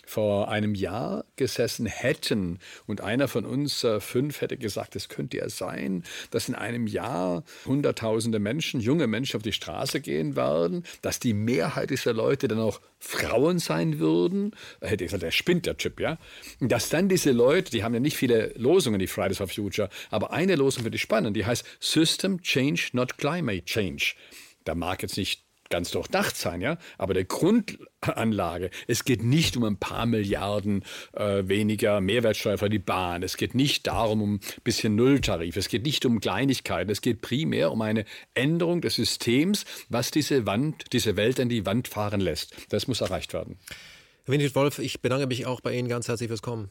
vor einem Jahr gesessen hätten und einer von uns äh, fünf hätte gesagt, es könnte ja sein, dass in einem Jahr hunderttausende Menschen, junge Menschen auf die Straße gehen werden, dass die Mehrheit dieser Leute dann auch Frauen sein würden, hätte ich gesagt, der spinnt der Typ, ja. Und dass dann diese Leute, die haben ja nicht viele Losungen, die Fridays for Future, aber eine Losung finde ich spannend, die heißt System Change, not Climate Change. Da mag jetzt nicht ganz durchdacht sein, ja, aber der Grundanlage, es geht nicht um ein paar Milliarden äh, weniger Mehrwertsteuer für die Bahn, es geht nicht darum um ein bisschen Nulltarif, es geht nicht um Kleinigkeiten, es geht primär um eine Änderung des Systems, was diese Wand, diese Welt an die Wand fahren lässt. Das muss erreicht werden. Herr Winfried Wolf, ich bedanke mich auch bei Ihnen ganz herzlich fürs Kommen.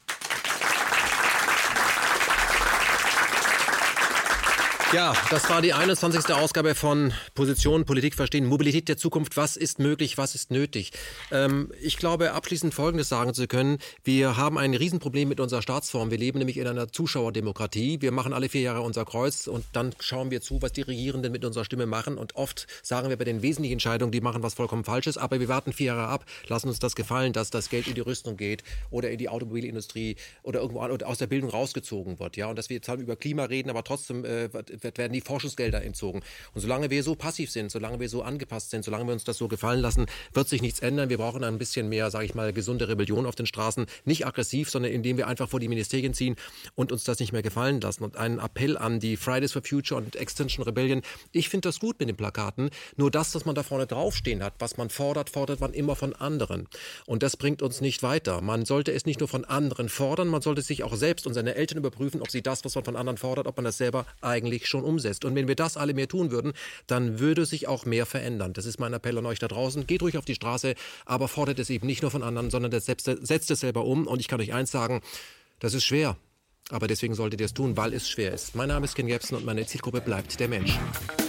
Ja, das war die einundzwanzigste Ausgabe von Position, Politik verstehen, Mobilität der Zukunft. Was ist möglich, was ist nötig? Ähm, ich glaube, abschließend Folgendes sagen zu können. Wir haben ein Riesenproblem mit unserer Staatsform. Wir leben nämlich in einer Zuschauerdemokratie. Wir machen alle vier Jahre unser Kreuz und dann schauen wir zu, was die Regierenden mit unserer Stimme machen. Und oft sagen wir bei den wesentlichen Entscheidungen, die machen was vollkommen Falsches. Aber wir warten vier Jahre ab, lassen uns das gefallen, dass das Geld in die Rüstung geht oder in die Automobilindustrie oder irgendwo an, oder aus der Bildung rausgezogen wird. Ja, und dass wir jetzt über Klima reden, aber trotzdem äh, werden die Forschungsgelder entzogen. Und solange wir so passiv sind, solange wir so angepasst sind, solange wir uns das so gefallen lassen, wird sich nichts ändern. Wir brauchen ein bisschen mehr, sage ich mal, gesunde Rebellion auf den Straßen. Nicht aggressiv, sondern indem wir einfach vor die Ministerien ziehen und uns das nicht mehr gefallen lassen. Und einen Appell an die Fridays for Future und Extinction Rebellion. Ich finde das gut mit den Plakaten. Nur das, was man da vorne draufstehen hat, was man fordert, fordert man immer von anderen. Und das bringt uns nicht weiter. Man sollte es nicht nur von anderen fordern, man sollte sich auch selbst und seine Eltern überprüfen, ob sie das, was man von anderen fordert, ob man das selber eigentlich schon umsetzt. Und wenn wir das alle mehr tun würden, dann würde sich auch mehr verändern. Das ist mein Appell an euch da draußen. Geht ruhig auf die Straße, aber fordert es eben nicht nur von anderen, sondern setzt, setzt es selber um. Und ich kann euch eins sagen, das ist schwer. Aber deswegen solltet ihr es tun, weil es schwer ist. Mein Name ist Ken Jebsen und meine Zielgruppe bleibt der Mensch.